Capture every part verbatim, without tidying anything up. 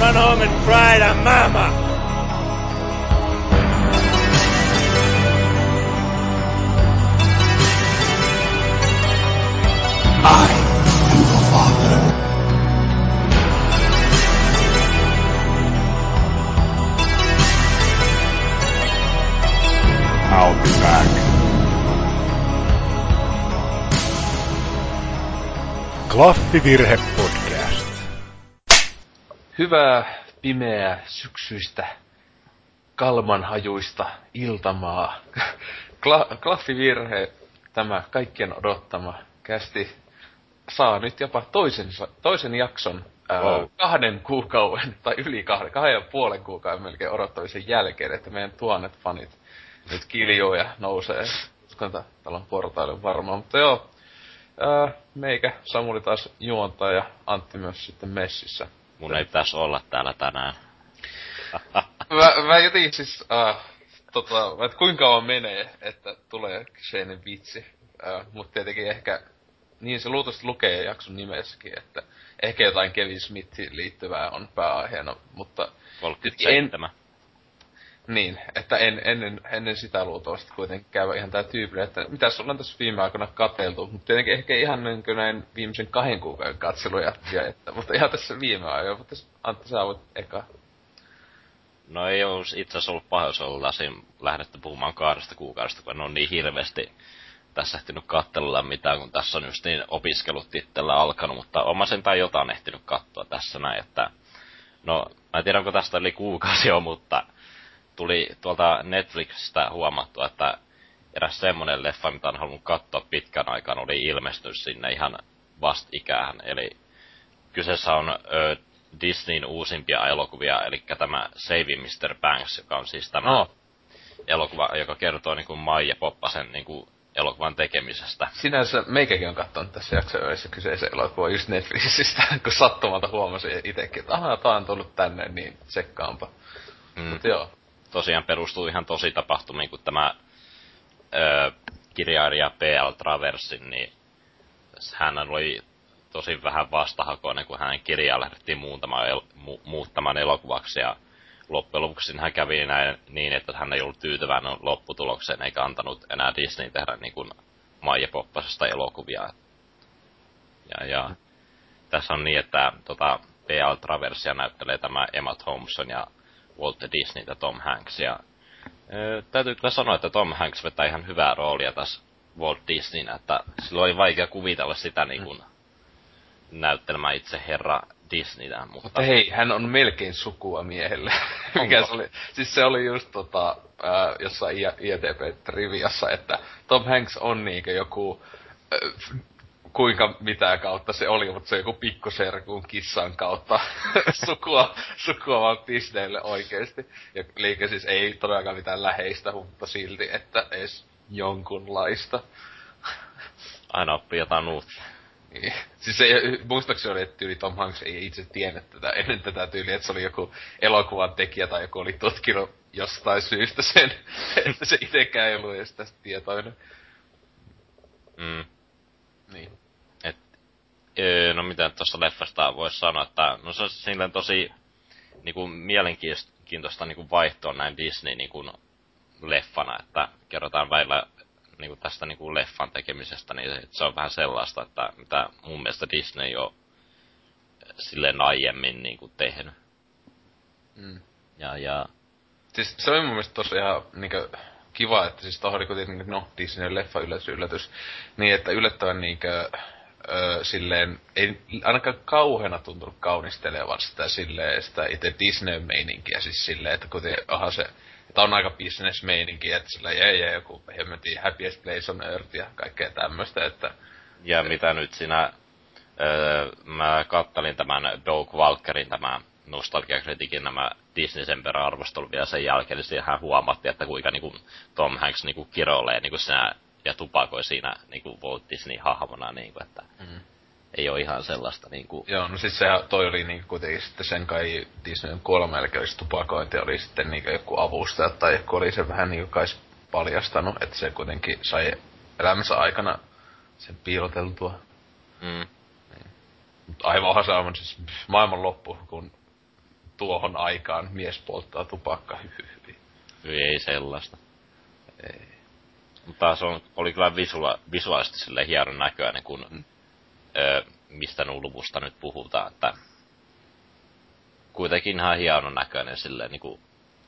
gone home and cried a mama. I am the Father. I'll be back. Klaffivirhe podcast. Hyvää pimeää syksyistä kalmanhajuista iltamaa. Kla- Klaffivirhe, tämä kaikkien odottama kästi, saa nyt jopa toisen, toisen jakson ää, wow. kahden kuukauden, tai yli kahden, kahden ja puolen kuukauden melkein odottamisen jälkeen, että meidän tuhannet fanit nyt kiljuu ja nousee. Uskon, että täällä on portaille varmaan, mutta joo. Ää, meikä Samuli taas juontaa ja Antti myös sitten messissä. Mun ei pitäis olla täällä tänään. mä, mä jotenkin siis, äh, tota, että kuinka kauan menee, että tulee kyseinen vitsi. Äh, mut tietenkin ehkä, niin se luultavasti lukee jakson nimessäkin, että ehkä jotain Kevin Smithiin liittyvää on pääaiheena, mutta... kolmekymmentäseitsemän. En, niin, että en, ennen, ennen sitä luultavasti kuitenkin käy ihan tää tyypillinen, että mitäs ollaan tässä viime aikoina katseltu, mutta tietenkin ehkä ihan niin kuin näin viimeisen kahden kuukauden katseluja, ja että, mutta ihan tässä viime aikoina, mutta Antti sä voit eka. No ei oo itse asiassa ollut paha, jos oltaisiin lähdetty puhumaan kahdesta kuukaudesta, kun en oo niin hirveästi tässä ehtinyt katsella mitään, kun tässä on just niin opiskelut itsellä alkanut, mutta oma sentään jotain ehtinyt katsoa tässä näin, että no, mä en tiedä onko tästä yli kuukausi jo, mutta tuli tuolta Netflixistä huomattua, että eräs semmonen leffa, mitä on halunnut katsoa pitkän aikaan, oli ilmestynyt sinne ihan vastikään. Eli kyseessä on ö, Disneyn uusimpia elokuvia, eli tämä Saving mister Banks, joka on siis tämä no. elokuva, joka kertoo niin kuin Maija Poppasen niin kuin elokuvan tekemisestä. Sinänsä meikäkin on katsonut tässä jaksoissa kyseisen elokuvan just Netflixistä, kun sattumalta huomasin itsekin, että ahaa, tää on tullut tänne, niin tsekkaanpa. Mm. Mut joo. Tosiaan perustuu ihan tosi tapahtumiin, kun tämä ö, kirjailija P L Traversin, niin hän oli tosi vähän vastahakoinen, kun hänen kirjaa lähdettiin muuttamaan, el, mu, muuttamaan elokuvaksi. Ja loppujen lopuksi hän kävi näin, niin, että hän ei ollut tyytyväinen lopputulokseen, eikä antanut enää Disney tehdä niin kuin Maija Poppasesta elokuvia. Ja, ja tässä on niin, että tota, P L Traversia näyttelee tämä Emma Thompson ja Walt Disney ja Tom Hanks. Ja, ö, täytyy kyllä sanoa, että Tom Hanks vetää ihan hyvää roolia tässä Walt Disneynä, että sillä oli vaikea kuvitella sitä niin kuin näyttelemään itse herra Disneytä. Mutta... mutta hei, hän on melkein sukua miehelle. Mikä se oli? Siis se oli just tota, äh, jossain I T P-triviassa, että Tom Hanks on niinkö joku... Äh, kuinka mitään kautta se oli, mutta se joku pikkuserkun kissan kautta sukua, sukua vaan Disneylle oikeesti. Ja liike siis ei todellakaan mitään läheistä, mutta silti, että edes jonkunlaista. Aina oppii jotain uutta. Niin. Siis se, muistaakseni oli, että tyyli Tom Hanks ei itse tiennyt tätä ennen tätä tyyliä, että se oli joku elokuvan tekijä tai joku oli tutkinut jostain syystä sen, että se itekään ei ollut edes tästä tietoinen. Mm. Niin. Et, öö, no mitä tuosta leffasta voisi sanoa, että no se on silleen tosi niinku mielenkiintoista niinku vaihtoa näin Disney niinku leffana, että kerrotaan välillä niinku tästä niinku leffan tekemisestä, niin se on vähän sellaista, että mitä mun mielestä Disney on silleen aiemmin niinku tehnyt. Mm. Ja, ja... Siis se oli mun mielestä tossa ihan niinkö kiva, että siis tohon oli kuitenkin, no, Disneyn leffa yllätys, yllätys. Niin, että yllättävän niinkö, ö, silleen, ei ainakaan kauheena tuntunut kaunistelevan sitä silleen, sitä itse Disney-meininkiä, siis silleen, että kuitenkin, aha se, että on aika business-meininki, että sillä jää jää joku, hemmetin happiest place on earth ja kaikkea tämmöstä, että... Ja mitä nyt siinä, öö, mä kattelin tämän Doug Walkerin, tämän nostalgiakritiikin nämä Disneysen perä-arvostelu vielä sen jälkeen, niin siihen huomattiin, että kuinka niinku Tom Hanks niinku kiroilee niinku siinä ja tupakoi siinä niinku Walt Disney-hahmona, niinku, että mm. ei oo ihan sellaista niinku... Joo, no siis sehän toi oli niinku kuitenkin sitten sen kai Disneyn kuolema, eli olisi tupakointi, oli sitten niinku joku avustaja, tai joku oli se vähän niinku kais paljastanut, että se kuitenkin sai elämänsä aikana sen piiloteltua. Mm. Niin. Mut aivan sama, siis maailman loppu, kun tuohon aikaan mies polttaa tupakka, hyhyhy. Ei sellaista. Ei. Mutta se on, oli kyllä visua, visuaalisesti silleen hienon näköinen, kun mm. ö, mistä luvusta nyt puhutaan, että kuitenkin ihan hienon näköinen silleen niinku,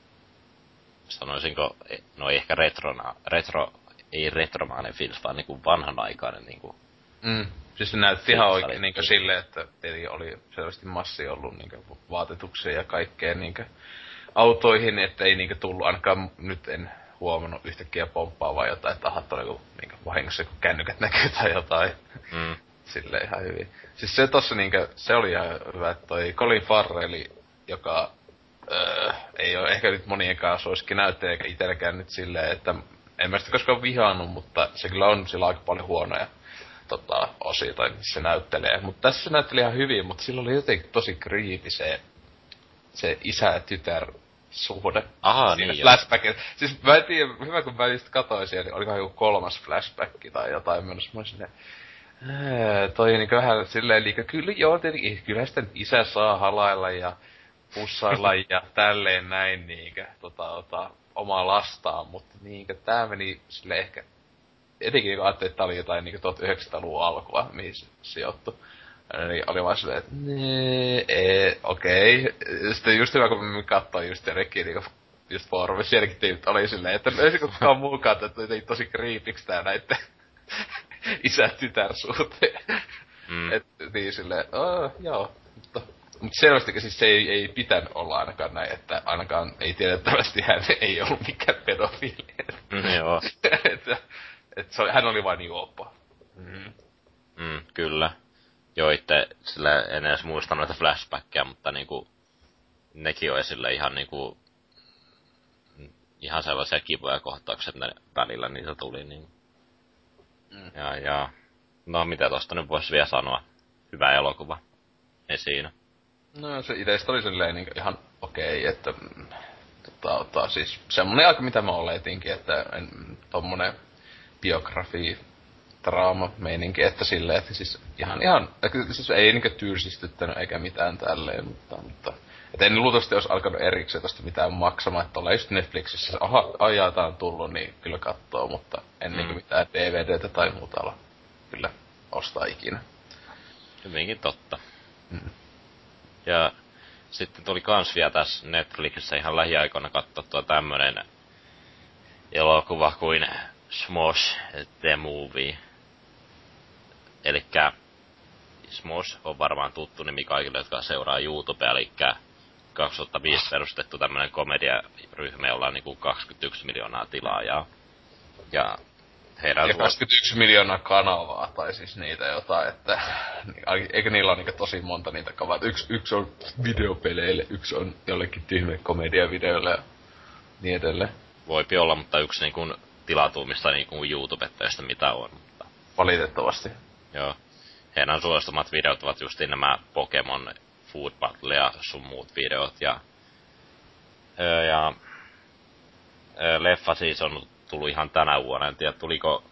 sanoisinko, no ei ehkä retrona, retro, ei retromainen fiilis, vaan niinku vanhanaikainen niinku. Mm. Siis se näytti ihan oikein niinku silleen, että tietenkin oli selvästi massi ollut niinku vaatetuksia ja kaikkea niinku autoihin, että ei niinku tullut, ainakaan nyt en huomannut yhtäkkiä pomppaavaa jotain, että ahat oli niinku vahingossa kun kännykät näkyy tai jotain. Mm. Silleen ihan hyvin. Siis se tossa niinku, se oli ihan hyvä, että toi Colin Farrelli, joka öö, ei oo ehkä nyt monienkaan suosikki näyttelijä, eikä itselläkään nyt silleen, että en mä sitä koskaan vihannut, mutta se kyllä on sillä aika paljon huonoja tota, osia, tai missä se näyttelee. Mutta tässä se näytteli ihan hyvin, mutta sillä oli jotenkin tosi creepy se, se isä ja tytär suhde. Aha, niin flashback. Siis mä en tiedä, hyvä kun mä just katsoin siellä, niin olikohan joku kolmas flashback tai jotain menossa. Mä olisin, toi niinku vähän silleen liikaa, kyllä joo tietenkin, kyllä sitten isä saa halailla ja pussailla ja tälleen näin niinkö, tota, tota, omaa lastaan, mutta niinkö tää meni sille ehkä, etenkin kun ajattelin, että tää oli jotain niinkö tuhatyhdeksänsataaluvun alkua, mihin se sijoittui. Niin oli vaan silleen, että nee, ee, okei. Okay. Sitten just hyvä, kun mä katsoin just Rekkiin niinku just foorumissa, sielläkin tyypit oli silleen, että ei se kukaan muukaan, että jotenkin tosi kriipiks tää näitten isä-tytär-suhteen. Mm. Et niin silleen, oh, joo, mutta Mutta selvästikin siis se ei, ei pitänyt olla ainakaan näin, että ainakaan ei tiedettävästi hän ei ollut mikään pedofiili. Mm, joo. että et se, hän oli vain niin oppo. Mm. Mm, kyllä. Joo, itse sillä en edes muista noita flashbackia, mutta niinku nekin oli sille ihan niinku ihan sellaisia kivoja kohtauksia, että ne välillä niitä tuli niin. Mm. Ja, ja no mitä tosta nyt vois vielä sanoa? Hyvä elokuva. Ei siinä. No se ideistä oli silleen niin ihan okei, okay, että tota, ottaa siis semmonen aika mitä mä oletinkin, että en, tommonen biografi draama meininki, että silleen, että siis ihan ihan, siis ei niinkö tylsistyttänyt eikä mitään tälleen, mutta, mutta että en luultavasti olisi alkanut erikseen tosta mitään maksamaan, että ollaan just Netflixissä, aha, ajaa tää on tullut, niin kyllä kattoo, mutta en mm. niinkö mitään D V D:tä tai muuta ala kyllä ostaa ikinä. Hyvinkin totta. Mm. Ja sitten tuli kans vielä tässä Netflixissä ihan lähiaikoina katsottua tämmönen elokuva kuin Smosh The Movie. Elikkä Smosh on varmaan tuttu nimi kaikille, jotka seuraa YouTubea, elikkä kaksituhattaviisi perustettu tämmönen komediaryhmä, jolla on niinku kaksikymmentäyksi miljoonaa tilaajaa. Ja heidän ja kaksikymmentäyksi miljoonaa kanavaa, tai siis niitä jotain, että eikö niillä ole niinku tosi monta niitä kavaa. Yksi, yksi on videopeleille, yksi on jollekin tyhmille komediavideoille ja niin edelleen. Voipi olla, mutta yksi niinku tilatuumista niinku YouTubettajista mitä on. Mutta valitettavasti. Joo. Heidän suositumat videot ovat justiin nämä Pokemon Food Battle ja sun muut videot. Ja, ja, ja leffa siis on tullut ihan tänä vuonna. En tiedä, tuliko,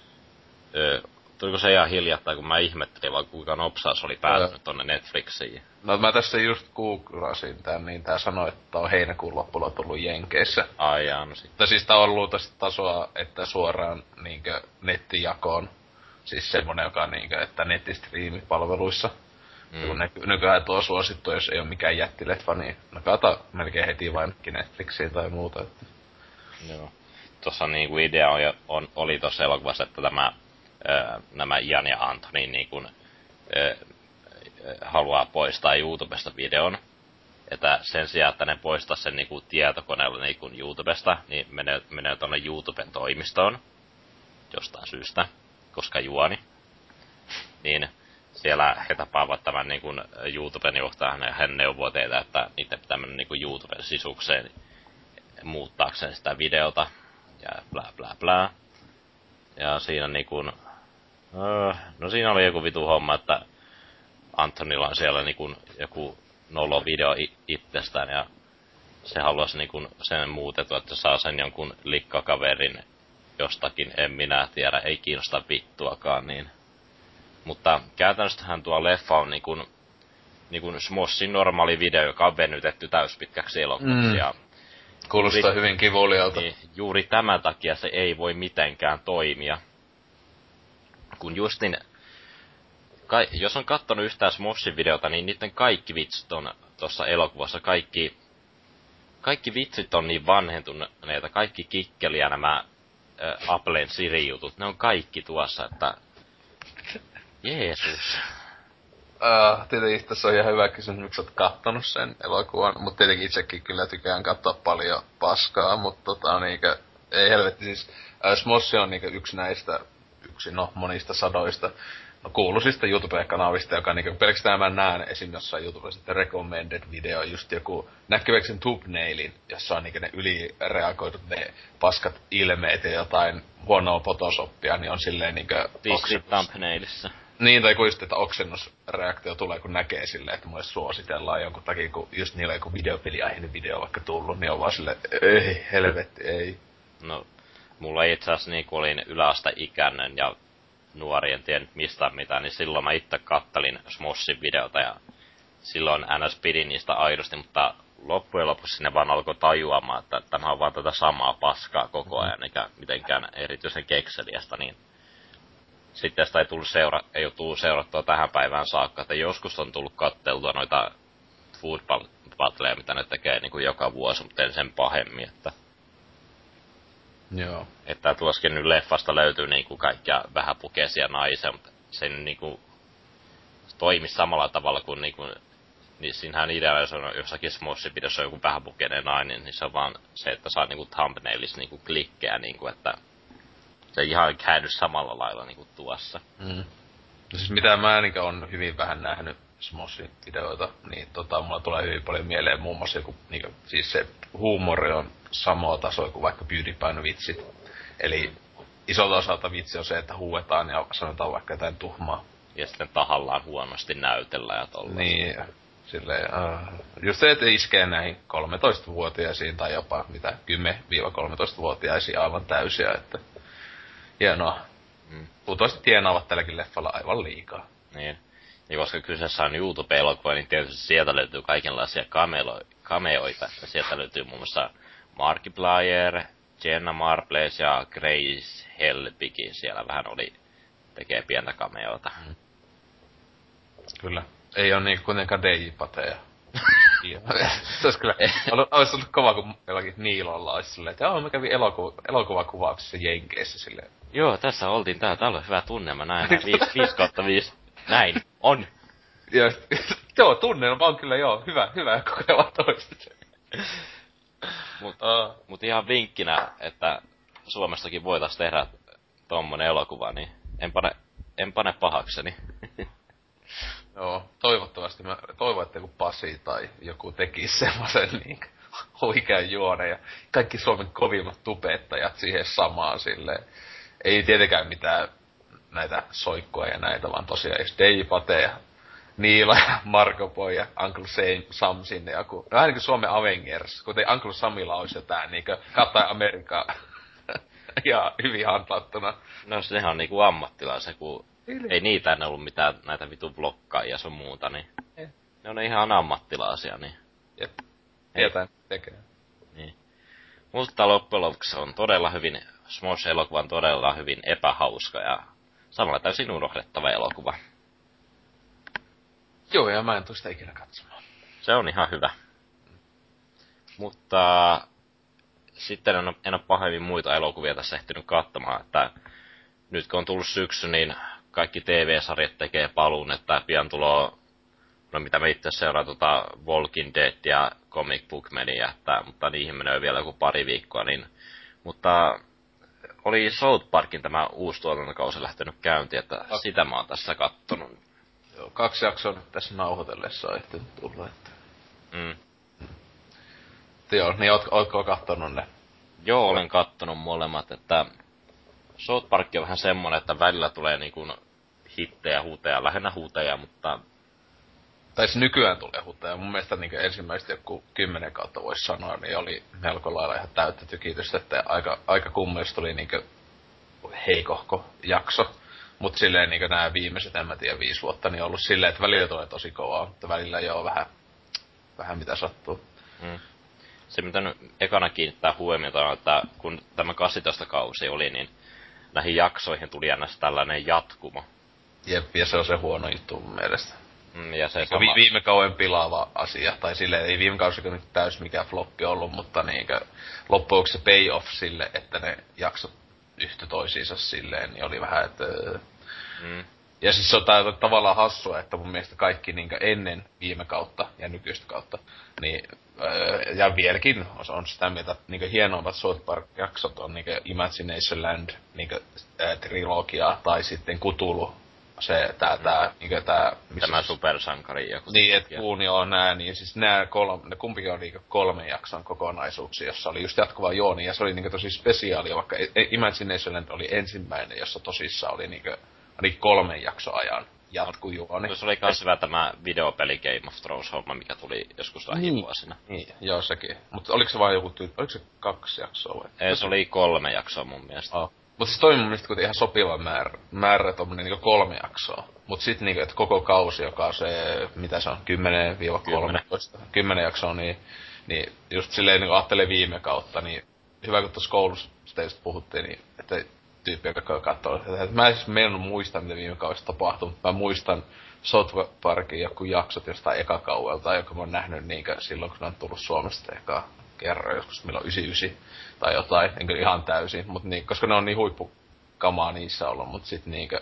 tuliko se ihan hiljattain, kun mä ihmettelin, vaan kuinka nopsaa se oli päätynyt tonne Netflixiin. No mä tässä just googlasin tän, niin tää sanoi, että on heinäkuun loppuun tullut Jenkeissä. Ai jaa, no sit. Mutta siis tää on ollut tästä tasoa, että suoraan niinkö nettijakoon. Siis semmonen, joka on niinkö, että nettistriimipalveluissa. Mm. Kun nyky- nykyään tuo suosittu, jos ei oo mikään jättileffa, niin no kata melkein heti vain Netflixiin tai muuta. Että. Joo. Tuossa niinku idea on, on, oli tuossa elokuvassa, että tämä, ö, nämä Ian ja Anthony niinku, ö, haluaa poistaa YouTubesta videon. Että sen sijaan, että ne poistaa sen niinku tietokoneella niinku YouTubesta, niin menee, menee tuonne YouTuben toimistoon. Jostain syystä, koska juoni. Niin siellä he tapaavat tämän niinku YouTuben johtajan ja hän neuvoo teitä, että niitä pitää mennä niinku YouTuben sisukseen muuttaakseen sitä videota. Ja blää blää blää. Ja siinä niinku, no siinä oli joku vitu homma, että Antonilla on siellä niinku joku nolo video itsestään ja se haluaisi niinku sen muutettua, että saa sen jonkun likkakaverin jostakin, en minä tiedä, ei kiinnosta vittuakaan niin. Mutta käytännössähän tuo leffa on niinku niinku Smossin normaali video, joka on venytetty täyspitkäksi elokuvaksi. Mm. Ja kuulostaa juuri, hyvin kivulialta. Niin, juuri tämän takia se ei voi mitenkään toimia. Kun justin, kai, jos on kattonut yhtään Smossin videota, niin niiden kaikki vitsit on tuossa elokuvassa, kaikki, kaikki vitsit on niin vanhentuneita, kaikki kikkeli ja nämä ä, Applen Siri-jutut, ne on kaikki tuossa, että Jeesus. Uh, tietenkin tässä on ihan hyvä kysymys, miksi oot kattonut sen elokuvan, mutta tietenkin itsekin kyllä tykkään katsoa paljon paskaa, mutta tota niinkö, ei helvetti siis, äh, Smossi on niinkö yksi näistä, yksi no monista sadoista, no kuuluisista YouTube-kanavista, joka niinkö pelkästään mä näen esim. Jossain YouTubessa sitten recommended video, just joku näkyväksen thumbnailin, jossa on niinkö ne ylireagoidut ne paskat ilmeet ja jotain huonoa photoshoppia, niin on silleen niinkö Disney thumbnailissa. Niin, tai kun just, että oksennusreaktio tulee, kun näkee silleen, että mulle suositellaan jonkun takia, kun just niillä joku videopeliaiheinen video vaikka tullut, niin on vaan silleen, ei, helvetti, ei. No, mulla itse asiassa niin kun olin yläasteikäinen ja nuori, en tiedä mistään mitään, niin silloin mä itse kattelin Smossin videota ja silloin N S pidin niistä aidosti, mutta loppujen lopuksi ne vaan alkoi tajuamaan, että tämä on vaan tätä samaa paskaa koko ajan, eikä mitenkään erityisen kekseliästä, niin sitten sitä ei tullut seura, ei ole tullut seurattua tähän päivään saakka, että joskus on tullut katteltua noita food battleja, mitä ne tekee niin kuin joka vuosi, mutta en sen pahemmin, että joo. Että tuoskin nyt leffasta löytyy niinku kaikkia vähäpukeisia naisia, mutta se niin kuin toimi samalla tavalla kuin niinku, niin siinähän ideana, jos on jossakin Smossi-pidossa joku vähäpukeinen nainen, niin se on vaan se, että saa niinku thumbnailissa niinku klikkejä, niinku, että se ei ihan käänny samalla lailla niinku tuossa. Mm. No siis mitä mä niinkö on hyvin vähän nähnyt Smossin videoita, niin tota, mulla tulee hyvin paljon mieleen muun muassa joku, niinkö, siis se huumori on samaa tasoa kuin vaikka PewDiePien vitsit. Eli isolta osalta vitsi on se, että huuetaan ja sanotaan vaikka jotain tuhmaa. Ja sitten tahallaan huonosti näytellä ja tollaista. Niin, silleen, uh, just se, että iskee näihin kolmetoistavuotiaisiin tai jopa mitä kymmenen kolmetoistavuotiaisiin aivan täysiä, että hienoa. Mm. Luultavasti tienaavat tälläkin leffalla aivan liikaa. Niin. Ja koska kyseessä on YouTube-elokuva, niin tietysti sieltä löytyy kaikenlaisia kamelo- cameoita. Sieltä löytyy muun muassa Markiplier, Jenna Marbles ja Grace Helbig. Siellä vähän oli, tekee pientä cameota. Mm. Kyllä. Ei oo niinku kuitenkaan D J Pateja. Se ois kyllä, ois ollut kova, kun jollakin Niilolla ois silleen, että joo, mä kävin eloku- elokuvakuvauksessa Jenkeissä silleen. Joo, tässä oltiin täällä, täällä on hyvä tunnelma, näin, viisi kautta viisi. Näin, on. Ja, joo, tunnelma on kyllä joo, hyvä, hyvä kokeilla toista. Mut, uh. mut ihan vinkkinä, että Suomestakin voitais tehdä tommonen elokuva, niin en pane, en pane pahakseni. Joo, toivottavasti mä toivon, että joku Pasi tai joku tekis semmosen niin huikean juonen ja kaikki Suomen kovimmat tubettajat siihen samaan silleen. Ei tietenkään mitään näitä soikkoja ja näitä, vaan tosiaan eikö D J Pate ja Niila ja Marko Boy ja Uncle Sam, Sam sinne joku. No vähän niin kuin Suomen Avengers, kuten Uncle Samilla olisi jotain niinkö Katai Amerikkaa. Ja hyvin handlattuna. No sehän on niinku ammattilaisia, kun ei niitä en ollut mitään näitä vitu blokkaajia sun muuta, niin eh. ne on ihan ammattilaisia, niin jep. Tietää tekee. Niin. Mutta loppujen lopuksi on todella hyvin, Smosh-elokuva on todella hyvin epähauska ja samalla täysin unohdettava elokuva. Joo, ja mä en tuu sitä ikinä katsomaan. Se on ihan hyvä. Mutta sitten en, en ole pahemmin muita elokuvia tässä ehtinyt katsomaan, että nyt kun on tullut syksy, niin kaikki T V-sarjat tekee paluun, että pian tulee, no mitä me itse seuraa, tota Walking Dead ja Comic Book Mania, että, mutta niihin menee vielä joku pari viikkoa, niin, mutta oli South Parkin tämä uusi tuotantokausi lähtenyt käyntiin, että Ak- sitä mä oon tässä kattonut. Joo, kaksi jaksoa nyt tässä nauhoitellessa on ehtinyt tulla, että Mm. Joo, niin oot, ootko kattonut ne? Joo, olen kattonut molemmat, että South Park on vähän semmonen, että välillä tulee niinku hittejä, huuteja, lähinnä huuteja, mutta tai se nykyään tulee huuteja. Mun mielestä niin ensimmäistä joku kymmenen kautta voisi sanoa, niin oli melko lailla ihan täyttä tykitystä, että aika, aika kummallista tuli niin heikohko jakso. Mut silleen niinku nää viimeiset, en mä tiedä, viisi vuotta, niin on ollut silleen, että välillä tulee tosi kovaa, mutta välillä joo vähän, vähän mitä sattuu. Mm. Se mitä nyt ekana kiinnittää huomiota on, että kun tämä kahdeksantoista kausi oli, niin näihin jaksoihin tuli ennäs tällainen jatkumo. Jep, ja se on se huono juttu mun mielestä. Mm, ja se sama... vi- viime kauden pilaava asia, tai silleen, ei viime kausi nyt täys mikään floppi ollut, mutta niinkö loppujen se payoff sille, että ne jaksot yhtä toisiinsa silleen, niin oli vähän, että... Mm. Ja siis se on tää, tavallaan hassua, että mun mielestä kaikki niinkö ennen viime kautta ja nykyistä kautta, niin öö, ja vieläkin on sitä mieltä, että niinkö hienoimmat South Park-jaksot on niinkö Imaginationland niinkö äh, trilogia tai sitten Cthulhu. Se tää, tää, niinkö tää... Tämä supersankari joku. Niin, et Puunio on nää, niin siis nää kolme, ne kumpikin on niinkö kolme jakson kokonaisuuksia, jossa oli just jatkuvaa jooni, ja se oli niinkö tosi spesiaalia, vaikka Imaginationland oli ensimmäinen, jossa tosissaan oli niinkö ainakin kolmen jakson ajan jatku juoni. No, se oli kans hyvä tämä videopeli Game of Thrones-homma, mikä tuli joskus lähivuosina. Niin, joo sekin. Mutta oliko se vaan joku tyyli, oliko se kaksi jaksoa vai? Ei, se oli kolme jaksoa mun mielestä. Oh. Mutta siis toi mun mielestä kuitenkin ihan sopiva määrä, määrä tommonen niinku kolme jaksoa. Mut sit niinku, että koko kausi, joka on se, mitä se on, kymmenen kolmetoista, kymmenen jaksoa, niin, niin just silleen niinku ajattelee viime kautta, niin hyvä kun tuossa koulussa teistä puhuttiin, niin että tyyppi, joka katsoo. Mä en siis meinannut muistaa, mitä viime kaudessa tapahtui, mutta mä muistan South Parkin joku jaksot jostain ekakauelta, joka mä oon nähnyt niinkö silloin, kun ne on tullut Suomesta eka kerran, joskus milloin yhdeksänkymmentäyhdeksän tai jotain, enkä ihan täysin, mut niin, koska ne on niin huippukamaa niissä ollut, mut sit niinkö,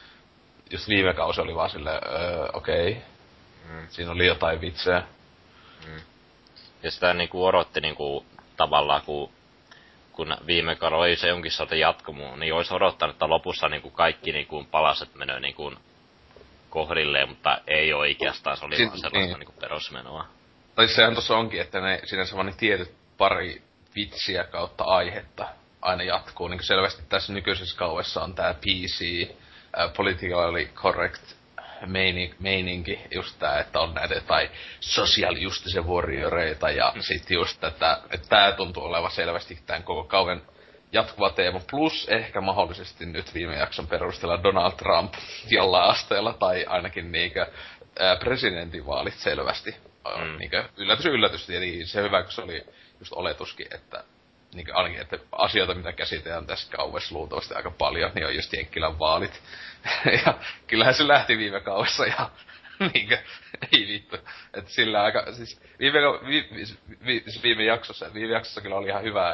just viime kausi oli vaan silleen, öö, okei, okay. mm. Siinä oli jotain vitsejä. Mm. Ja sitä niinku odotti niinku tavallaan, kun kun viime kaudella oli se jonkin sorta jatkumo, niin olisi odottanut, että lopussa niinku kaikki niinku palaset menee niinku kohdilleen, mutta ei oikeastaan, se oli si- vaan sellaista niin. niinku perusmenoa. Tai sehän tossa onkin, että ne sinänsä vaan ne tietyt pari vitsiä kautta aihetta aina jatkuu. Niin selvästi tässä nykyisessä kauessa on tää P C, uh, politically correct meininki, meininki, just tää, että on näitä tai social justice warrioreita ja mm. sit just tätä, että tää tuntuu olevan selvästi tämän koko kauden jatkuva teema, plus ehkä mahdollisesti nyt viime jakson perusteella Donald Trump jollain asteella, tai ainakin niinkö ää, presidentinvaalit selvästi. Mm. Niinkö yllätys yllätys, eli se hyvä, kun se oli just oletuskin, että niinkö ainakin, että asioita, mitä käsitellään tässä kauessa luultavasti aika paljon, niin on just Jenkkilän vaalit. Ja kyllähän se lähti viime kauessa ja niinkö, ei vittu. Että sillä aika, siis viime, vi, vi, vi, viime jaksossa, viime jaksossa kyllä oli ihan hyvää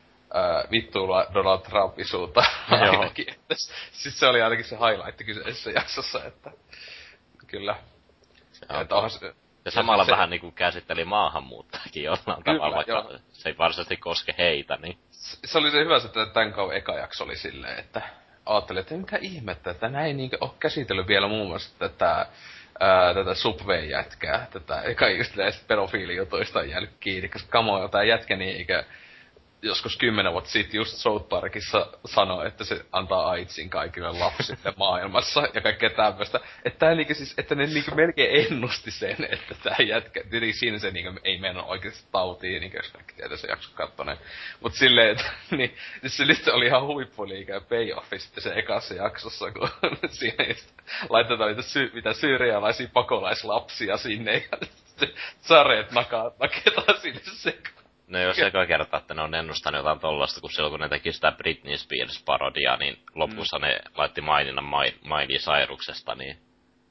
ää, vittuilua Donald Trumpisuutta ainakin. Että, siis se oli ainakin se highlight kyseisessä jaksossa, että kyllä. Ja, että onhan se, ja samalla se, vähän niinku käsitteli maahanmuuttajakin jollain tavalla, vaikka joo. Se ei varsinaisesti koske heitä, niin. Se, se oli se hyvä, että tämän kauan eka jakso oli silleen, että ajattelin, että mikä ihmettä, että näin niinkö oo käsitellyt vielä muun muassa tätä, ää, tätä Subway-jätkää, tätä eka just näistä pedofiilijutuista on jäänyt kiinni, koska kamoja tää jätkä niinkö joskus kymmenen vuotta sitten just South Parkissa sanoi, että se antaa aitsin kaikille lapsille maailmassa ja kaikkea tämmöistä. Että tää niinkö siis, että ne niinkö melkein ennusti sen, että tää jätkä, tietenkin siinä se niinkö ei mennä oikeesti tautiin, niinkö jos kaikki tietää se jakso kattoneen. Mut silleen, että niin, se nyt se oli ihan huippuliikä payoffi sitten se ekassa jaksossa, kun siinä just laitetaan niitä sy- mitä syyrialaisia pakolaislapsia sinne ja sitten sareet nakaa, naketaan sinne sekaan. No jos eka kerta, että ne on ennustanut jotain tollasta, kun silloin kun ne teki sitä Britney Spears-parodiaa, niin lopussa mm. ne laitti maininnan Miley Cyruksesta, niin.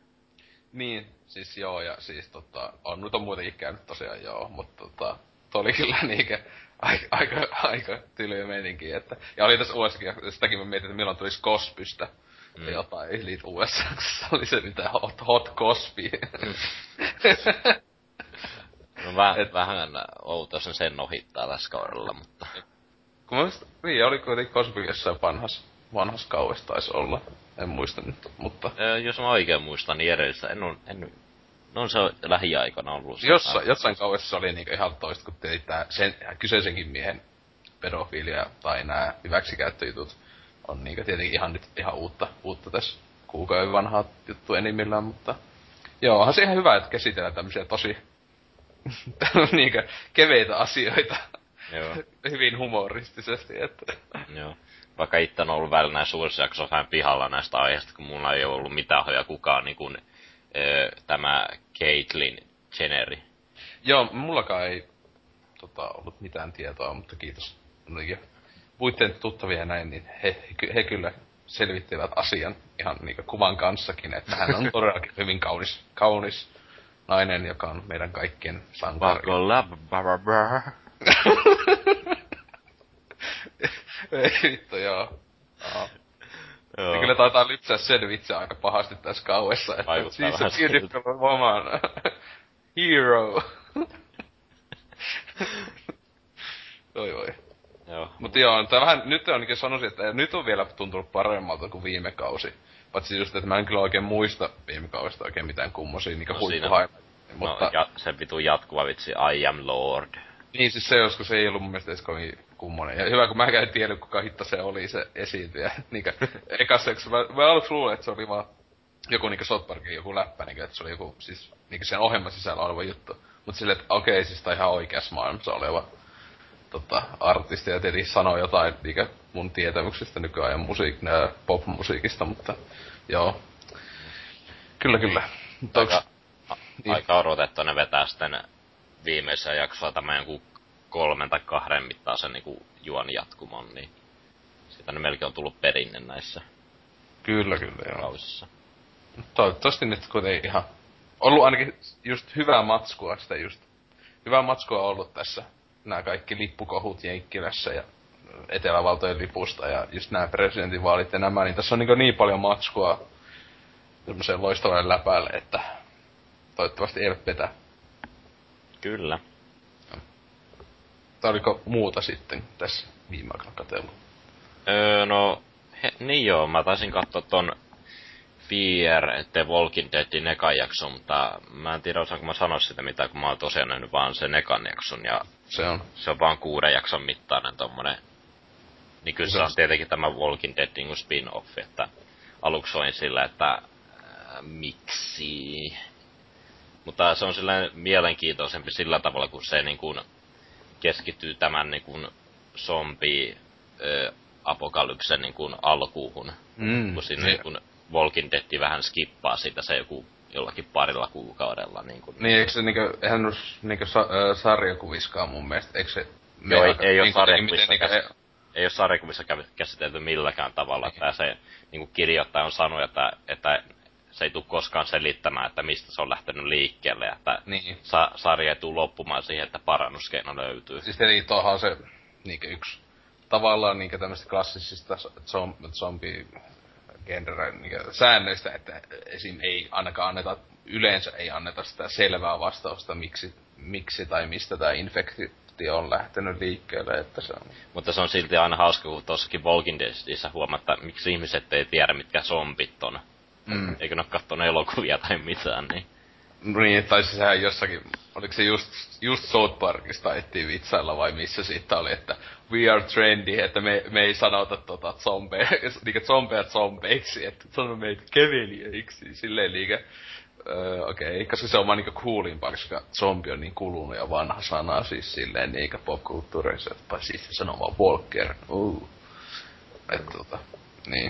Niin, siis joo, ja siis tota, on nyt on muutenkin käynyt tosiaan joo, mutta tota, toi oli kyllä niinkö aika, aika, aika tylyä meininki, että. Ja oli tässä U S A, sitäkin mä mietin, että milloin tulisi Cosbystä mm. jotain, eli U S A, oli se mitä hot, hot Cosby. Mm. No väh, et, vähän outo sen sen ohittaa tässä kaudella, mutta. Kun mä muista, niin oli kuitenkin Cosby jossain vanhas, vanhas kauessa taisi olla. En muista nyt, mutta. Öö, jos mä oikein muistan, niin edellistä, en on, en, no on se lähiaikana ollut. Jossa, jossain kauessa oli niinku ihan toista, kun teit tää sen, kyseisenkin miehen pedofiilia tai nää hyväksikäyttöjutut on niinku tietenkin ihan nyt ihan uutta, uutta tässä kuukauden vanhaa juttu enimmillään, mutta. Joo, onhan se ihan hyvä, että käsitellään tämmösiä tosi niinkö keveitä asioita. Joo. Hyvin humoristisesti, että. Joo. vaikka itse on ollut välillä näin suurissa jaksoissa vähän pihalla näistä aiheista, kun mulla ei ole ollut mitään hoja kukaan niin kuin, öö, tämä Caitlyn Jenneri. Joo, mullakaan ei tota, ollut mitään tietoa, mutta kiitos. Muiden tuttavia näin, niin he, he kyllä selvittivät asian ihan niinku kuvan kanssakin, että hän on todellakin hyvin kaunis, kaunis nainen, joka on meidän kaikkien sankari. Ei vittu, joo. Aa. Joo. Ja kyllä taitaa lypsää sen vitsi aika pahasti tässä kauessa, että she's a beautiful woman. Hero. Oi voi. Joo. Mut joo, tää vähän, nyt ainakin sanoisin, että nyt on vielä tuntunut paremmalta kuin viime kausi. Paitsi just, että mä en kyllä oikein muista viime kaudesta oikein mitään kummosia niinku no, huippuhaimoja. Mutta... No, ja se vitun jatkuva vitsi, I am Lord. Niin, siis se joskus ei ollut mun mielestä edes kovin kummonen. Ja hyvä, kun mäkään en tiennyt, kuka hitto se oli se esiintyjä. Niinkö, ekaseksi, mä, mä aluksi luulen, että se oli vaan joku niinkö South Parkin joku läppä, niinkö, että se oli joku, siis niinkö sen ohjelman sisällä oleva juttu. Mut silleen, että okei, siis tää ihan oikeassa maailmassa oleva tota, artisti, ja tietysti sanoo jotain niinkö mun tietämyksestä nykyajan musiik, nää pop-musiikista, mutta joo. Kyllä, kyllä. Mutta aika, onks, a, niin. aika odotettu ne vetää sitten viimeisessä jaksoa tämän jonkun kolmen tai kahden mittaisen niinku juon jatkumon, niin siitä ne melkein on tullut perinne näissä. Kyllä, kyllä, joo. Kausissa. Toivottavasti nyt kuitenkin ihan ollut ainakin just hyvää matskua, sitä just hyvää matskua ollut tässä. Nämä kaikki lippukohut Jenkkilässä ja Etelävaltojen lipusta ja just nämä presidentinvaalit ja nämä, niin tässä on niin, niin paljon matskua semmoiseen loistavalle läpäälle, että toivottavasti eivät petä. Kyllä. Tai oliko muuta sitten tässä viime aikana katsellut? Öö, no, he, niin joo, mä taisin katsoa ton Fear The Walking Deadin ekan jakson, mutta mä en tiedä osaanko mä sanoa sitä mitään, kun mä oon tosiaan nähnyt vaan sen ekan jakson, ja se on, se on vaan kuuden jakson mittainen tommonen, niin kyllä se on tietenkin tämä Walking Deadin spin-off, että aluksi olin sillä, että äh, miksi? Mutta se on silleen mielenkiintoisempi sillä tavalla, kun se niin kuin keskittyy tämän niin kuin zombi ö, apokalypsen niin kuin alkuuhun. Mm, kun siinä niin kuin Walking Dead vähän skippaa siitä se joku jollakin parilla kuukaudella. Niin, kuin, niin eikö se niinku, eihän nyt niinku sa, äh, sarjakuviskaan mun mielestä, eikö se... Joo, ei, ei, niin sarjakuvissa miten, käs, niinku, ei ole sarjakuvissa käsitelty milläkään tavalla, että se niin kirjoittaja on sanonut, että, että se ei tule koskaan selittämään, että mistä se on lähtenyt liikkeelle, että niin. sa- sarja ei tule loppumaan siihen, että parannuskeino löytyy. Siis eli tohan on se niinkö yksi tavallaan niinkö tämmöistä klassisista zom- zombi-genre niinkö säännöistä, että esim. Ei ainakaan anneta, yleensä ei anneta sitä selvää vastausta, miksi, miksi tai mistä tämä infektio on lähtenyt liikkeelle, että se on... Mutta se on silti aina hauska, kun tuossakin Walking Deadissä huomatta, miksi ihmiset ei tiedä, mitkä zombit on. Mm. Eikö ne ole kattonut elokuvia tai mitään, niin... Niin, tai siis sehän jossakin, oliko se just, just South Parkista ettiin vitsailla vai missä siitä oli, että we are trendy, että me, me ei sanota tota zombeja, niinkö zombeja zombeiksi, että sanomme meitä kevelijöiksi, silleen niinkö, öö, okei, okay, koska se on vaan niinkö coolimpaa, koska zombi on niin kulunut ja vanha sana, siis silleen niinkö popkulttuurissa, että siis se sanoo vaan walker, uh. Että tota, niin.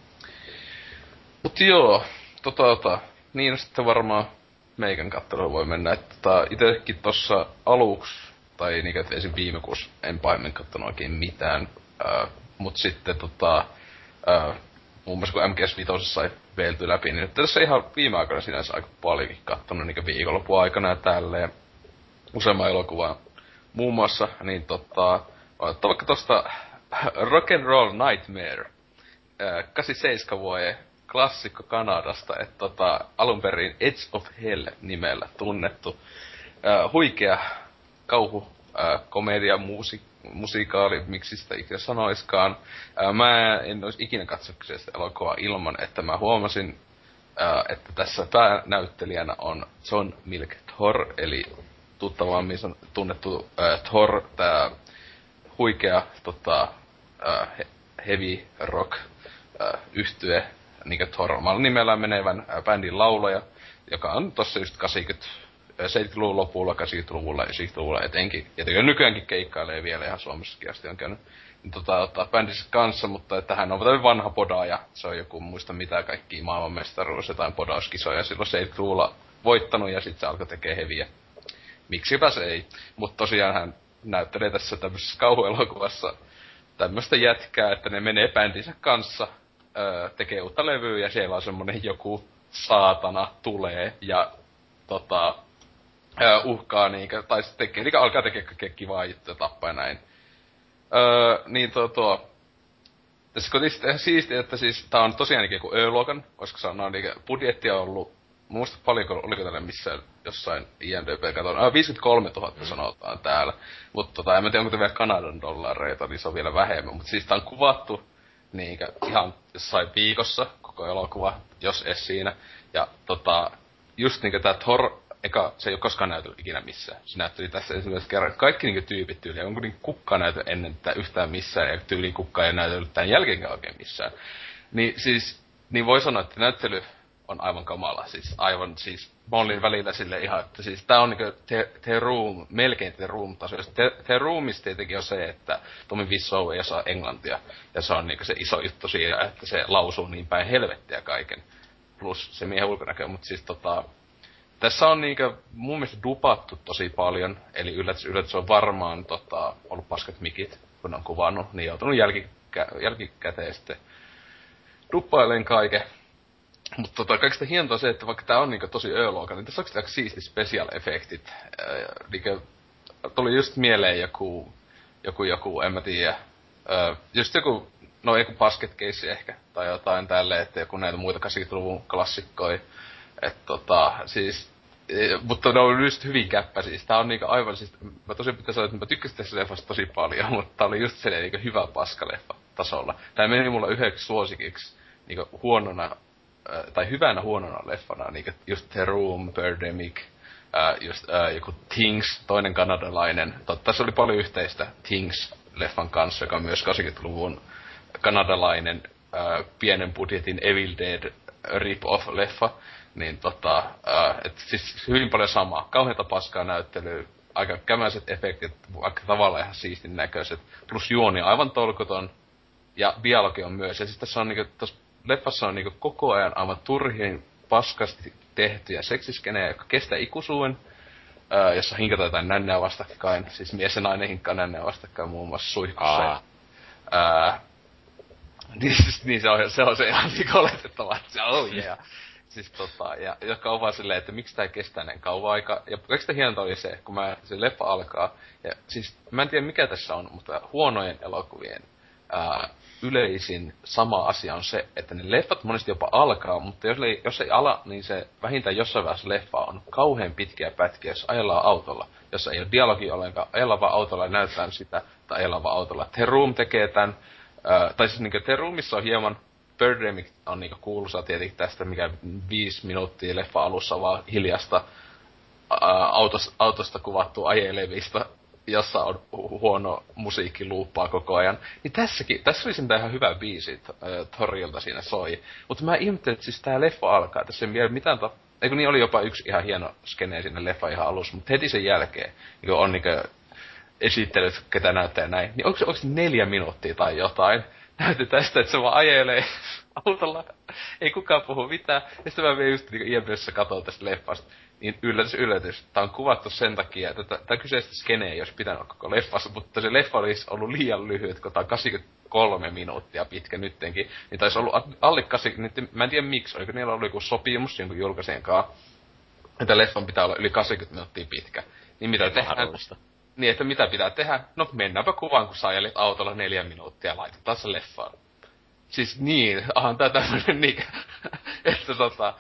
Mut joo, tota, tota, niin sitten varmaan meikän kattelua voi mennä, että tota, itekin tossa aluksi, tai niinkö, että esim. Viime kuussa en pahemmin kattonut oikein mitään, ää, mut sitten tota, ää, muun muassa kun M G S viisi sai veilty läpi, niin nyt tässä ihan viime aikoina sinänsä aika paljonkin kattonut niinkö viikonlopun aikana ja tälleen, useamman elokuvan muun muassa, niin tota, ottaa vaikka tosta Rock'n'Roll Nightmare, ää, kahdeksankymmentäseitsemän vuoden klassikko Kanadasta, että tota, alunperin Edge of Hell nimellä tunnettu äh, huikea kauhu, äh, komedia, musi, musikaali, miksi sitä ikinä sanoiskaan. Äh, mä en olisi ikinä katsonut kyseistä elokuvaa ilman, että mä huomasin, äh, että tässä päänäyttelijänä on John Milk Thor, eli tuttavammin tunnettu äh, Thor, tää huikea tota, äh, heavy rock äh, yhtye, niinkö Thor nimellä menevän ää, bändin laulaja, joka on tossa just kahdeksankymmentä, seitsemänkymmentäluvun lopulla, kahdeksankymmentäluvulla ja yhdeksänkymmentäluvulla etenkin. Ja nykyäänkin keikkailee vielä ihan Suomessakin asti on käynyt tota, ottaa bändissä kanssa, mutta että hän on tämmöinen vanha podaaja. Se on joku, muista mitä kaikkia maailmanmestaruus, jotain podauskisoja. Silloin seitsemänkymmentäluvulla voittanut ja sitten se alkoi tekee heviä. Miksipä se ei. Mutta tosiaan hän näyttelee tässä tämmöisessä kauhuelokuvassa tämmöistä jätkää, että ne menee bändinsä kanssa, öö, tekee uutta levyä ja siellä on semmonen joku saatana tulee ja tota, öö, uhkaa niinkö, tai sitten tekee, niinkö alkaa tekee kaikkea kivaa juttuja, tappaa ja näin. Öö, niin tuo tuo. Tässä kotista ihan siistiä, että siis tää on tosiaan niinkö joku Ö-luokan, koska se on, on niinkö budjettia ollut, muista paljonko, oliko tällä missään jossain I M D B katon, ah, viisikymmentäkolmetuhatta mm. sanotaan täällä. Mutta tota, en mä tiedä, onko tämä vielä Kanadan dollareita, niin se on vielä vähemmän. Mutta siis tää on kuvattu niinkö ihan jossain viikossa, koko elokuva, jos edes siinä. Ja tota, just niinkö tää Thor, eka, se ei oo koskaan näytellyt ikinä missään. Se näytteli tässä ensimmäisen kerran. Kaikki niinkö tyypit tyyliä, onko niin kukka näytellyt ennen tätä yhtään missään, ja tyyliin kukka ei näytellyt tämän jälkeenkään oikein missään. Niin siis, niin voi sanoa, että näyttely on aivan kamala, siis aivan siis, mä olin välillä sille ihan, että siis tää on niinku The, The Room, melkein The Room-taso. The, The Roomissa tietenkin on se, että Tommy Wiseau ei osaa englantia, ja se on niinku se iso juttu siinä, että se lausuu niin päin helvettiä kaiken. Plus se miehen ulkonäkö, mutta siis tota, tässä on niinku mun mielestä dupattu tosi paljon, eli yllätys, yllätys on varmaan tota, ollut paskat mikit, kun on kuvannut, niin joutunut jälkikä, jälkikäteen sitten duppailen kaiken. Mutta tota, kaikista hienoa se, että vaikka tää on niinku tosi Ö-luokan, niin tässä onko aika siisti special-efektit. Niinku, tuli just mieleen joku, joku, joku, en mä tiedä, just joku, no joku basket case ehkä, tai jotain tälleen, että joku näitä muita kahdeksankymmentäluvun klassikkoja. Että tota, siis, mutta ne on just hyvin käppä, siis tää on niinku aivan, siis mä tosiaan pitäis sanoa, että mä tykkäsin tässä leffasta tosi paljon, mutta tää oli just sellainen niinku hyvä paskaleffa tasolla. Tää meni mulla yhdeksi suosikiksi niinku huonona, tai hyvänä huonona leffana, niinku just The Room, Birdemic, ää, just ää, joku Things, toinen kanadalainen. Totta, tässä oli paljon yhteistä Things-leffan kanssa, joka on myös kahdeksankymmentäluvun kanadalainen ää, pienen budjetin Evil Dead rip-off-leffa. Niin tota, ää, et siis hyvin paljon samaa. Kauheita paskaa näyttelyä, aika kämäiset efektit, vaikka tavallaan ihan siistin näköiset. Plus juoni aivan tolkuton, ja dialogi on myös. Ja siis tässä on niinku, tossa leffassa on niinku koko ajan aivan turhiin paskasti tehtyjä seksiskenejä, jotka kestää ikuisuuden, ää, jossa hinkataan jotain nännää vastakkain. Siis mies ja nainen hinkkaa nännää vastakkain muun muassa suihkussa. Ää, niin, siis, niin se on se, on se ihan niinku oletettavaa, että se oh yeah. Siis tota, ja jotka on vaan silleen, että miksi tää kestää näin kauan aikaa. Ja kaikista hienointa oli se, kun mä, se leffa alkaa, ja siis mä en tiedä mikä tässä on, mutta huonojen elokuvien ää, yleisin sama asia on se, että ne leffat monesti jopa alkaa, mutta jos ei, jos ei ala, niin se vähintään jossain vaiheessa leffa on kauhean pitkiä pätkiä, jos ajellaan autolla, jossa ei ole dialogi ollenkaan, ajellaan vaan autolla ja näytetään sitä, tai ajellaan vaan autolla. The Room tekee tän, ää, tai siis niinku The Roomissa on hieman, Birdemic on niinku kuuluisa tietenkin tästä, mikä viisi minuuttia leffa alussa vaan hiljasta ää, autosta, autosta kuvattua ajelevista, jossa on hu- huono musiikki luuppaa koko ajan. Niin tässäkin, tässä oli sentään ihan hyvä biisi äh, Thorilta siinä soi. Mutta mä ihmettelin, että siis tää leffa alkaa, tässä ei vielä mitään ta... Eikö niin oli jopa yksi ihan hieno skene sinne leffa ihan alussa, mutta heti sen jälkeen, niin on niinku esittelyt, ketä näyttää näin, niin onko se, onko se neljä minuuttia tai jotain? Näytetään sitä, että se vaan ajelee autolla, ei kukaan puhu mitään. Ja sitten mä vielä just niinku I M D:ssä katsoin tästä leffasta. Niin yllätys, yllätys. Tää on kuvattu sen takia, että tää kyseistä skene ei olisi pitänyt olla koko leffassa, mutta se leffa olisi ollut liian lyhyt, kun tää on kahdeksankymmentäkolme minuuttia pitkä nyttenkin. Niin taisi ollut alle kahdeksankymmentä, mä en tiedä miksi, oliko niillä ollut joku sopimus jonkun julkaisijan kanssa, että leffan pitää olla yli kahdeksankymmentä minuuttia pitkä. Niin mitä tehdään? Niin, että mitä pitää tehdä? No mennäänpä kuvaan, kun sä ajelit autolla neljä minuuttia ja laitetaan se leffaan. Siis niin, ahan tää tämmönen niinkö, että tota,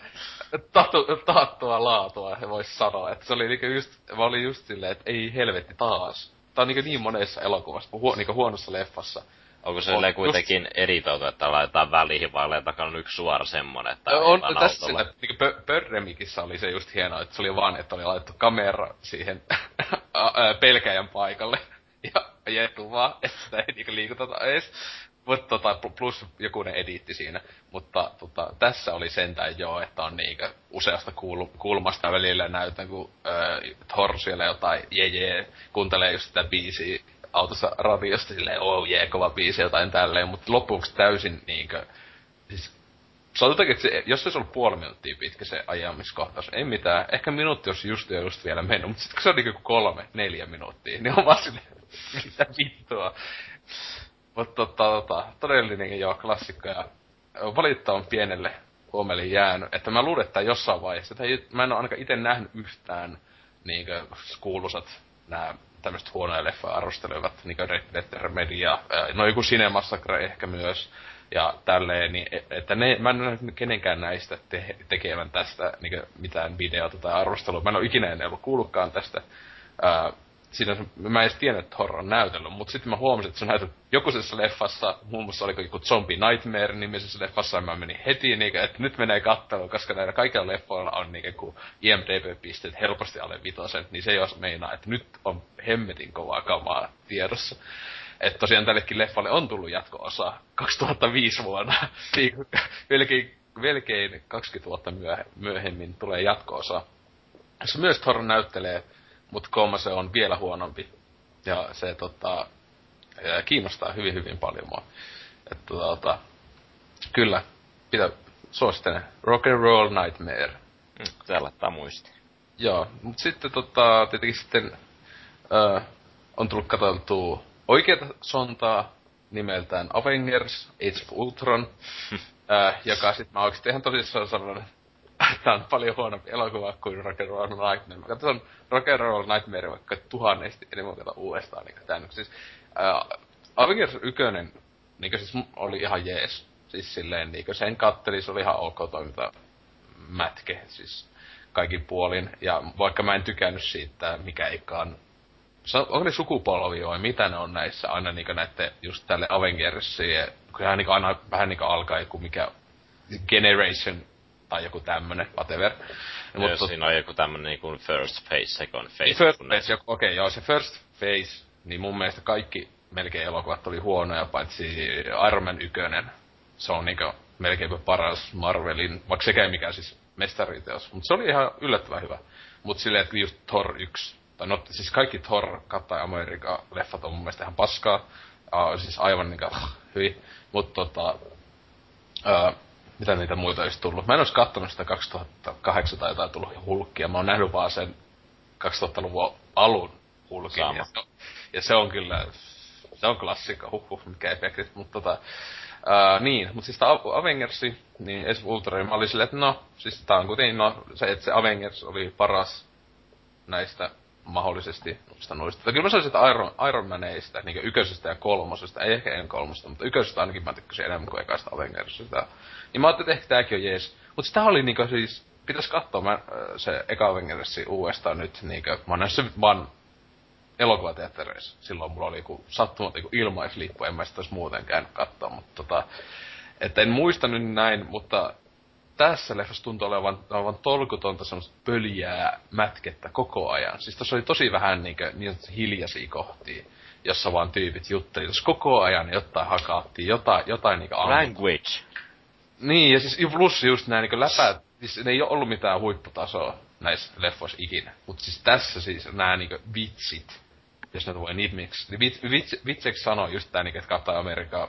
taattua laatua, vois sanoa. Että se oli niinku just, mä olin just silleen, että ei helvetti taas. Tää on niinku niin monessa elokuvassa, huo, niinku huonossa leffassa. Onko se on kuitenkin just editoitu, että laitetaan väliin vai laitetaan yksi suora semmonen, että on tässä sitä, niinku Birdemikissä oli se just hienoa, että se oli vaan, että oli laitettu kamera siihen pelkäjän paikalle. Ja jetu vaan, että sitä ei niinku liikuteta ees. Mutta tota, plus jokunen ediitti siinä. Mutta tota, tässä oli sentään joo, että on niinkö useasta kuul- kulmasta välillä näytän, kun äh, Thor siellä jotain jee jee kuuntelee just sitä biisiä autossa radiosta silleen, oh jee, kova biisi jotain tälleen, mutta loppuksi täysin niinkö, siis sanotaanko, että se, jos se olisi ollut puoli minuuttia pitkä se ajamiskohtaus, ei mitään, ehkä minuutti olisi just ja just vielä mennyt, mutta sitten kun se on niinku kolme, neljä minuuttia, niin on vaan silleen, mitä vittua. Mutta tota, tota, todellinen joo, klassikko ja valitettavan pienelle huomelle jäänyt, että mä luulen, että jossain vaiheessa, että mä en ole ainakaan itse nähnyt yhtään niinkö kuuluisat nää tämmöset huonoja leffoja arvostelevat, niinkö Red Letter Media, no joku Cinemassacre ehkä myös, ja tälleen, niin että ne, mä en ole kenenkään näistä te- tekevän tästä niinkö mitään videota tai arvostelua, mä en ole ikinä ennen ollut kuullutkaan tästä, ää, siinä mä en edes tiennyt, että horror on näytellyt, mutta sitten mä huomasin, että se on näytellyt jokusessa leffassa, muun muassa oliko joku Zombie Nightmare-nimisessä leffassa, ja mä menin heti, niin, että nyt menee katteluun, koska näillä kaikilla leffoilla on niin kuin I M D B-pisteet helposti alle vitosen, niin se ei jos meinaa, että nyt on hemmetin kovaa kamaa tiedossa. Että tosiaan tällekin leffalle on tullut jatko-osa kaksituhattaviisi vuonna, melkein, melkein kaksikymmentä vuotta myöhe, myöhemmin tulee jatko-osa. Se myös horror näyttelee, mutta kolma se on vielä huonompi. Ja se tota, kiinnostaa hyvin hyvin paljon mua. Että tota, kyllä, pitää suosittelen. Rock and Roll Nightmare. Mm, Täällä muisti. Joo, mutta sitten tota, tietenkin sitten ö, on tullut katseltua oikeata sontaa nimeltään Avengers, Age of Ultron. ö, joka sit mä oikeesti ihan tosissaan sanon, tää on paljon huonompi elokuva kuin Rock and Roll Nightmare. Mä katson Rock and Roll Nightmare vaikka tuhannesti enemmän kato uudestaan niinku tän. Siis äh, Avengers ykkönen niinku siis oli ihan jees. Siis silleen niinku sen katteli, se oli ihan ok toiminta mätke siis kaikin puolin. Ja vaikka mä en tykännyt siitä, mikä ikaan onko ne sukupolvi vai mitä ne on näissä aina niinku näette just tälle Avengersiin. Kun hän niinku aina vähän niinku alkaa joku mikä Generation tai joku tämmönen, whatever. Ja jos siinä on joku tämmönen niinku first phase, second phase. Niin first phase, okei, okay, joo, se first phase, niin mun mielestä kaikki melkein elokuvat oli huonoja, paitsi Iron Man ykkönen. Se on niinku melkeinpä paras Marvelin, vaikka sekään mikään siis mestariteos. Mut se oli ihan yllättävän hyvä. Mut silleen, että just Thor yksi, tai no, siis kaikki Thor kautta Amerikan leffat on mun mielestä ihan paskaa. Uh, siis aivan niinku, hyvin. Mut tota, uh, mitä niitä muita olisi tullut? Mä en ois kattonut sitä kaksituhattakahdeksan tai jotain tullut Hulkkia. Mä oon nähnyt vaan sen kaksituhattaluvun alun Hulkin. Ja se, on, ja se on kyllä, se on klassikko, huhhuh, mikä efektit. Mutta tota, ää, niin, mut siis tää Avengersi, niin Age of Ultron, mä olin silleen, että no, siis tää on kuitenkin, no, se, että se Avengers oli paras näistä mahdollisesti noista noista. Kyllä mä sanoisin, että Iron, Iron Maneista, niinku ykkösestä ja kolmosesta, ei ehkä en kolmosta, mutta ykkösestä ainakin mä tykkäsin enemmän kuin ekasta Avengersista. Niin mä ajattelin, että ehkä tääkin on jees. Mut sitä oli niinku siis, pitäis kattoo mä, se eka Avengersi uudestaan nyt niinku, mä oon näissä vaan elokuvateattereissa. Silloin mulla oli joku sattumat joku ilmaislippu, en mä sitä ois muuten käynyt kattoo, mutta tota, että en muista nyt näin, mutta tässä leffassa tuntui olevan, olevan tolkutonta semmoista pöljää mätkettä koko ajan. Siis tossa oli tosi vähän niinkö, niin hiljaisia kohtia, jossa vaan tyypit jutteli. Tossa koko ajan jotain hakaattiin, jotain, jotain niinkö language. Niin, ja siis plus just nää niinkö läpäät, siis ne ei oo ollut mitään huipputasoa näissä leffoissa ikinä. Mut siis tässä siis nää niinkö vitsit, jos näitä voi nimiksi. Niin vits, vits, vitseksi sanoo just tää niinkö, että kautta Amerikaa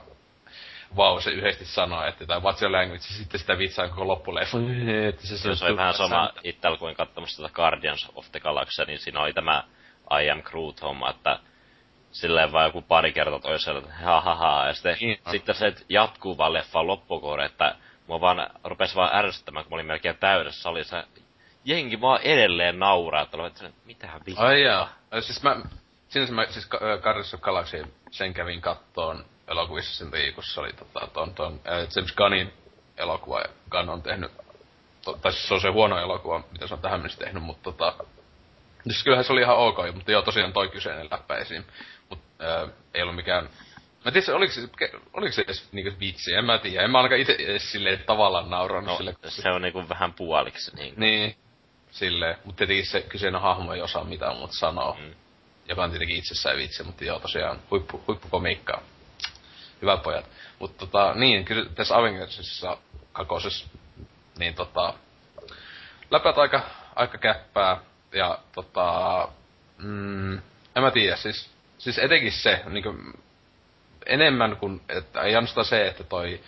vau, se yhdesti sanoo, että tai what's your language, ja sitten sitä vitsaa koko loppuleffa. Se, se, se oli vähän sama itellä kuin katsomassa tätä Guardians of the Galaxy, niin siinä oli tämä I am Groot-homma, että silleen vaan joku pari kertaa toisella, että ha ha ha, ja sitten, niin, sitten se jatkuu vaan leffaan loppukohde, että mua vaan rupesi vaan ärsyttämään, kun mä olin melkein täydessä salissa. Jengi vaan edelleen nauraa, että oli, että mitähän vittua. Ai jaa, siis mä, sinänsä mä, siis Guardians of the Galaxy, sen kävin kattoon elokuvissa sen viikossa oli tota, ton, ton äh, James Gunnin elokuva, ja Gunn on tehnyt, to, tai siis se on se huono elokuva, mitä se on tähän mennessä tehnyt, mutta tota, siis kyllähän se oli ihan ok, mutta joo, tosiaan toi kyseinen läppä esiin, mut äh, ei ollut mikään, mä tiedän, oliko se, oliko se edes niinku vitsi, en mä tiedä, en mä ainakaan ite edes silleen tavallaan naurannut no, sille. Se on niinku vähän puoliksi niinku. Niin, silleen, mut tietenkin se kyseinen hahmo ei osaa mitään muuta sanoa, mm. joka on tietenkin itsessään vitsi, mutta joo, tosiaan huippu, huippukomiikkaa. Hyvät pojat. Mutta tota, niin, kyllä tässä Avengersissa kakosessa, niin tota, läpät aika, aika käppää, ja tota, mm, en mä tiedä, siis siis etenkin se, niinku, enemmän kuin, että ei ainoastaan se, että toi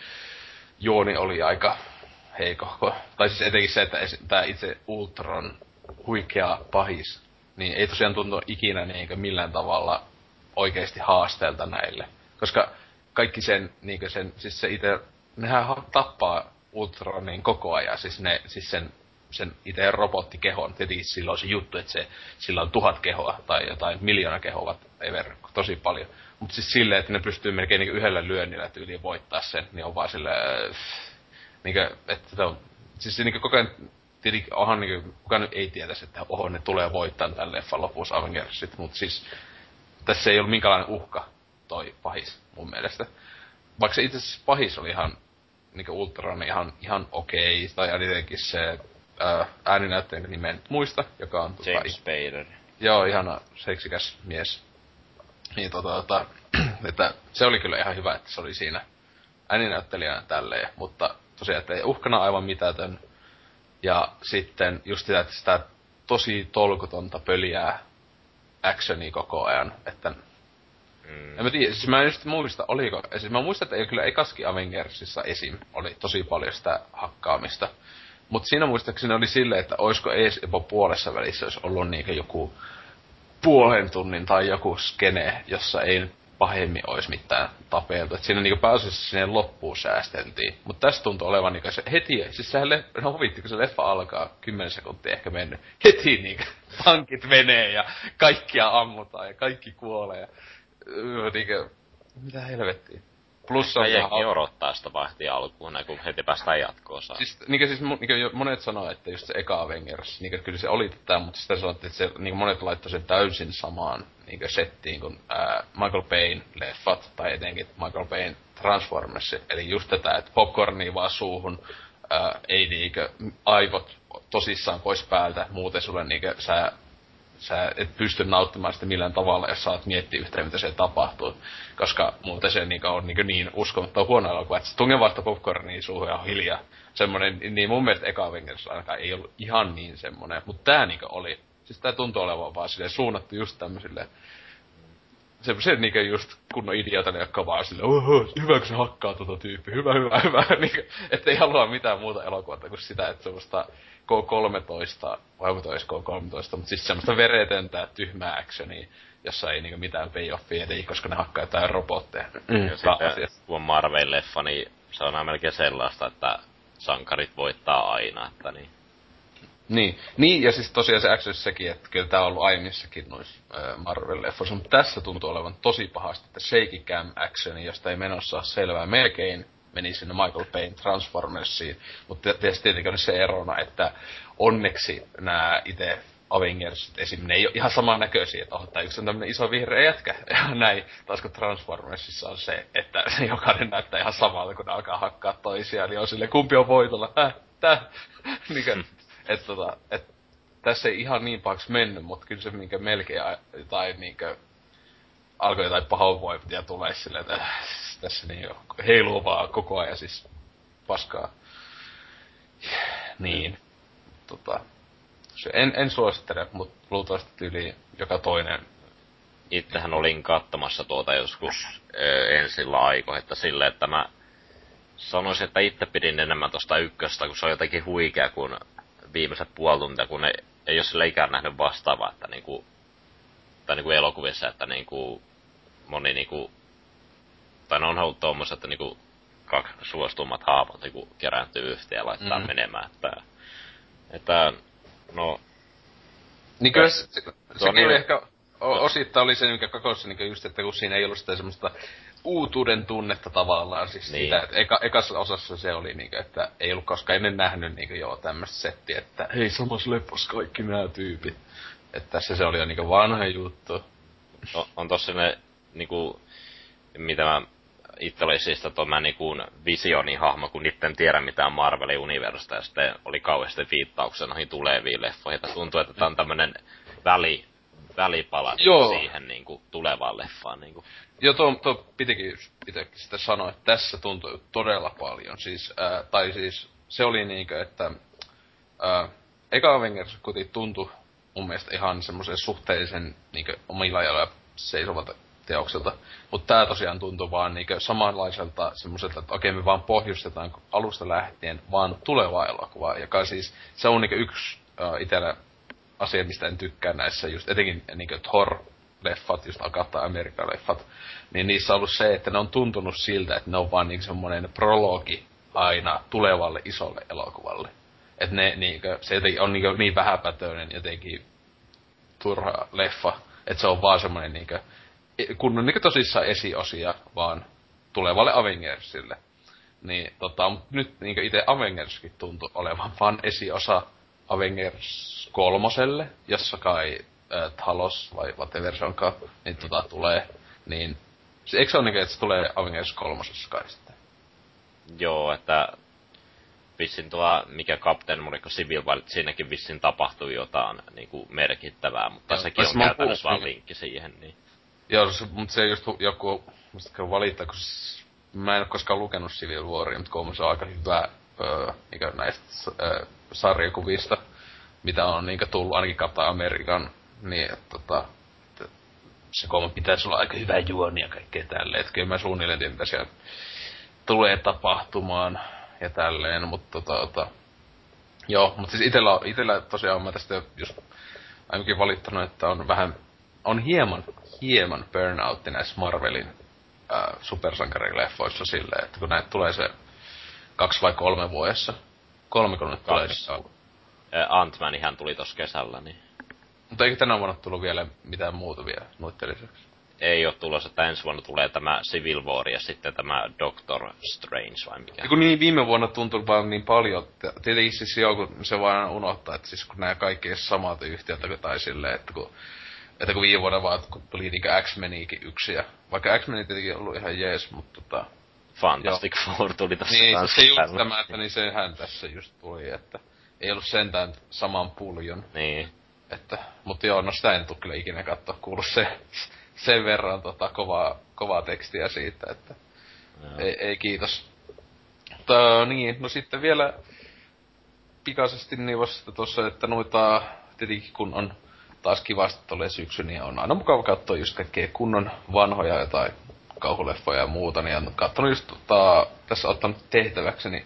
juoni oli aika heikohko. Tai siis etenkin se, että tää itse Ultron huikea pahis, niin ei tosiaan tuntu ikinä niinkö millään tavalla oikeesti haasteelta näille. Koska kaikki sen, niinkö sen, siis se ite, nehän tappaa Ultronin koko ajan, siis ne, siis sen, sen ite robottikehon. Tietenkin sillä on se juttu, että se, sillä on tuhat kehoa tai jotain miljoona kehoa, ever, tosi paljon. Mutta siis silleen, että ne pystyy melkein niinku yhdellä lyönnillä tyyliin voittaa sen, niin on vaan silleen, niinkö, että se on, siis se niinkö koko ajan, tietenkin onhan niinkö, kukaan nyt ei tietäisi, että oho, ne tulee voittaa tämän leffan lopussa Avengersit, mutta siis tässä ei ollut minkälainen uhka toi pahis mun mielestä. Vaikka se itse asiassa pahis oli ihan, niinkö Ultron ihan, ihan okei, okay, tai jotenkin se ää, ääninäyttäjän nimen muista, joka on tota, James Spader. Joo, ihana seksikäs mies. Niin tota, tota että se oli kyllä ihan hyvä, että se oli siinä ääninäyttelijänä tälleen, mutta tosiaan, että ei uhkana aivan mitätön. Ja sitten just sitä, että sitä tosi tolkutonta pöliää actionia koko ajan, että mm. en mä tiedä, siis mä en just muista, oliko, siis mä muistan, että ei kyllä ekaskin Avengersissa esim. Oli tosi paljon sitä hakkaamista. Mut siinä muistaakseni oli silleen, että oisko ees jopa puolessa välissä olisi ollut niinkö joku puolen tunnin tai joku skene, jossa ei pahemmin olisi mitään tapeltu. Et siinä niinku pääasiassa sinne loppuun säästeltiin. Mut tässä tuntuu olevan niinku se heti, siis sehän le- no huvitti, kun se leffa alkaa, kymmenen sekuntia ehkä mennyt. Heti niinku tankit menee ja kaikkia ammutaan ja kaikki kuolee. Ja, niinku, mitä helvettiä. Plus on jengi odottaa sitä vahtia alkuun, kun heti päästään jatkoon saa. Siis, niinku siis niinku monet sanoo, että just se eka Avengers, niinku kyllä se oli tätä, mutta sitten sanottiin, että se, niinku monet laittoi sen täysin samaan niinku settiin kuin ää, Michael Bayn leffat, tai etenkin Michael Bayn Transformers. Eli just tätä, että popcornia vaan suuhun, ää, ei niinkö aivot tosissaan pois päältä, muuten sulle niinkö sä sä et pysty nauttimaan sitä millään tavalla, jos saat miettiä yhtään, mitä se tapahtuu. Koska muuten se niin on niin, niin uskomatta huono elokuva, että se tunge vasta popcornia suuhun ja on hiljaa. Semmonen, niin mun mielestä eka Avengers ainakaan ei ollut ihan niin semmonen, mutta tää niin oli. Siis tää tuntuu olevan vaan silleen suunnattu just tämmösille, semmosen niinku just kunnon idiotalle, jotka vaan silleen, oho, hyvä kun se hakkaa tota tyyppiä, hyvä, hyvä, hyvä, niinku, ettei halua mitään muuta elokuvaa kuin sitä, että semmoista K kolmetoista, vai onko toi K kolmetoista, mutta siis semmoista veretöntä, tyhmää actionia, jossa ei niinku mitään payoffia edes, koska ne hakkaa jotain robotteja. Mm, ja sitten kun on Marvel-leffa, niin se on melkein sellaista, että sankarit voittaa aina, että niin. Niin, niin ja siis tosiaan se action sekin, että kyllä tää on ollut aiemmissakin noissa äh, Marvel-leffoissa, mutta tässä tuntuu olevan tosi pahasti, että shaky cam actioni, josta ei menossa ole selvää, melkein meni sinne Michael Bayn Transformersiin, mutta tietysti tietenkin on se erona, että onneksi nämä itse Avengers esim. Ne ei ole ihan samannäköisiä, että oh, tää yksi on tämmönen iso vihreä jätkä, ja näin, taas kun Transformersissa on se, että jokainen näyttää ihan samalta, kun ne alkaa hakkaa toisiaan, niin on silleen, kumpi on voitolla, häh, tää, niinkö, että tota, et tässä ei ihan niin pahaksi mennyt, mutta kyllä se minkä melkein jotain niinkö alkoi jotain pahoinvointia tulee silleen, että tässä niin heiluu vaan koko ajan siis paskaa. Niin. Tota, se en, en suosittele, mutta luultavasti tyyliin joka toinen. Itsehän olin katsomassa tuota joskus ö, ensillä aikoin, että silleen, että mä sanoisin, että itse pidin enemmän tosta ykköstä, kun se on jotenkin huikea, kun viimeiset puoli tuntia, kun ei, ei ole sillä ikään nähnyt vastaavaa, että niinku, tai niinku elokuvissa, että niinku moni niinku, tai ne on ollut tommoset, että niinku kaksi suostummat haavat niinku kerääntyy yhteen ja laittaa mm. menemään, että, että no. Niin kyllä se, se, sekin niin, ehkä osittain oli se, mikä kakossa niin just, että kun siinä ei ollut sitä semmoista uutuuden tunnetta tavallaan, siis niin. Sitä, että eka, ekassa osassa se oli niinku, että ei ollut koskaan ennen nähnyt niinku joo tämmöstä settiä, että hei samassa leppos kaikki nää tyypit. Että tässä se oli jo niinku vanha juttu. On, on tossa ne niinku, mitä mä itse oli siis tuon niinku Visionin hahmo, kun niitten tiedä mitään Marvelin universusta, ja sitten oli kauheasti viittauksia noihin tuleviin leffoihin, että tuntuu, että tää on tämmönen väli, välipala siihen niinku tulevaan leffaan niinku. Joo, tuo, tuo pitikin itsekin sitä sanoa, että tässä tuntui todella paljon. Siis, ää, tai siis se oli niinkö, että ää, eka Avengers kuitenkin tuntui mun mielestä ihan semmoisen suhteellisen niinkö omilla jaloilla seisovat teokselta. Mutta tää tosiaan tuntuu vaan niinkö samanlaiselta semmoiselta, että okei me vaan pohjustetaan alusta lähtien vaan tulevaa elokuvaa, joka siis, se on niinkö yksi uh, itellä asia, mistä en tykkää näissä just, etenkin niinkö Thor-leffat, just Agatha America-leffat, niin niissä on ollut se, että ne on tuntunut siltä, että ne on vaan niinkö semmonen prologi aina tulevalle isolle elokuvalle. Että ne niinkö, se jotenkin on niinkö niin vähäpätöinen jotenkin turha leffa, että se on vaan semmonen niinkö, kunnon niinkö tosissaan esiosia vaan tulevalle Avengersille. Niin tota, nyt niinkö ite Avengerskin tuntui olevan vaan esiosa Avengers kolmoselle, jossa kai äh, Talos vai whatever se onkaan, niin tota tulee, niin eikö se ole niinkö, että se tulee Avengers kolmosessa kai sitten? Joo, että vissin tuo, mikä Captain America Civil War, siinäkin vissin tapahtui jotain niinku merkittävää, mutta joo, sekin on käytännössä vaan linkki siihen, niin. Joo, se, mutta se just joku, musta valittaa, kun se, mä en oo koskaan lukenut Civil Waria, mutta kolmas on aika hyvä öö, mikä näistä öö, sarjakuvista, mitä on niinkö tullut ainakin Captain American, niin että tota, et, se kolmas pitäisi olla aika hyvä juoni ja kaikkea tälleen, että kyllä mä suunnilleen tiedän, mitä siellä tulee tapahtumaan ja tälleen, mutta tota, tota joo, mutta siis itellä, itellä tosiaan mä tästä just ainakin valittanut, että on vähän, on hieman, hieman burnoutti näissä Marvelin ää, supersankarileffoissa silleen, että kun näitä tulee se kaksi vai kolme vuodessa, kolme kun nyt tulee. Ant-Manihan tuli tossa kesällä, niin. Mutta eikö tänä vuonna tullut vielä mitään muuta vielä noitten lisäksi? Ei oo tulossa, että ensi vuonna tulee tämä Civil War ja sitten tämä Doctor Strange vai mikä. Ja kun niin viime vuonna tuntui vaan niin paljon, että tietenkin siis joku, se vaan unohtaa, että siis kun nää kaikki samat yhtiöt tai silleen, että kun, että kun viime vuonna vaan kun tuli niinkö X-Meniäkin yksi ja vaikka X-Meni tietenkin ollut ihan jees, mutta tota. Fantastic joo. Four tuli tossa niin, kanssa. Niin, se just tämä, että niin sehän tässä just tuli, että ei ollut sentään saman puljon. Niin. Että, mutta joo, no sitä en tuu kyllä ikinä katsoa, kuulu se sen verran tota kovaa, kovaa tekstiä siitä, että ei, ei kiitos. Mutta niin, no sitten vielä pikaisesti niin vasta tossa, että noita, tietenkin kun on taas kivasti tolleen syksy, niin on aina mukava katsoa just kaikkea kunnon vanhoja jotain kauhuleffoja ja muuta, niin on kattonut just tota, tässä ottanut tehtäväkseni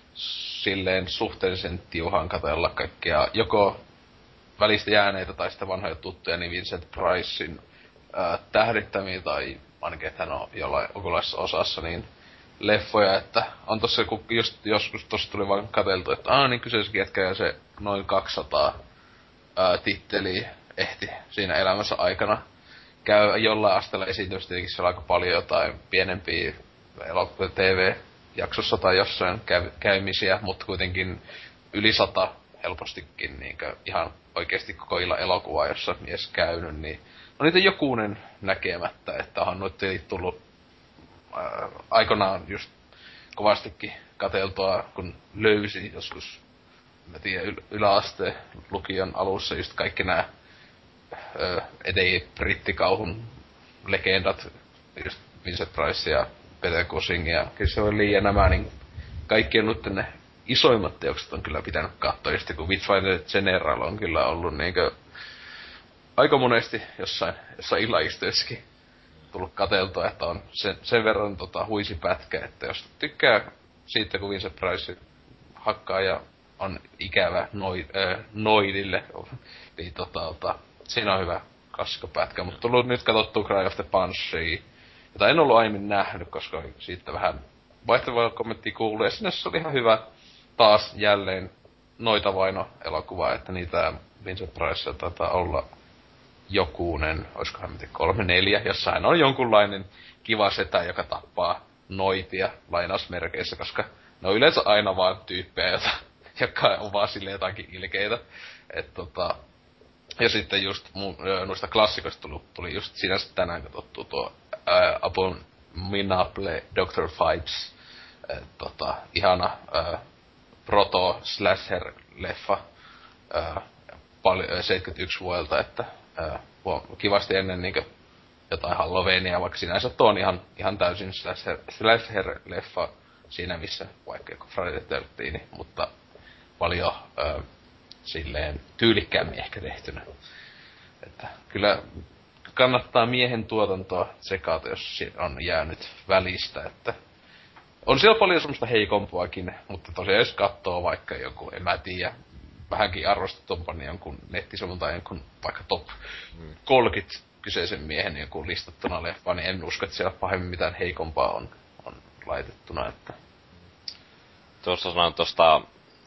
silleen suhteellisen tiuhaan katsella kaikkea, joko välistä jääneitä tai sitten vanhoja tuttuja, niin Vincent Pricein ää, tähdittämiä tai ainakin, että hän on jollain okulaisessa osassa, niin leffoja, että on tossa, kun just joskus tossa tuli vaan katseltu, että aah, niin kyseissäkin jätkä ja se noin kaksisataa ää, titteliä ehti siinä elämässä aikana käy jollain asteella esiintymässä, tietenkin siellä on aika paljon jotain pienempiä elokuvia T V-jaksossa tai jossain käy, käymisiä, mutta kuitenkin yli sata helpostikin niinkö ihan oikeesti koko illan elokuvaa, jossa mies käynyt, niin on niitä jokunen näkemättä, että onhan noita tullut ää, aikanaan just kovastikin katseltua, kun löysi joskus, mä tiedän, yl- yläasteen lukion alussa just kaikki nää edei brittikauhun legendat, just Vincent Price ja Peter Cushing ja Christopher Lee ja nämä, niin kaikkien nyt ne isoimmat teokset on kyllä pitänyt katsoa, just kun Witchfinder General on kyllä ollut niinkö aika monesti jossain, jossain illaistuessakin tullut katseltua, että on sen, sen verran tota, huisi pätkä, että jos tykkää siitä, kun Vincent Price hakkaa ja on ikävä noi, äh, noidille, niin tota, tota, siinä on hyvä klassikkopätkä, mutta tullut nyt katsottua Cry of the Banshee, jota en ollut aiemmin nähnyt, koska siitä vähän vaihtavaa kommenttia kuuluu, ja sinne se oli ihan hyvä taas jälleen noita vaino elokuva, että niitä Vincent Price taitaa olla jokunen, oiskohan miten kolme neljä, jossa hän on jonkunlainen kiva setä, joka tappaa noitia lainausmerkeissä, koska ne on yleensä aina vaan tyyppejä, jota, jotka on vaan silleen jotakin ilkeitä. Et tota, ja sitten just mu, noista klassikoista tuli, tuli just sinänsä tänään katsottu tuo ää, Abominable doctor Phibes, et, tota, ihana ää, proto-slasher-leffa ää, pal- seitsemänkymmentäyksi vuodelta, että ää, kivasti ennen niinkö jotain Halloweenia, vaikka sinänsä tuo on ihan, ihan täysin slasher, slasher-leffa siinä missä vaikka joku Friday the thirteenth, mutta paljon ää, silleen tyylikkäämmin ehkä tehtynä. Että kyllä kannattaa miehen tuotantoa sekata, jos se on jäänyt välistä, että on siellä paljon semmoista heikompuakin, mutta tosiaan jos katsoo vaikka joku, en mä tiedä, vähänkin arvostetumpaa niin jonkun nettisivun tai jonkun vaikka top mm. kolmekymmentä kyseisen miehen joku listattuna leffa, niin en usko, että siellä pahemmin mitään heikompaa on, on laitettuna, että tuossa sanon tuosta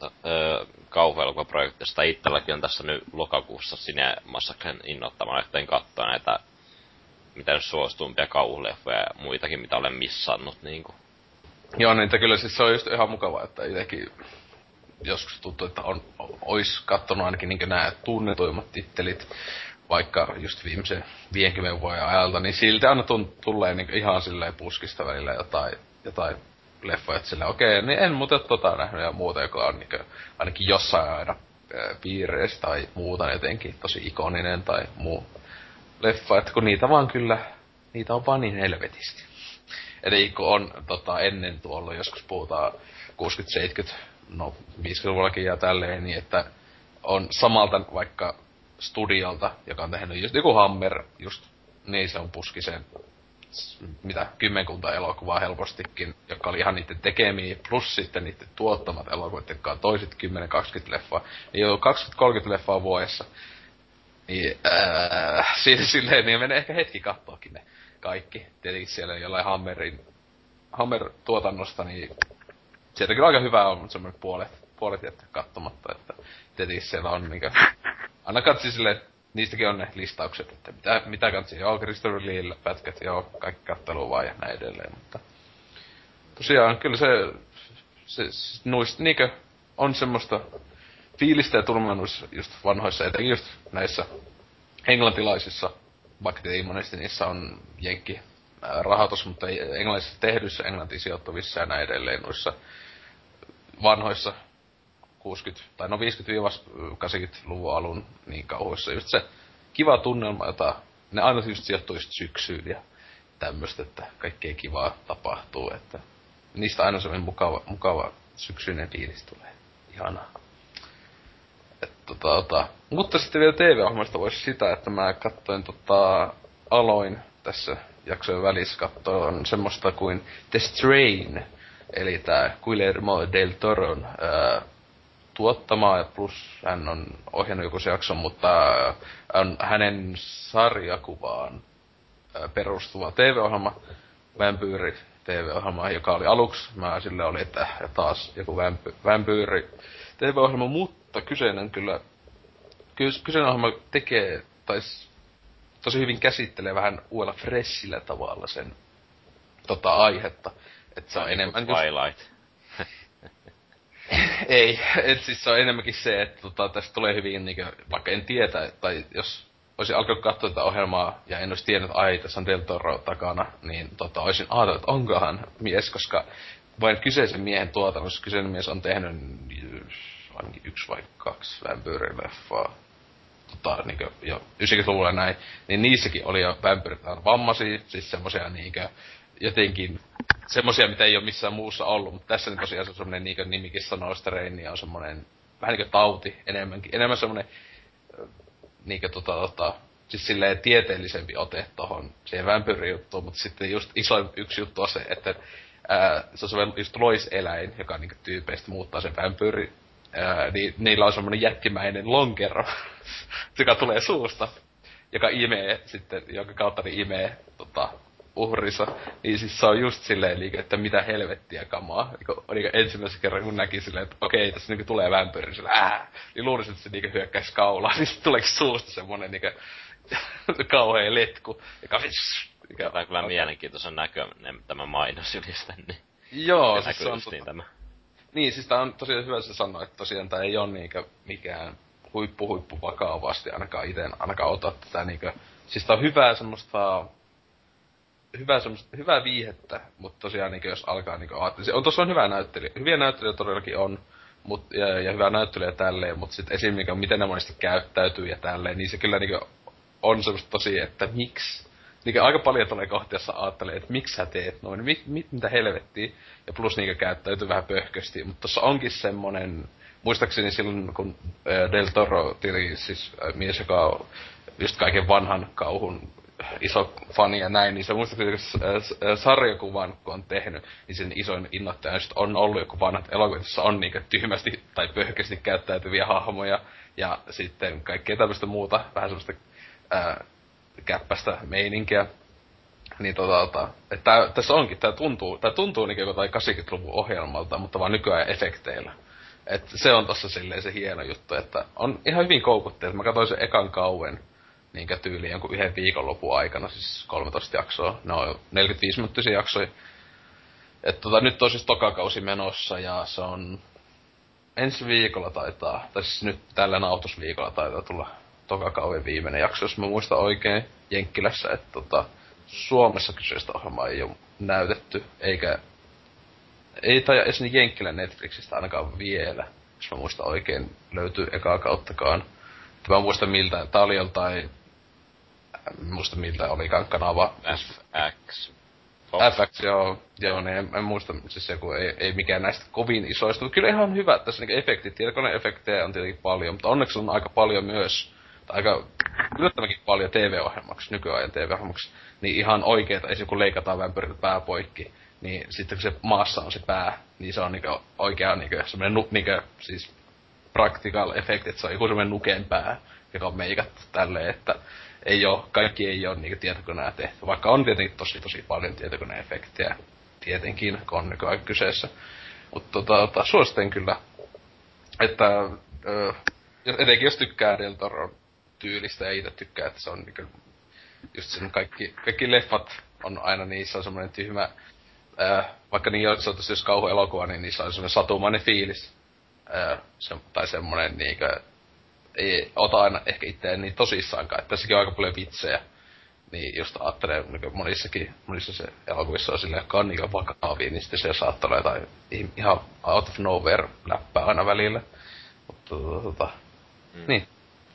kauhuelokuvaprojektista itselläkin on tässä nyt lokakuussa Cinemassacren innoittamana, joten katsoa näitä miten suosituimpia kauhuleffoja ja muitakin, mitä olen missannut niinku. Joo, niin kyllä siis se on just ihan mukavaa, että itsekin joskus tuntuu, että on, ois kattonut ainakin niinkö nää tunnetuimmat tittelit, vaikka just viimeisen viidenkymmenen vuoden ajalta, niin silti aina tunt, tulee niinku ihan silleen puskista välillä jotain, jotain leffoja, että silleen okei, okay, niin en muuten tota nähnyt ja muuta, joka on niinkö ainakin jossain aina piireissä tai muuta jotenkin tosi ikoninen tai muu leffa, että kun niitä vaan kyllä, niitä on vaan niin helvetisti. Eli kun on tota, ennen tuolla, joskus puhutaan kuusikymmentä seitsemänkymmentä, no viisikymmentäluvullakin ja tälleen, niin että on samalta vaikka studiolta, joka on tehnyt just joku Hammer, just niin se on puski sen, mitä, kymmenkunta elokuvaa helpostikin, joka oli ihan niiden tekemiä, plus sitten niiden tuottamat elokuvat, jotka on toiset kymmenen kaksikymmentä leffaa, niin jo kaksikymmentä kolmekymmentä leffaa vuodessa. Niin, äh, silleen, niin menee ehkä hetki kattoakin ne kaikki. Tietenkin siellä jollain Hammerin, Hammer-tuotannosta, niin sieltä kyllä aika hyvää on, mutta semmoinen puolet, puolet jättää katsomatta, että tietenkin siellä on niinkö, aina katsi silleen, niistäkin on ne listaukset, että mitä, mitä katsi, joo, Christopher Leeillä pätkät, joo, kaikki kattelua vaan ja näin edelleen, mutta tosiaan kyllä se, se, se nuist, niinkö, on semmoista fiilistä ja tunnelmaa just vanhoissa, etenkin just näissä englantilaisissa, vaikka ei monesti niissä on jenkki ää, rahoitus, mutta englannissa tehdyissä, englantiin sijoittuvissa ja näin edelleen noissa vanhoissa kuusikymmentä, tai no viisikymmentä-kahdeksankymmentäluvun alun niin kauhuissa just se kiva tunnelma, jota ne aina just sijoittuu just syksyyn ja tämmöstä, että kaikkea kivaa tapahtuu, että niistä aina semmoinen mukava, mukava syksyinen fiilis tulee. Ihanaa. Et, tota, tota. Mutta sitten vielä T V-ohjelmasta voisi sitä, että mä katsoin tota, aloin tässä jaksojen välissä katsoin semmoista kuin The Strain, eli tää Guillermo del Toron ää, tuottamaa, ja plus hän on ohjannut joku se jakson, mutta on hänen sarjakuvaan ää, perustuva T V-ohjelma, vampyyri T V-ohjelma, joka oli aluksi, mä sille oli, että taas joku vampy, vampyyri T V-ohjelma, mutta kyseinen kyllä, kyseinen ohjelma tekee, tai tosi hyvin käsittelee vähän uudella freshillä tavalla sen tota aihetta, että se on enemmän Twilight. Ei, et siis se on enemmänkin se, että tota, tästä tulee hyvin niinkö, vaikka en tietä, tai jos olisin alkanut katsoa tätä ohjelmaa ja en olisi tiennyt, että ai, tässä on Del Toro takana, niin tota, olisin ajatellut, että onkohan mise, koska vain kyseisen miehen tuotannossa kyseinen mies on tehnyt ainakin yksi vai kaksi vampyyrileffaa, tota, niinkö, jo yhdeksänkymmentäluvulla näin, niin niissäkin oli jo vampyyrit vammaisia, siis semmosia niinkö, jotenkin semmosia, mitä ei oo missään muussa ollut, mutta tässä niin tosiaan se on semmonen niinkö nimikin sanoo sitä Reiniä, on semmonen vähän niinkö tauti enemmänkin, enemmän semmonen niinkö tota tota, siis silleen tieteellisempi ote tohon siihen vampyyrijuttuun, mutta sitten just isoin yksi juttu on se, että ää, se on semmonen just loiseläin, joka niinkö tyypeistä muuttaa sen vampyyri, ää, niin niillä on semmonen jättimäinen lonkero, joka tulee suusta, joka imee sitten, jonka kautta niin imee tota uhrinsa, niin siis se on just silleen liikä, että mitä helvettiä kamaa. Niinku, niinku ensimmäisen kerran kun näki silleen, että okei, tässä niinku tulee vampyyri, sillä ää, niin luulisin, että se niinku hyökkäisi kaulaa, niin sitten tuleekin suusta semmonen niinku kauhea letku, joka Tämä on kyllä mielenkiintoisen näköinen tämä mainosylistä, niin joo, siis se on tota... tämä. Niin, siis tää on tosiaan hyvä se sanoa, että tosiaan tää ei oo niinkö mikään huippu huippu vakavasti ainakaan ite ainakaan ota tätä niinkö, siis tää on hyvää semmoista hyvää semmoista, hyvää viihettä, mutta tosiaan niinkö jos alkaa niinkö ajattelemaan, on tossa on hyvä näyttelijä, hyviä näyttelijöitä todellakin on, mut, ja, ja hyvää näyttelijä tälleen, mut sit esim. Niinkö, miten ne monesti käyttäytyy ja tälleen, niin se kyllä niinkö on semmoista tosi, että miksi, niinkö aika paljon tulee kohti, jossa ajattelee, että miksi sä teet noin, mit, mit, mitä helvettiä, ja plus niinkö käyttäytyy vähän pöhkösti, mutta tossa onkin semmonen, muistaakseni silloin kun äh, Del Toro tili, siis äh, mies, joka on just kaiken vanhan kauhun iso fani ja näin, niin se muistaakseni äh, sarjakuvan, kun on tehnyt, niin sen isoin innoittaja on ollut joku vanhat elokuvat, jossa on niinkö tyhmästi tai pöhkästi käyttäytyviä hahmoja, ja sitten kaikkea tämmöistä muuta, vähän semmoista äh, käppästä meininkiä. Niin tota, että tää, tässä onkin, tää tuntuu, tää tuntuu niinkö jotain kahdeksankymmentäluvun ohjelmalta, mutta vaan nykyään efekteillä. Et se on tossa silleen se hieno juttu, että on ihan hyvin koukutti, että mä katsoin sen ekan kauen niinkö tyyliin jonkun yhden viikonlopun aikana, siis kolmetoista jaksoa, ne on neljäkymmentäviisi minuuttisia jaksoja. Et tota, nyt on siis toka kausi menossa ja se on ensi viikolla taitaa, tai siis nyt tällä nautusviikolla taitaa tulla toka kauden viimeinen jakso, jos mä muistan oikein, Jenkkilässä, että tota, Suomessa kyseistä ohjelmaa ei oo näytetty, eikä ei taida edes niin Jenkkilän Netflixistä ainakaan vielä, jos mä muistan oikein, löytyy ekaa kauttakaan. Että mä muistan miltä, tää oli joltain, mä muistan miltä olikaan kanava. F X. F X, joo, joo, niin en, en muista, siis joku ei, ei mikään näistä kovin isoista, mutta kyllä ihan hyvä, että tässä niinku efektit, tietokoneefektejä on tietenkin paljon, mutta onneksi on aika paljon myös, tai aika yllättävänkin paljon T V-ohjelmaksi, nykyajan T V-ohjelmaksi, niin ihan oikeeta, esimerkiksi kun leikataan vämpyriltä pää poikki, niin sitten kun se maassa on se pää, niin se on niinku oikea niinku semmonen nu, niinku siis practical effect, että se on joku semmonen nuken pää, joka on meikattu tälleen, että ei oo, kaikki ei oo niinku tietokoneella tehty, vaikka on tietenkin tosi tosi paljon tietokoneefektejä, tietenkin, kun on nykyaika kyseessä. Mutta tota, tota, suosittelen kyllä, että ö, etenkin jos tykkää Del Toron tyylistä ja itse tykkää, että se on niinku just sen kaikki, kaikki leffat on aina niissä on semmoinen tyhmä, ää, vaikka niin on, se on tosi jos kauhuelokuva, niin niissä on semmoinen satumainen fiilis. Ää, se, tai semmoinen niinkö, ei ota aina ehkä itseään niin tosissaankaan, että tässäkin on aika paljon vitsejä. Niin just ajattelee, niin monissakin, monissa se elokuvissa on silleen, jotka on niin vakavia, niin sitten se saattaa olla jotain ihan out of nowhere läppää aina välillä. Mutta tota, mm. niin.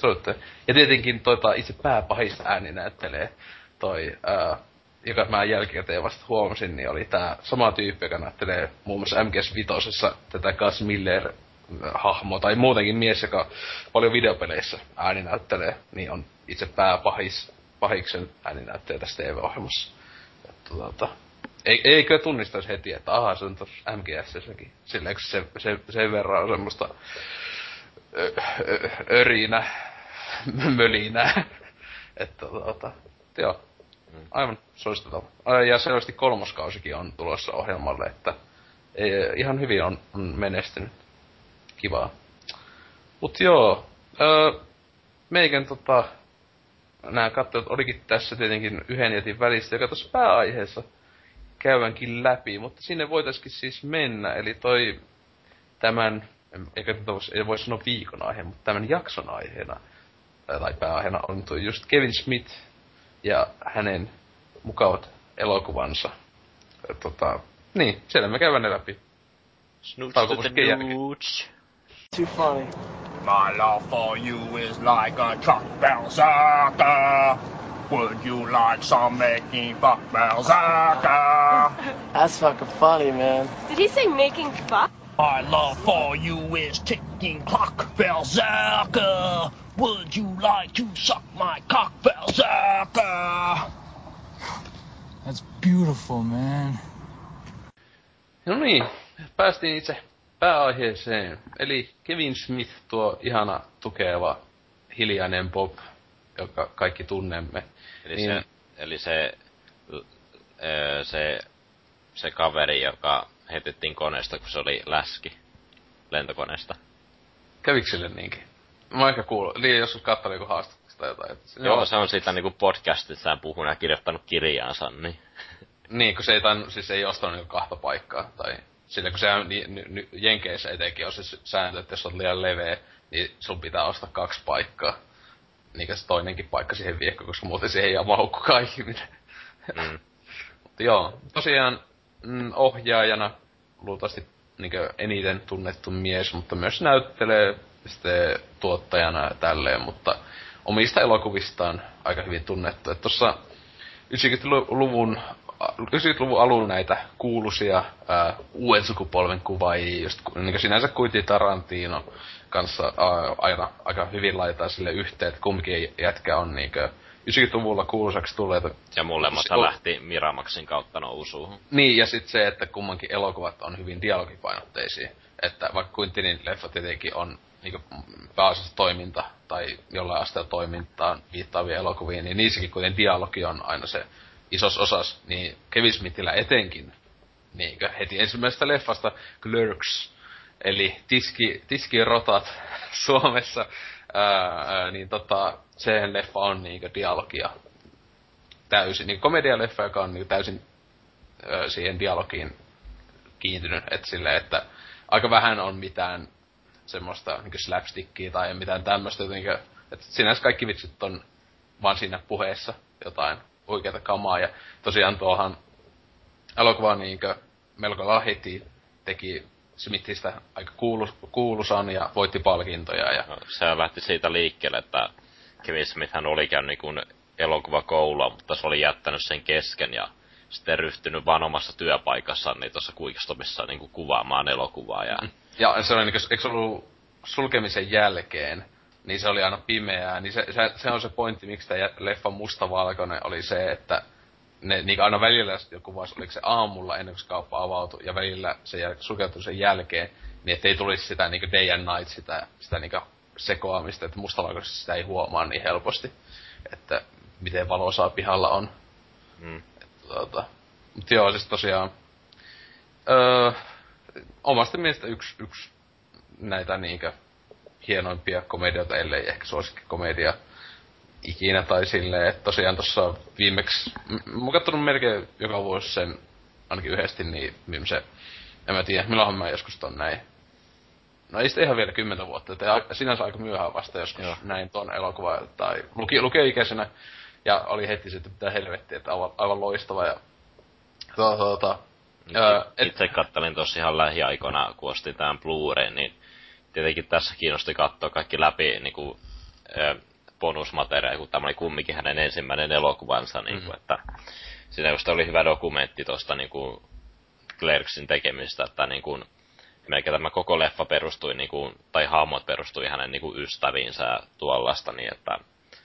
Ja tietenkin tota, itse pääpahista ääni näyttelee toi, ää, joka mä jälkikäteen vasta huomasin, niin oli tää sama tyyppi, joka näyttelee muun muassa M G S viisi tätä Gus Miller-hahmoa, tai muutenkin mies, joka paljon videopeleissä ääni näyttelee, niin on itse pääpahis, pahiksen ääni näyttelee tässä T V-ohjelmassa. Että, tota, ei, eikö tunnistaisi heti, että aha, se on tossa M G S-säkin. Silleen, kun se, se, sen verran on semmoista ö, ö, örinä, mölinää. Että tota, joo, aivan suositeltava. Ja selvästi kolmoskausikin on tulossa ohjelmalle, että ei, ihan hyvin on, on menestynyt. Kivaa. Mut joo, öö, meikän tota, nää katsojat olikin tässä tietenkin yhden jätin välistä, joka tuossa pääaiheessa käydänkin läpi, mutta sinne voitaisiin siis mennä, eli toi tämän, eikä tätä vois, ei voi sanoa viikon aihe, mutta tämän jakson aiheena, tai pääaiheena on tuo just Kevin Smith ja hänen mukavat elokuvansa. Tota, niin, siellä me käydään ne läpi. Snoots to the nooch. Too funny. My love for you is like a truck berserker. Would you like some making fuck berserker? That's fucking funny, man. Did he say making fuck? My love for you is ticking clock berserker. Would you like to suck my cock berserker? That's beautiful, man. No niin, päästiin itse pääaiheeseen. Eli Kevin Smith, tuo ihana, tukeva, hiljainen Bob, joka kaikki tunnemme. Eli niin, se, eli se, se, se kaveri, joka heitettiin koneesta, kun se oli läski lentokoneesta. Kävikö sille niinkin? Mä oon ehkä kuullut, niin joskus katsoin joku haastattelusta tai jotain. Että, joo, joo, se on siitä niinku podcastissa puhunut ja kirjoittanut kirjaansa, niin. Niin, kun se ei tain, siis ei ostanut niinku kahta paikkaa, tai sillä kun se niin, n, n, Jenkeissä etenkin on se sääntö, että jos on liian leveä, niin sun pitää ostaa kaksi paikkaa. Niinkä se toinenkin paikka siihen viekko, koska muuten siihen ei mahu kaikki mitään. Mm. Mutta joo, tosiaan mm, ohjaajana luultavasti niinkö eniten tunnettu mies, mutta myös näyttelee sitten tuottajana ja tälleen, mutta omista elokuvistaan aika hyvin tunnettu. Että tossa yhdeksänkymmentäluvun yhdeksänkymmentäluvun alun näitä kuuluisia ää, uuden sukupolven kuvaajia, just niin sinänsä Quentin Tarantino kanssa ää, aina aika hyvin laitetaan sille yhteen, että kumminkin jätkä on niinkö yhdeksänkymmentäluvulla kuuluisaksi tulleita. Ja molemmathan o- lähti Miramaxin kautta nousuun. Niin, ja sit se, että kummankin elokuvat on hyvin dialogipainotteisia. Että vaikka Quentinin leffa tietenkin on niinku pääasiassa toiminta tai jollain asteella toimintaan viittaavia elokuvia, niin niissäkin kuten dialogi on aina se isos osas, niin Kevin Smithillä etenkin niinkö heti ensimmäisestä leffasta Clerks, eli tiski, tiskirotat Suomessa, ää, ää, niin tota, se leffa on niinkö dialogia täysin, niin komedialeffa, joka on niinkö täysin ää, siihen dialogiin kiintynyt, että silleen, että aika vähän on mitään semmoista niinku slapstickia tai mitään tämmöstä jotenkin, että sinänsä kaikki vitsit on vaan siinä puheessa jotain oikeata kamaa, ja tosiaan tuohan elokuva niinkö melko lailla heti teki Smithistä aika kuulu, kuuluisan ja voitti palkintoja. Ja... No, se lähti siitä liikkeelle, että Kevin Smithhän oli käynyt niin elokuvakoulua, mutta se oli jättänyt sen kesken ja sitten ryhtynyt vaan omassa työpaikassaan niin tuossa Quickstopissa niin kuvaamaan elokuvaa. Ja, ja se oli niin, eikö se ollut sulkemisen jälkeen, niin se oli aina pimeää, niin se, se, se on se pointti, miksi tämä leffa mustavalkoinen oli se, että ne niin aina välillä joku vuosi, oliko se aamulla ennen kuin kauppa avautui, ja välillä se jäl- sulkeutui sen jälkeen, niin ettei tulisi sitä niinku day and night, sitä, sitä niinku sekoamista, että mustavalkoisesti sitä ei huomaa niin helposti, että miten valoisaa pihalla on. Mm. Että, tota, mut joo, siis tosiaan, öö, omasta mielestä yksi, yksi näitä niinkö hienoimpia komedioita, ellei ehkä suosikkikomedia ikinä tai silleen, että tosiaan tossa viimeksi, m- mä oon kattonut melkein joka vuosi sen, ainakin yhdesti, niin viimeisen, en mä tiedä, milloinhan mä joskus ton näin. No ei sitä ihan vielä kymmentä vuotta, että a- sinänsä aika myöhään vasta joskus Joo. näin ton elokuva, tai luki, lukioikäisenä, ja oli heti sitten mitä helvettiä, että aivan, aivan loistava, ja tuota, tuota, It, itse kattelin tossa ihan lähiaikoina, kun ostin tämän Blu-ray, niin tietenkin tässä kiinnosti katsoa kaikki läpi niinku, ö, bonusmateriaalia, kun tämä oli kumminkin hänen ensimmäinen elokuvansa, mm-hmm. niin kuin, että siinä just oli hyvä dokumentti tuosta niin kuin Clerksin tekemistä, että niin kuin, melkein tämä koko leffa perustui, niin kuin, tai hahmot perustui hänen niin kuin ystäviinsä tuollaista, niin että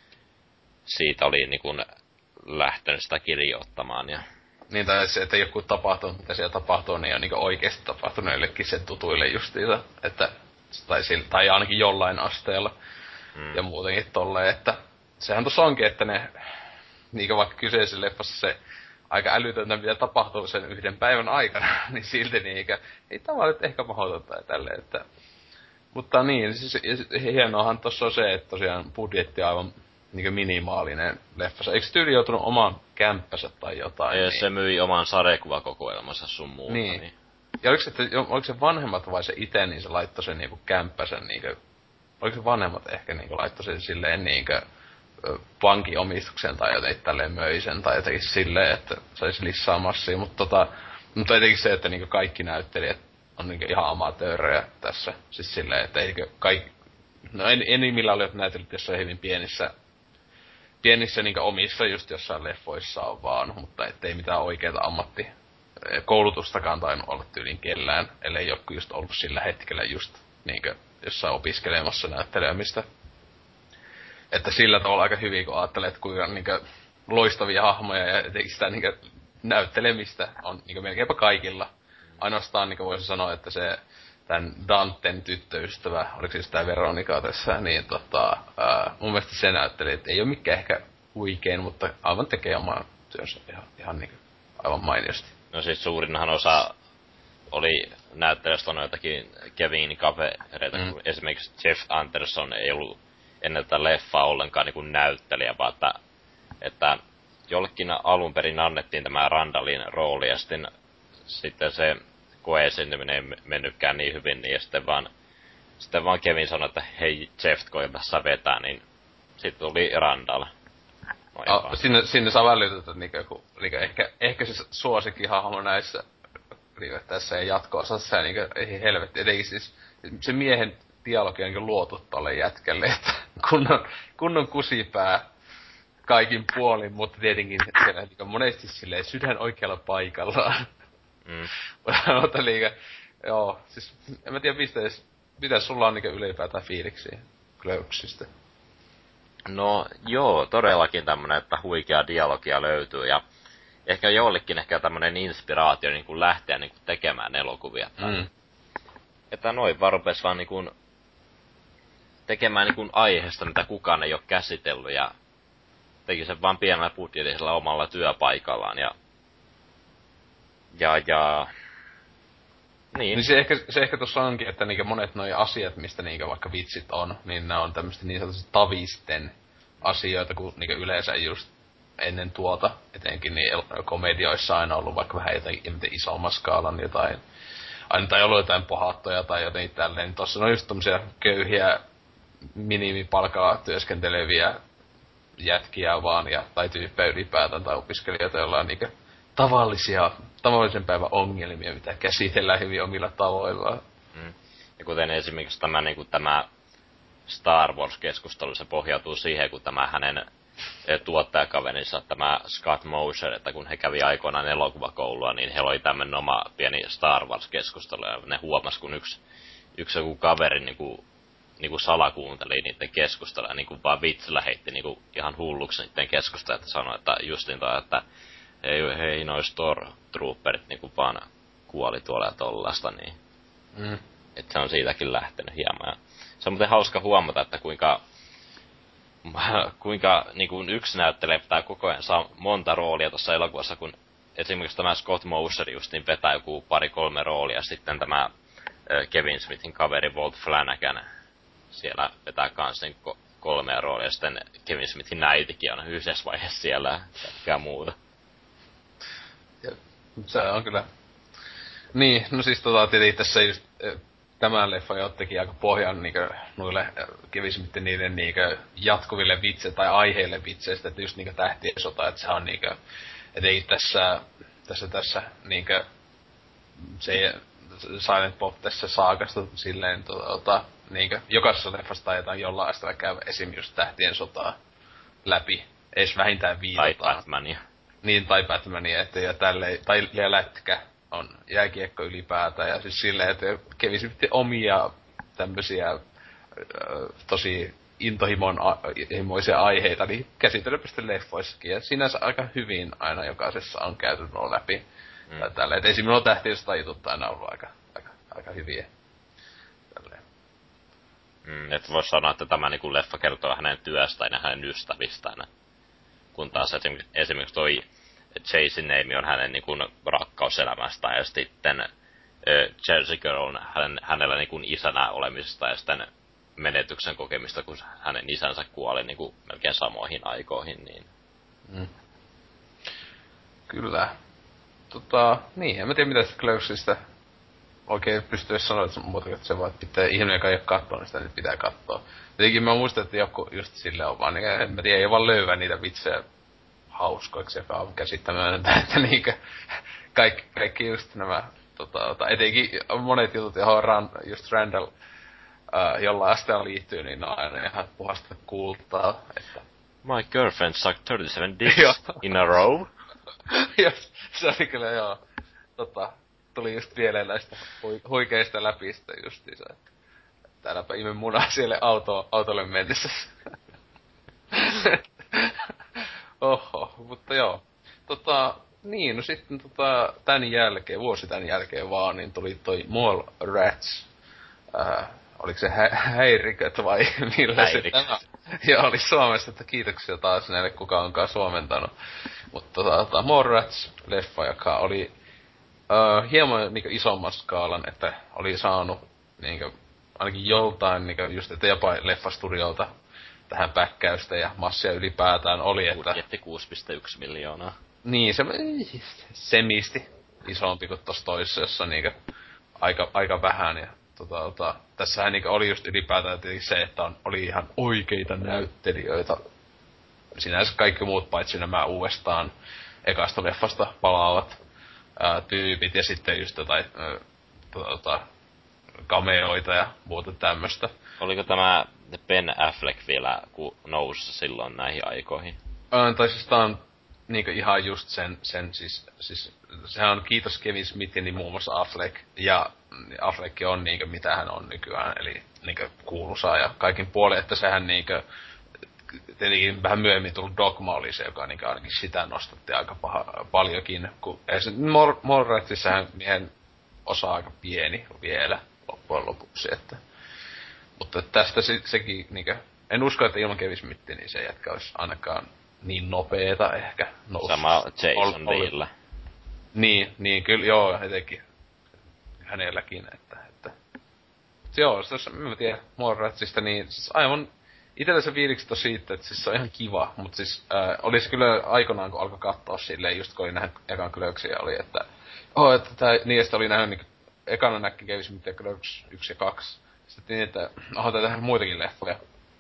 siitä oli niin kuin, lähtenyt sitä kirjoittamaan. Ja... Niin, tai se, että joku tapahtunut, mitä siellä tapahtuu, niin on niin oikeasti tapahtunut joillekin sen tutuille justiinsa, että, tai, sillä, tai ainakin jollain asteella. Mm. Ja muutenkin tolleen, että sehän tossa onkin, että ne, niinkö vaikka kyseisessä leffassa se aika älytöntä, mitä tapahtuu sen yhden päivän aikana, niin silti niinkö, ei tavallaan nyt ehkä mahdotonta ja tälleen, että... Mutta niin, siis hienoahan tossa on se, että tosiaan budjetti on aivan niinkö minimaalinen leffassa. Eikö tyyli joutunut oman kämppänsä tai jotain? Ja niin... se myi oman sarjakuvakokoelmansa sun muuta, niin. niin... Ja oliko se, että, oliko se vanhemmat vai se ite, niin se laittoi sen niinku kämppäsen niinkö... Oliko se vanhemmat ehkä niinku laittoi sen silleen niinkö pankiomistuksen tai jotenkin tälleen möi sen tai jotenkin silleen, että saisi lisää massia, mutta tota, mutta etenkin se, että niinku kaikki näyttelijät on niinku ihan amatöörejä tässä, siis silleen, että eikö kaikki, no en, enimmillä oli näyttelijät jossain hyvin pienissä, pienissä niinku omissa just jossain leffoissa on vaan, mutta ettei mitään oikeeta ammatti koulutustakaan tainnut olla tyylin kellään, ellei joku just ollut sillä hetkellä just niinkö jossain opiskelemassa näyttelemistä. Että sillä tavalla aika hyvin, kun ajattelee, että kuinka niinkö loistavia hahmoja ja etenkin sitä niinkö näyttelemistä on niinkö melkeinpä kaikilla. Ainoastaan niinkö voisi sanoa, että se tän Danten tyttöystävä, oliko siis tää Veronika tässä, niin tota, ää, mun mielestä se näytteli, että ei oo mikään ehkä huikein, mutta aivan tekee omaa työnsä ihan, ihan niinkö aivan mainiosti. No siis suurinhan osa oli näyttelijöistä on jotakin Kevin kavereita, mm. kun esimerkiksi Jeff Anderson ei ollut ennen tätä leffaa ollenkaan niin kuin näyttelijä, vaan että, että jollekin alun perin annettiin tämä Randallin rooli, ja sitten, sitten se koe-esiintyminen ei mennytkään niin hyvin, niin ja sitten vaan, sitten vaan Kevin sanoi, että hei Jeff, koita tässä vetää, niin sitten tuli Randall. Oh, sinne, sinne saa välitytä, että niinku, niinku, ehkä, ehkä se suosikkihahmo näissä niinku, tässä ei jatko-osassa, niinku, ei helvetti, etenkin siis se miehen dialogi on luotu tolle jätkelle, että kunnon, kunnon kusipää kaikin puolin, mutta tietenkin siellä niinku, monesti silleen sydän oikealla paikallaan. Mm. Mutta liikä, joo, siis en mä tiedä, mistä, mitä sulla on niinku ylipäätään fiiliksiä Clerksista? No joo, todellakin tämmönen, että huikea dialogia löytyy ja ehkä jollekin ehkä tämmönen inspiraatio niin kuin lähteä niin kuin tekemään elokuvia. Mm. Että noin vaan rupes vaan niin kuin tekemään niin kuin aiheesta, mitä kukaan ei ole käsitellyt ja teki sen vaan pienellä budjetisella omalla työpaikallaan ja ja ja niin. Niin se ehkä, se ehkä tossa onkin, että niinkö monet noi asiat, mistä niinkö vaikka vitsit on, niin ne on tämmöstä niin sanotusti tavisten asioita, kun niinkö yleensä just ennen tuota, etenkin niin komedioissa aina ollut vaikka vähän jotain isomman skaalan jotain, aina tai ollut jotain pohattoja tai jotenkin tälleen, niin tossa on just tommosia köyhiä minimipalkalla työskenteleviä jätkiä vaan, ja, tai tyyppejä ylipäätään, tai opiskelijoita, joilla on niinkö tavallisia, tavallisen päivän ongelmia, mitä käsitellään hyvin omilla tavoillaan. Mm. Ja kuten esimerkiksi tämä, niin kuin tämä Star Wars-keskustelu, se pohjautuu siihen, kun tämä hänen tuottajakaverinsa, tämä Scott Moser, että kun he kävi aikoinaan elokuvakoulua, niin heillä oli tämmöinen oma pieni Star Wars-keskustelu, ja ne huomasi, kun yksi, yksi joku kaveri niin kuin, niin kuin salakuunteli niiden keskustelua, ja niin kuin vaan vitsillä heitti niin kuin ihan hulluksi niiden keskustelua, että sanoi, että justiin toi, että hei, hei noi Stormtrooperit niinku vaan kuoli tuolla ja tollasta, niin mm. että se on siitäkin lähtenyt hieman. Ja se on muuten hauska huomata, että kuinka kuinka niinku yksi näyttelijä pitää koko ajan saa monta roolia tuossa elokuvassa, kun esimerkiksi tämä Scott Moser justiin vetää joku pari-kolme roolia, ja sitten tämä Kevin Smithin kaveri Walt Flanagan siellä vetää kans niin kolmea roolia, ja sitten Kevin Smithin äitikin on yhdessä vaiheessa siellä ja muuta. Ja, se on kyllä. Niin, no siis tota tietenkin tässä just tämä leffa jo teki aika pohjan niinkö noille Kevin Smithin niiden niinkö jatkuville vitseille tai aiheille vitseistä, että just niinkö Tähtien sota, että se on niinkö etenkin tässä tässä tässä niinkö se Silent Bob tässä saakasta silleen tota niinkö jokaisessa leffassa ajetaan jollain astella käydä esim. Just Tähtien sotaa läpi, ees vähintään viitataan. Tai Batmania. Niin, tai Batmania, että ja tälleen, tai ja lätkä on jääkiekko ylipäätään, ja siis silleen, että Kevin Smithin omia tämmösiä äh, tosi intohimoisia aiheita, niin käsitellypä sitten leffoissakin, ja sinänsä aika hyvin aina jokaisessa on käyty nuo läpi. Mm. Tai tälleen, että esimerkiksi nuo Tähtistä jutut aina ollut aika, aika, aika hyviä. Tälleen. Mm, et vois sanoa, että tämä niinku leffa kertoo hänen työstään ja hänen ystävistään. Kun taas esimerkiksi, esimerkiksi toi Chasing Amy on hänen niinku rakkauselämästä, ja sitten äh, Jersey Girl on hänen, hänellä niinku isänä olemisesta, ja sitten menetyksen kokemista, kun hänen isänsä kuoli niinku melkein samoihin aikoihin, niin... Mm. Kyllä. Tota, niin, en mä tiedä mitä sitä Clerksista oikein pystyy sanoa, että muuta, että se vaan pitää ihminen, joka ei oo kattoo, niin sitä nyt pitää kattoo. Jotenkin mä muistan, että joku just silleen on vaan, niin en mä tiedä, ei vaan löyvää niitä vitsejä hauskoiksi, joka on käsittämätöntä, että niinkö kaikki, kaikki just nämä, tota, tota, etenkin monet jutut, johon Ran, just Randall ää, jollain asteella liittyy, niin ne on aina ihan puhasta kultaa, että... My girlfriend sucked thirty-seven dicks in a row. Jos, se oli kyllä joo, tota, tuli just mieleen näistä hui- huikeista läpistä justiinsa, että täälläpä ime munaa siellä auto, autolle mennessä. Oho, mutta joo. Tota, niin, no sitten tota, tän jälkeen, vuosi tän jälkeen vaan, niin tuli toi Mallrats. Äh, oliko se hä- häiriköt vai millä Häiriköt. se tämä? Joo, oli Suomessa, että kiitoksia taas näille, kuka onkaan suomentanut. Mutta tota, tota, Mallrats-leffa, joka oli äh, hieman niinku isomman skaalan, että oli saanut niinku, ainakin joltain, niinku, just että jopa leffastudiolta tähän päkkäystä ja massia ylipäätään oli, että... Budjetti kuusi pilkku yksi miljoonaa. Niin, se semisti isompi kuin tossa toisessa, jossa niinku aika, aika vähän. Ja tota, tota, tässähän niinku oli just ylipäätään se, että on, oli ihan oikeita näyttelijöitä. Sinänsä kaikki muut paitsi nämä uudestaan ekasta leffasta palaavat ää, tyypit ja sitten just jotain ää, tota, cameoita ja muuta tämmöstä. Oliko tämä Ben Affleck vielä, kun nousi silloin näihin aikoihin? Öö, tai siis tää on niinku ihan just sen, sen siis, siis sehän on kiitos Kevin Smithin, niin muun muassa Affleck. Ja Affleck on niinku mitä hän on nykyään, eli niinku kuuluisaa ja kaikin puolin, että sehän niinku tietenkin vähän myöhemmin tullut Dogma oli se, joka niin ainakin sitä nostatti aika paha, paljonkin. Kun se, Mor- Mallratsissähän miehen osa aika pieni vielä loppujen lopuksi, että... Mutta tästä se, sekin, niin kuin, en usko, että ilman Kevin Smith, niin se jätkä olisi ainakaan niin nopeeta ehkä noussut. Sama Jason Leellä. Niin, niin, kyllä, joo, etenkin hänelläkin, että... että. Joo, jos mä tiedän Mallratsista, niin siis aivan... Itellä se fiilikset on siitä, että siis se on ihan kiva, mutta siis äh, olisi kyllä aikanaan, kun alkoi katsoa silleen, just kun oli nähnyt ekan Clerksia, oli, että... Oh, että tää, niin, ja sitten oli nähnyt niin ekana näkki Kevin Smith ja Clerks yksi ja kaksi. Sitten niin, että oho, tähän muitakin leffoja.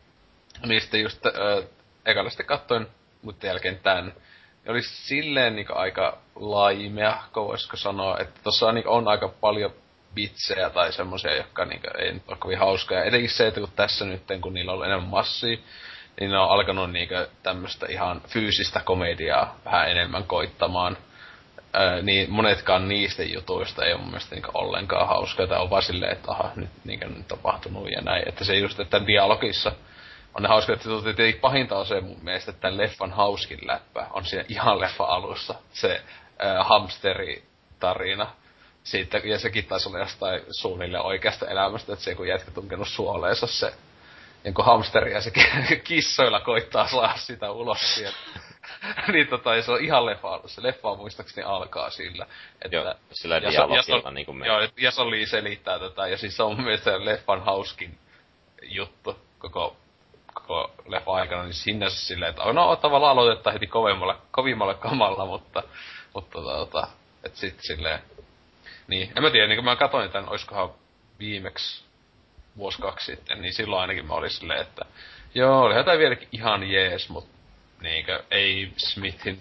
Niin sitten just äh, ekana sitten katsoin muiden jälkeen tän. Ja oli silleen niin aika laimea, voisiko sanoa, että tossa niin on aika paljon vitsejä tai semmosia, jotka niin ei nyt ole kovin hauskoja. Etenkin se, että kun tässä nyt, kun niillä on enemmän massia, niin ne on alkanut niin tämmöstä ihan fyysistä komediaa vähän enemmän koittamaan. Öö, niin monetkaan niistä jutuista ei ole mun mielestä niinku ollenkaan hauskoja. Tai on vaan silleen, että aha, nyt niinkö nyt tapahtunut ja näin. Että se just, että dialogissa on ne hauskoja, että tietenkin pahinta on se mun mielestä, että tämän leffan hauskin läppä on siinä ihan leffan alussa. Se öö, hamsteritarina. Siitä, ja sekin taisi olla jostain suunnilleen oikeasta elämästä, että se kun jätkä tunkenut suoleensa se niinku hamsteri ja se kissoilla koittaa saada sitä ulos sieltä. Niin tota, ja se on ihan leffa alussa. Se leffa muistaakseni alkaa sillä, että... Joo, sillä dialogilla niinku me... Joo, Jason Lee selittää tätä, ja siis se on mun mielestä leffan hauskin juttu koko, koko leffa aikana, niin sinänsä silleen, että no tavallaan aloitetaan heti kovemmalla, kovimmalla kamalla, mutta, mutta tota, et sit silleen... Niin, en mä tiedä, niin kun mä katsoin tän, oiskohan viimeksi vuosi kaksi sitten, niin silloin ainakin mä olin silleen, että joo, olihan tää vieläkin ihan jees, mut niinkö ei Smithin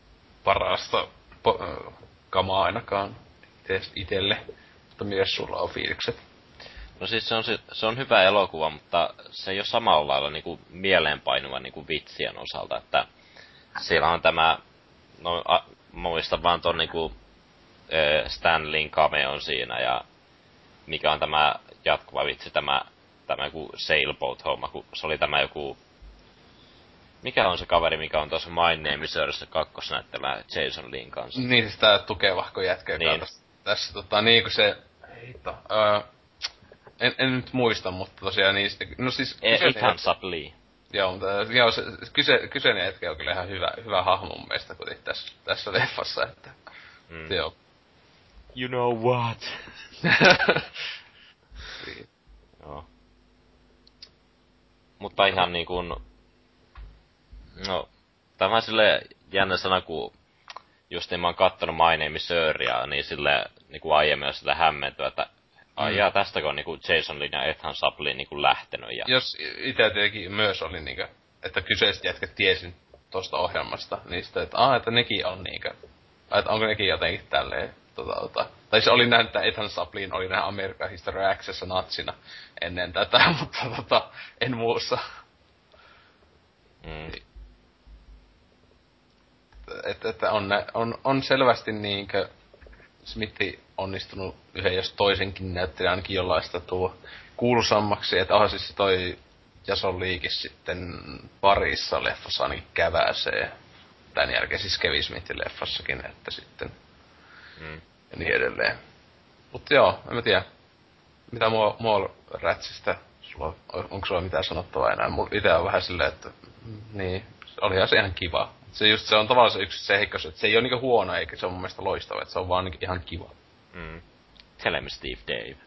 parasta po- kamaa ainakaan itelle, mutta myös sulla on fiilikset. No siis se on, se on hyvä elokuva, mutta se ei ole samalla lailla niinku mieleenpainuva niinku vitsien osalta, että siellä on tämä, no a, muistan vaan ton niinku Stan Leyn cameon siinä ja mikä on tämä jatkuva vitsi, tämä, tämä joku sailboat-homma, kun se oli tämä joku... Mikä on se kaveri, mikä on tuossa My Name is Earthssä kakkosnäyttämä Jason Leyn kanssa? Niin, siis tää tukevahko jätkä, niin. tässä, tässä tota, niin kuin se... Heita, öö, en, en nyt muista, mutta tosiaan niistä... No siis... Ethan Suplee. Joo, mutta joo, se, kyse, kyseinen jätkä on kyllä ihan hyvä, hyvä hahmo mun mielestä, kun tässä, tässä leffassa, että... Mm. Joo. You know what? Joo. Mutta ihan niin kuin... No, tämä on silleen jännä sana, kun just niin mä oon kattonut My Name is Earthia, niin silleen niinku aiemmin on sitä hämmentyä, että ai mm. jaa, tästäkö on niinku Jason Lee ja Ethan Suplee niinku lähtenyt. Ja... Jos ite tietenkin myös oli niinku, että kyseiset jätkät tiesin tosta ohjelmasta, niin sitten, että aah, että nekin on niinku, että onko nekin jotenkin tälleen, tota, tota. Tai se oli nähnyt, että Ethan Supleen oli nähnyt American History X:ssä natsina ennen tätä, mutta tota, en muussa. Mm. Että, että on, on, on selvästi niinkö Smithi onnistunut yhden jos toisenkin näyttelijä ainakin jollaista tuo kuuluisammaksi, että onhan siis toi Jason Leekin sitten parissa leffassa ainakin käväsee. Tän jälkeen siis Kevin Smithin leffassakin, että sitten mm. ja niin edelleen. Mut joo, en mä tiedä. Mitä mua Mallratsista, sulla, onko sulla mitään sanottavaa enää? Mulla ite on vähän silleen, että niin, olihan se ihan kiva. Se just se on tavallaan se yksi se heikkous, että se ei oo niinku huono eikä se on mun mielestä loistava, että se on vaan niinku ihan kiva. Mm. Tell him Steve Dave.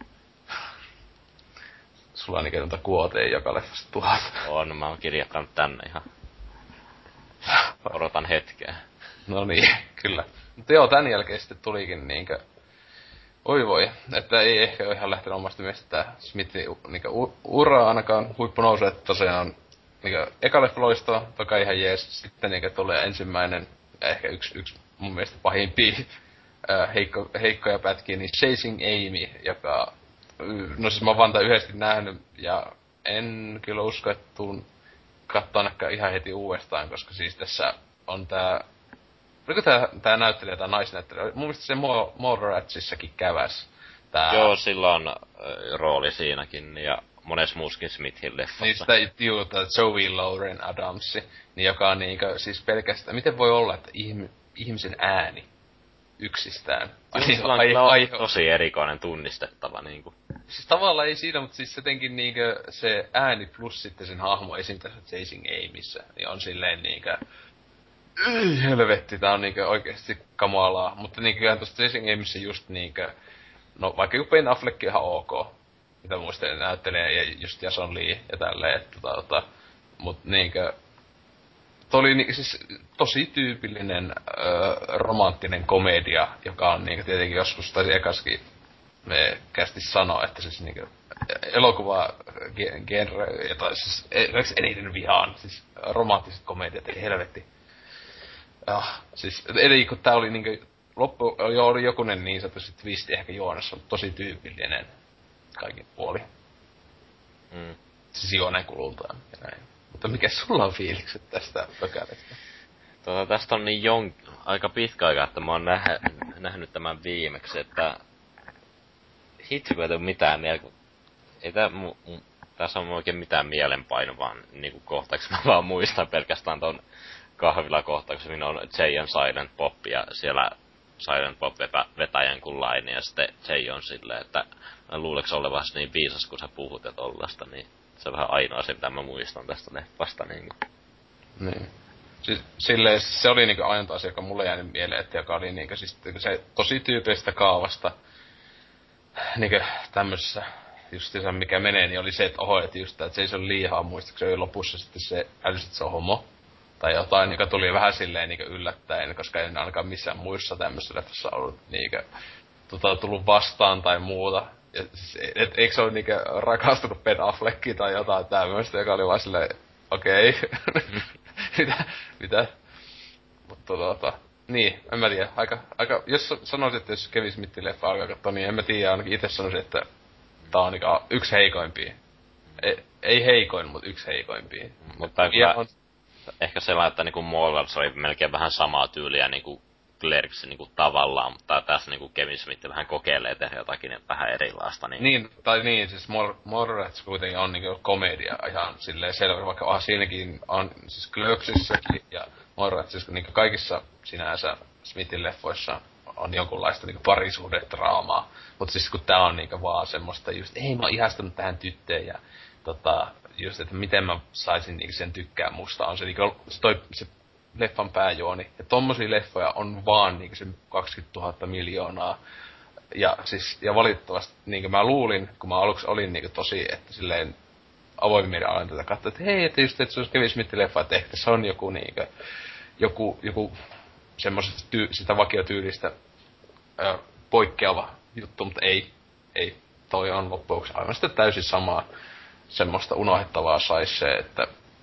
Sulla on niinku noita kuoteja joka leffasta tuhat. On, mä oon kirjoittanut tänne ihan. Odotan hetkeä. No niin, kyllä. Mutta joo, tän jälkeen sitten tulikin niinkö... Oi voi, että ei ehkä oo ihan lähtenyt omasta mielestä tää Smithin niinkö uraa ainakaan huippunousu, että tosiaan niinkö eka leffa loistava, toka ihan jees. Sitten niinkö tulee ensimmäinen, ja ehkä yksi, yksi mun mielestä pahimpia äh, heikko, heikkoja pätkiä, niin Chasing Amy, joka... No siis mä oon vaan tää yhdesti nähnyt, ja en kyllä usko, että tuun kattoo ainakaan ihan heti uudestaan, koska siis tässä on tää... Oliko tää, tää näyttelijä tai naisnäyttelijä? Mun mielestä se Mallratsissakin käväs. Tää... Joo, sillä on äh, rooli siinäkin, ja monessa muuskin Smithin leffassa. Niin sitä juu, tää Joey Lauren Adamsi, niin joka on niinkö siis pelkästään, miten voi olla, että ihm, ihmisen ääni yksistään. Sillä on kyllä ai, tosi erikoinen tunnistettava niinku. Siis tavallaan ei siinä, mutta siis jotenkin niinkö se ääni plus sitten sen hahmo esim. Tässä Chasing Amyssä, niin on silleen niinkö ei helvetti, tää on niinkö oikeesti kamalaa. Mutta niinkö kyllähän tossa Chasing Amyssä just niinkö, no vaikka joku Ben Affleck ihan ok, mitä muistelen näyttelee, ja just Jason Lee ja tälleen, että tota, mut niinkö, toi oli niinkö siis tosi tyypillinen öö, romanttinen komedia, joka on niinkö tietenkin joskus, taisi ekaskin me kästi sanoa, että siis niinkö elokuva genre, jota siis esimerkiksi eniten vihaan, siis romanttiset komediat, ei helvetti. Ah, siis, eli kun tää oli niinkö, loppu, jo oli jokunen niin sanotusti twisti ehkä juonessa, mutta tosi tyypillinen kaikin puoli. Mm. Siis juoneen kulultaan ja näin. Mutta mikä sulla on fiilikset tästä pökälestä? Tota, tästä on niin jon... aika pitkä aika, että mä oon näh... nähnyt tämän viimeksi, että hitsi kun ei tuu mitään mieltä, ei tää mu... tässä on oikein mitään mielenpainuvaa niinku kohtauksia, mä vaan muistan pelkästään ton kahvilakohtauksen, minä on Jay on Silent Bob ja siellä Silent Bob vetäjän kuin Laini ja sitten Jay on silleen, että mä luuleeko olevasi niin viisas kun sä puhut ja tollasta, niin se on vähän ainoa se, mitä mä muistan tästä leffasta niinku. Niin. Siis silleen, se oli niinku ainut asia, joka mulle jäänyt mieleen, että joka oli niinku siis se tosi tyypillistä kaavasta niinku tämmössä justiinsa mikä menee, niin oli se, että oho, että just tää, että se ei ole liihaa muistaakseni, oli lopussa sitten se älysi, että se on homo. Tai jotain, joka tuli vähän silleen niinku yllättäen, koska en ainakaan missään muissa tämmössä leffassa ollut niinku tota, tullut vastaan tai muuta. Ja siis, et, eikö se ole niinku rakastunut Ben Affleckiin tai jotain tämmöstä, joka oli vaan silleen, okei, okay. mitä, mitä? Mutta tota, niin, en mä tiedä, aika, aika, jos sanoisit, että jos Kevin Smithin leffa alkaa katsoa, niin en mä tiedä, ainakin itse sanoisin, että tää on niinku yksi heikoimpia. Ei, ei heikoin, mutta yksi heikoimpia. Mutta on ehkä sellainen, että niinku Mallrats oli melkein vähän samaa tyyliä niinku Clerks niinku tavallaan, mutta tässä niinku Kevin Smith vähän kokeilee tehdä jotakin vähän erilaista. Niin, niin tai niin, siis Mallrats kuitenkin on niinku komedia ihan silleen selvä, vaikka ah, siinäkin on, siis Clerksissäkin ja Mallratsissa niinku kaikissa sinänsä Smithin leffoissa on jonkunlaista niinku parisuhdedraamaa. Mutta siis kun tää on niinku vaan semmoista just, ei mä oon ihastunut tähän tyttöön ja tota, just, että miten mä saisin niinku sen tykkää musta, on se niinku, se, toi, se leffan pääjuoni. Ja tommosia leffoja on vaan niinku se kaksikymmentätuhatta miljoonaa. Ja siis, ja valitettavasti niinku mä luulin, kun mä aluksi olin niinku tosi, että silleen avoimin mielin aloin tätä katsoa, että hei, että just, että se olisi Kevin Smithin leffa, että ehkä se on joku niinku, joku, joku semmosesta tyy, sitä vakiotyylistä ö, poikkeava juttu, mutta ei, ei. Toi on loppuksi aivan sitten täysin samaa. Semmoista unohdettavaa sais se, että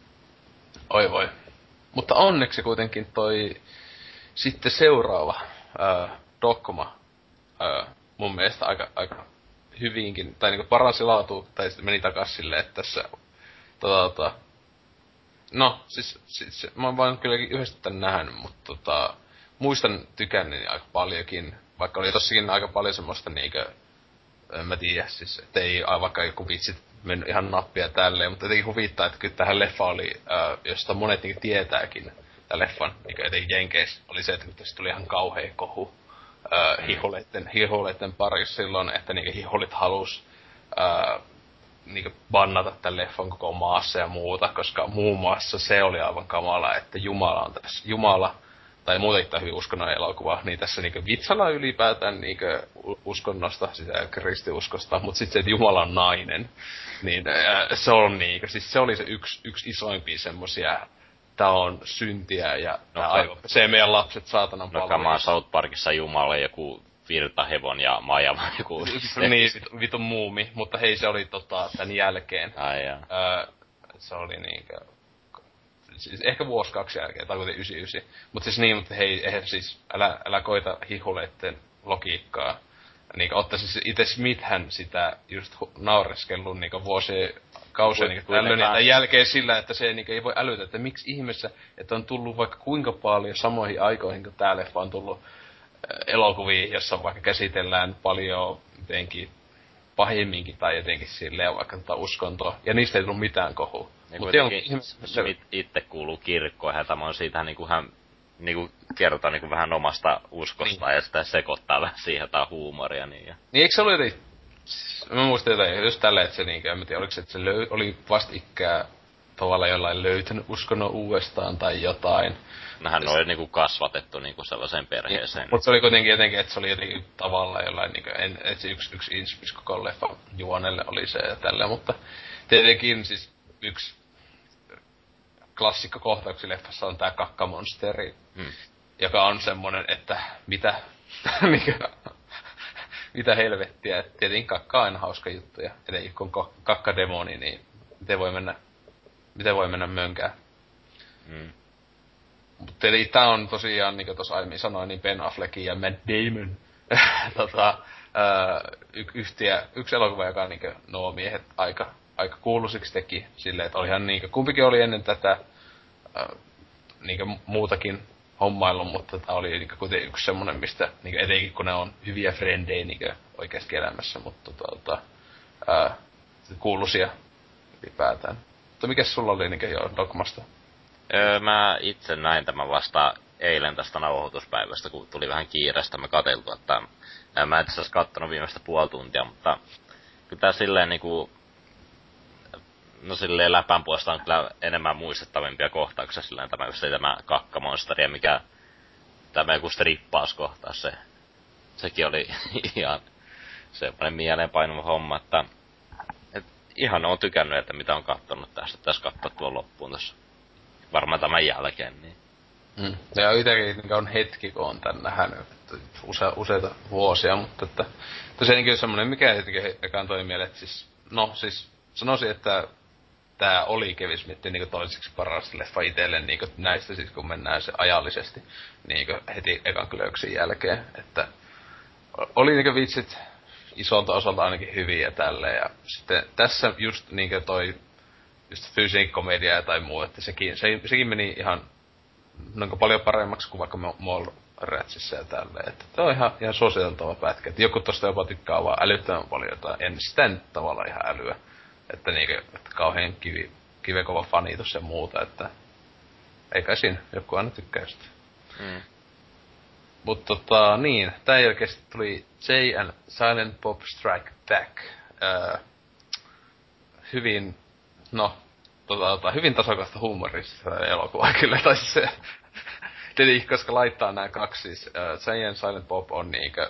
oi voi. Mutta onneksi kuitenkin toi sitten seuraava ää, Dogma ää, mun mielestä aika, aika hyvinkin, tai niinku paransi laatu, tai sitten meni takas silleen, että tässä tota, tota, no, siis, siis mä oon vaan kylläkin yhdessä tän nähnyt, mutta tota, muistan tykänneeni aika paljonkin, vaikka oli tossakin aika paljon semmoista niinkö, en mä tiedä, siis, ettei vaikka joku vitsit mennyt ihan nappia tälleen, mutta jotenkin huvittaa, että kyllä tähän leffa oli, äh, josta monet niinku tietääkin, tää leffan, niinku etenkin Jenkeissä, oli se, että tästä tuli ihan kauhea kohu äh, hiholeitten, hiholeitten parissa silloin, että niinku hiholit halus äh, niinku bannata tän leffan koko maassa ja muuta, koska muun muassa se oli aivan kamala, että Jumala on tässä, Jumala, tai muutenkin tämä hyvin uskonnon elokuva, niin tässä niinku vitsalla ylipäätään niinku uskonnosta, sitä kristiuskosta, mutta sitten se, että Jumala on nainen, niin äh, se on niinku, siis se oli se yksi, yksi isoimpia semmosia, tää on syntiä ja no, tää aivan pesee meidän lapset saatanan no, palveluissa. No South Parkissa Jumala joku virtahevon ja Maja joku... niin, vitun, vitun muumi, mutta hei se oli tota tän jälkeen. Ai jaa. Öö, se oli niinkö... Siis ehkä vuosi kaksi jälkeen, tai kuitenkin yhdeksänkymmentäyhdeksän. Mut siis niin, mutta hei, eihän siis, älä, älä koita hihuleitten logiikkaa. Niinkö, otta siis ite Smithhän sitä just naureskellut niinkö vuosien kausia niinkö tällöin, ja tämän jälkeen sillä, että se niinkö ei voi älytä, että miksi ihmeessä, että on tullut vaikka kuinka paljon samoihin aikoihin, kun tää leffa on tullut äh, elokuvia, jossa vaikka käsitellään paljon jotenkin pahimminkin tai jotenkin silleen vaikka tota uskontoa. Ja niistä ei tullut mitään kohua. Ja kuitenkin Smith itse kuuluu kirkkoon ja tämä on siitä niinku hän niinku kertoo niinku vähän omasta uskostaan niin. Ja sitä sekoittaa vähän siihen jotain huumoria niin. Ja... Niin eikö se ollut jotenkin... Mä muistin jotain just tälleen, että se niinkö, en mä tiedä, oliko se, että se löy, oli vastikään tavallaan jollain löytänyt uskonnon uudestaan tai jotain. No hän oli niinku kasvatettu niinku sellaiseen perheeseen. Niin, mutta se oli kuitenkin jotenkin, että se oli jotenkin tavallaan jollain niinkö, en, että se yksi, yksi inspis koko leffan juonelle oli se ja tälleen, mutta tietenkin siis yksi klassikko kohtauksia leffassa on tää kakkamonsteri, hmm. joka on semmonen, että mitä, niinkö, mitä helvettiä, että tietenkin kakka on aina hauska juttu ja etenkin kun on kakkademoni, niin miten voi mennä, miten voi mennä mönkään. Hmm. Mutta eli tää on tosiaan, niin kuin tuossa aiemmin sanoin, niin Ben Affleckin ja Matt Damon tota, ää, y- yhtiä, yksi elokuva, joka niin nuo miehet aika, aika kuuluisiksi teki silleen, että olihan niin kuin, kumpikin oli ennen tätä ää, niin muutakin hommailun, mutta tää oli niin kuitenkin yksi semmonen, mistä niin etenkin kun ne on hyviä frendejä niin oikeasti elämässä, mutta tota, ää, kuuluisia ylipäätään. Mutta mikäs sulla oli niin jo Dogmasta? Öö, mä itse näin tämän vasta eilen tästä nauhoituspäivästä, kun tuli vähän kiireestä me katseltu, että mä en itse asiassa kattonut viimeistä puoli tuntia, mutta kyllä tää silleen niinku, no silleen läpän puolesta on kyllä enemmän muistettavimpia kohtauksia silleen tämä, just tämä kakkamonsteri, mikä tämä joku strippauskohtaus, se, sekin oli ihan semmoinen mieleenpainuva homma, että et ihan oon tykännyt, että mitä on kattonut tästä, tässä katsoa tuon loppuun tässä. Varmaan tämän jälkeen, niin. Mm. Ja itekin on hetki, kun on tän nähnyt use, useita vuosia, mutta että tosiaankin on semmonen, mikä jotenkin ekaan toi mieleen, että siis, no siis sanoisin, että tää oli Kevin Smithin niinku toiseksi paras leffa itelle niinku näistä sit kun mennään se ajallisesti niinku heti ekan Clerksin jälkeen, että oli niinku vitsit isolta osalta ainakin hyviä tälleen ja sitten tässä just niinku toi just fysiikkomedia tai muu, että sekin, se, sekin meni ihan noinko paljon paremmaksi kuin vaikka Mallratsissä ja tälleen. Että tämä on ihan, ihan suositeltava pätkä. Että joku tosta jopa tykkää vaan älyttömän paljon jotain. En sitä nyt tavallaan ihan älyä. Että niinkö, että kauhean kivi, kivekova fanitus ja muuta, että eikä siinä joku aina tykkää sitä. Mm. Mut tota, niin, tän jälkeen tuli Jay and Silent Bob Strike Back. Öö, hyvin No, tota, tota, hyvin tasokasta huumorista elokuvaa kyllä, tai siis se, tietenkin, koska laittaa nämä kaksi, siis uh, Jay and Silent Bob on niinkö,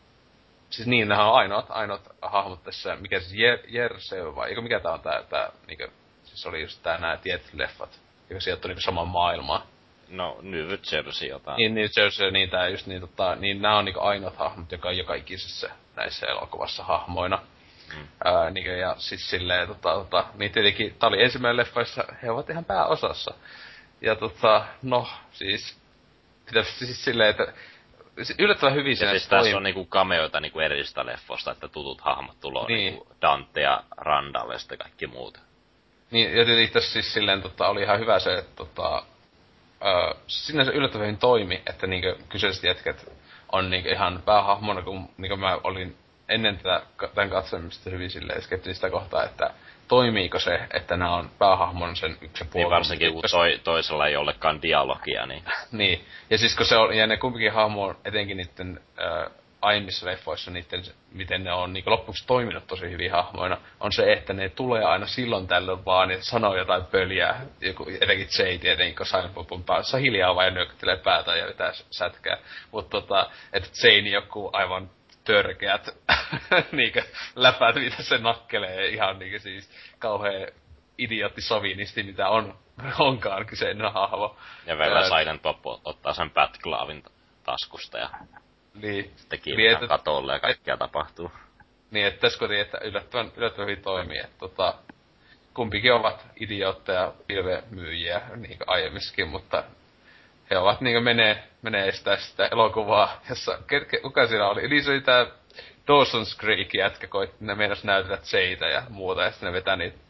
siis niin, nämä on ainoat, ainoat hahmot tässä, mikä siis Jer, Jersey vai, eikö mikä tää on tää, tää niinkö, siis oli just tää nää tietyt leffat, joka sijoittuu niinkö samaan maailmaan. No, New Jersey jotain. Niin, New Jersey, niin tää just niin, tota, niin nää on niinkö ainoat hahmot, joka on joka ikisessä näissä elokuvassa hahmoina. Mm. Ää, niin, ja siis silleen, tota, tota, niin tietenkin, tää oli ensimmäinen leffa, jossa he ovat ihan pääosassa. Ja tota, no, siis, pitäisi siis silleen, että yllättävän hyvin siinä siis tässä on niinku cameoita niinku edellisistä leffosta, että tutut hahmot tuloo niin. Niinku Dante ja Randall ja sitten kaikki muut. Niin, ja tietenkin tässä siis silleen, tota, oli ihan hyvä se, että tota, ää, sinänsä yllättävän hyvin toimi, että niinku kyseiset jätkät on niinku ihan päähahmona, kun niinku mä olin ennen tätä, tämän katsomisesta hyvin silleen skeptinen sitä kohtaa, että toimiiko se, että nämä on päähahmon sen yksi puoli. Niin varsinkin kun toi, toisella ei ollekaan dialogia, niin. Niin, ja siis kun se on, ja ne kumpikin hahmo on etenkin niiden äh, aiemmissa leffoissa, niiden, miten ne on niin loppuksi toiminut tosi hyvin hahmoina, on se, että ne tulee aina silloin tällöin vaan, että sanoo jotain pöljää, joku, etenkin Jay tietenkin, kun Silent Bob on päässä hiljaa vaan ja nyökyttelee päätä ja vetää sätkää. Mutta tota, että Jay joku aivan törkeät niinkö läpät, mitä se nakkelee, ihan niinkö siis kauhea idioottisovinisti, mitä on, onkaan kyseinen hahmo. Ja vielä Silent Bob ottaa sen Bat-klaavin taskusta ja niin. Sitten kiinnittää niin, katolle ja kaikkea et, tapahtuu. Niin, että tässä kotiin, että yllättävän, yllättävän hyvin toimii, että tota, kumpikin ovat idiootteja pilvemyyjiä, niin kuin aiemmissakin, mutta he ovat niinkö menee, menee sitä, sitä elokuvaa, jossa, ketkä, kuka siinä oli? Eli se oli tää Dawson's Creek jätkä, koitti, ne meinas näytellä Jaytä ja muuta, ja sitten ne vetää niitä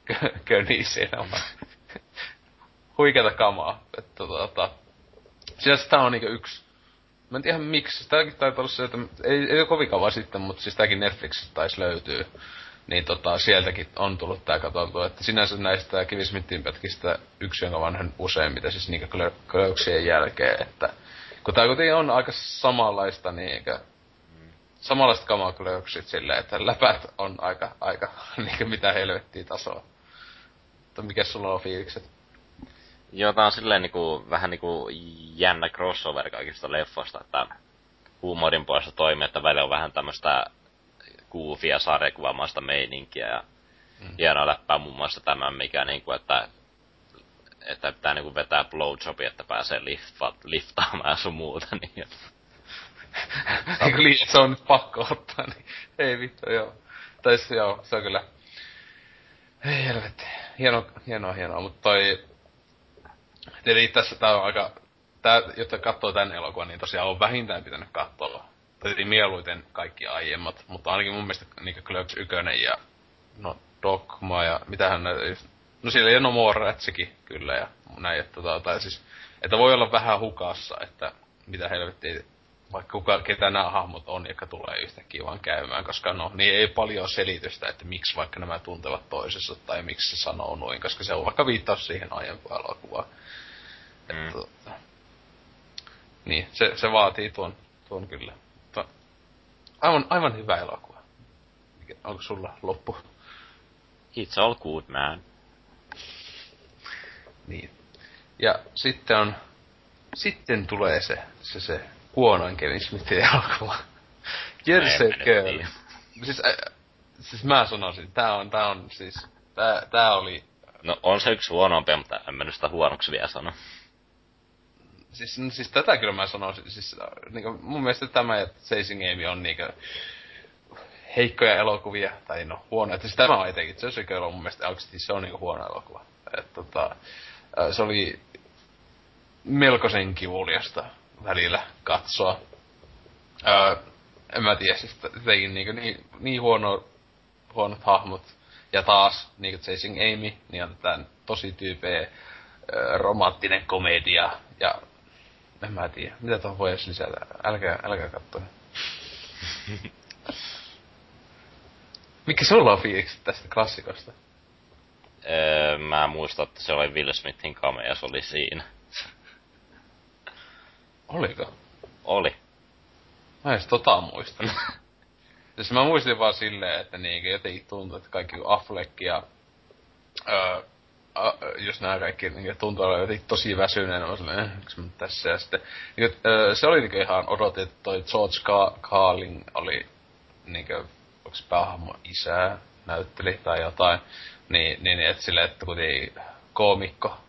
köniä siinä. Huikeata kamaa. Että tota, sinänsä tää on niinkö yksi Mä en tiedä miksi. Tääkin taitaa olla se, että ei, ei ole kovin kauan sitten, mutta siis tääkin Netflixistä taisi löytyy. Niin tota, sieltäkin on tullut tää katoltua, että sinänsä näistä Kevin Smithin pätkistä yksi, jonka vanhan useimmiten, siis niinkö Clerksien jälkeen, että kun tää kuitenkin on aika samanlaista niinkö, samanlaista kamaa Clerksit silleen, että läpät on aika, aika niinkö mitä helvettiä tasoa. Mutta mikäs sulla on fiilikset? Joo, tää on silleen niinku, vähän niinku jännä crossover kaikista leffoista, että huumorin puolesta toimii, että välillä on vähän tämmöstä goofia sarjakuvamaista meininkiä ja mm. hienoa läppää muun muassa tämän, mikä niinku, että että pitää niinku vetää blowjobi, että pääsee lifta, liftaamaan sun muuta, niin eikö liian, se on nyt pakko ottaa, niin ei vittu, joo. Tai se, joo, se on kyllä, ei helvetti, hienoa, hienoa, hienoa, mutta toi, eli tässä tää on aika, tää, jotta katsoo tän elokuvan, niin tosiaan on vähintään pitänyt katsoa. Tietysti mieluiten kaikki aiemmat, mutta ainakin mun mielestä niinku Clerks yksi ja no Dogma ja mitähän näitä just, no siellä ei no More Ratsikin kyllä ja näin, että tota, tai siis, että voi olla vähän hukassa, että mitä helvettiä, vaikka kuka, ketä nämä hahmot on, jotka tulee yhtäkkiä vaan käymään, koska no, niin ei paljon selitystä, että miksi vaikka nämä tuntevat toisessa tai miksi se sanoo noin, koska se on vaikka viittaus siihen aiempaan elokuvaan. Mm. Että, tota, niin, se, se vaatii tuon, tuon kyllä. Mutta aivan, aivan hyvä elokuva. Onko sulla loppu? It's all good, man. Niin. Ja sitten on, sitten tulee se, se, se huonoin Kevin Smithin elokuva. Jersey Girl. Siis, äh, siis mä sanoisin, tää on, tää on siis, tää, tää oli... No on se yksi huonompia, mutta en mä nyt sitä huonoksi vielä sano. Siis, no, siis tätä kyllä mä sanoisin, siis niinku, mun mielestä tämä ja Chasing Amy on niinku heikkoja elokuvia, tai no huono, että siis tämä on etenkin, Jersey Girl on mun mielestä oikeesti se on niinku huono elokuva. Et tota, se oli melkoisen kivuliasta välillä katsoa. Öö, en mä tiedä, siis teikin niinku niin, niin huono, huonot hahmot. Ja taas, niinku Chasing Amy, niin on tän tosi tyypeä öö, romanttinen komedia. Ja en mä tiedä, mitä tuohon voi edes lisätä. Älkää, älkää katsoa. Mikä sulla on fiilikset tästä klassikosta? Öö, mä muistan, että se oli Will Smithin cameo, se oli siinä. Oliko? Oli. Mä en tota muistanut. Siis mä muistin vaan silleen, että niinkö jotenkin tuntuu, että kaikki Affleck ja öö, a, just nää kaikki niinkö tuntuu olla jotenkin tosi väsyneenä. Mä silleen, eh, onks mä tässä? Ja sitten niinkö, öö, se oli niinkö ihan odotettu, toi George Ka- Carlin oli niinkö, onks päähahmo isää näytteli tai jotain. Niin, niin että silleen, että kuitenkin koomikko,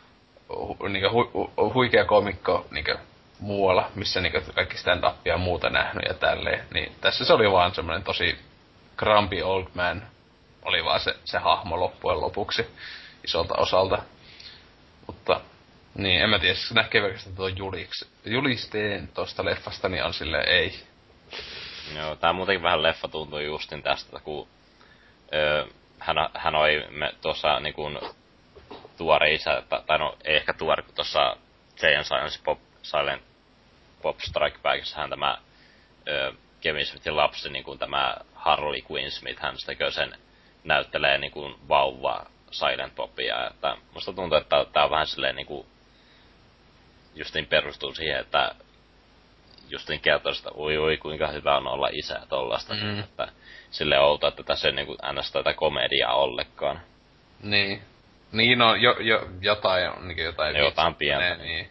hu, niinkö hu, hu, huikea koomikko niinkö muualla, missä niinku kaikki stand-upia ja muuta nähnyt ja tälleen, niin tässä se oli vaan semmoinen tosi grumpy old man, oli vaan se, se hahmo loppujen lopuksi isolta osalta. Mutta, niin en mä tiedä, se näkee pelkästään tuon juliks, julisteen tosta leffasta, niin on silleen ei. Joo, tää muutenkin vähän leffa tuntuu justin tästä, kun öö, hän, hän oli tuossa niinkun tuore isä, tai no ei ehkä tuore, kun tuossa Jay and Silence Pop Silent Bob Strike Backissa hän tämä ö, Kevin Smithin lapsi, niin kuin tämä Harley Quinn Smith, hän tekee sen, näyttelee niin kuin vauva Silent Bobia, että musta tuntuu, että tää on vähän silleen niin kuin justiin perustuu siihen, että justiin kertoo sitä, oi oi kuinka hyvä on olla isä tollasta, mm. että silleen outo, että tässä ei niin kuin ns. Tätä komediaa ollenkaan. Niin. Niin no, jo, jo, jotain on niin jotain. Jotain pientä. Niin.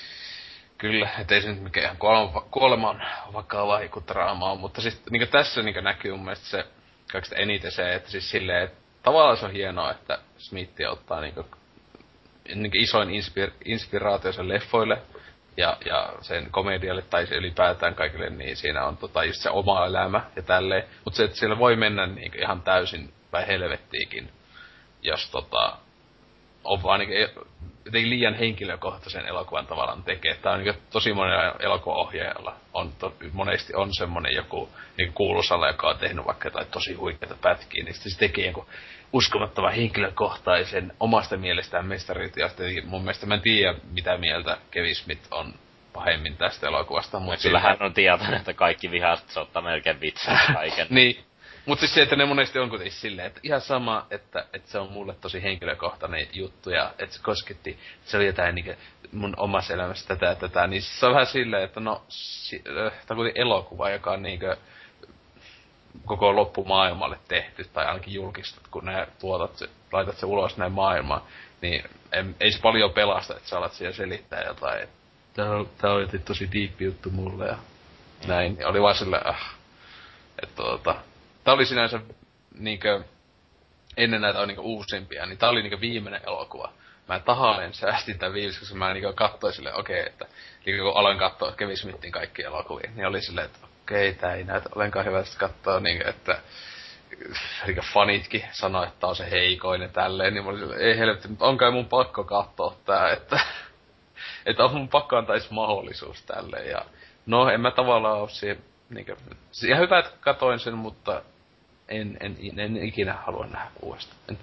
Kyllä, ettei se nyt mikään kuoleman, kuoleman vakava joku draama on, mutta siis niin tässä niin näkyy mun mielestä se kaikista eniten se, että siis silleen, että tavallaan se on hienoa, että Smith ottaa niin kuin, niin kuin isoin inspir, inspiraatio sen leffoille ja, ja sen komedialle tai se ylipäätään kaikille, niin siinä on tota, just se oma elämä ja tälleen. Mutta se, että siellä voi mennä niin kuin ihan täysin vai helvettiikin, jos tota, on vaan niin jotenkin liian henkilökohtaisen elokuvan tavallaan tekee. Tää on niin tosi monella elokuvaohjaajalla on to, monesti on semmonen joku niin kuuluisalla, joka on tehnyt vaikka jotain tosi huikeita pätkiä, niin sitten se tekee joku uskomattoman henkilökohtaisen omasta mielestään mestarit, ja mun mielestä mä en tiedä mitä mieltä Kevin Smith on pahemmin tästä elokuvasta. Mutta kyllä hän on tietoinen, että kaikki vihasta se ottaa melkein vitsaa kaiken. Niin. Mutta siis se, että ne monesti on kuitenkin silleen, että ihan sama, että, että se on mulle tosi henkilökohtainen juttu ja että se kosketti, se oli jotain niinku mun omassa elämässä tätä ja tätä, niin se on vähän silleen, että no, si, äh, tämä on kuitenkin elokuva, joka on niinku koko loppumaailmalle tehty, tai ainakin julkistat, kun ne tuotat se, laitat se ulos näin maailmaan, niin en, ei se paljon pelasta, että sä alat siellä selittää jotain, että tää on, tää on tosi diippi juttu mulle ja näin, niin oli vaan silleen, äh, että tota, tää oli sinänsä niinkö, ennen näitä on niinkö uusimpia, niin tää oli niinkö viimeinen elokuva. Mä tahalleen säästin tän viimeksi, koska mä niinkö katsoin silleen, okei, okay, että niinkö kun aloin katsoa Kevin Smithin kaikki elokuvia, niin oli silleen, että okei, okay, tää ei näytä ollenkaan hyvältä katsoa, niinkö, että niinkö fanitkin sanoi, että tää on se heikoin ja tälleen, niin mä olin silleen, ei helvetti, mutta on kai mun pakko katsoa tää, että että on mun pakko antaa edes mahdollisuus tälleen, ja no, en mä tavallaan oo siihen, niinkö, ihan hyvä, että katoin sen, mutta en, en, en, en ikinä halua nähdä uudestaan.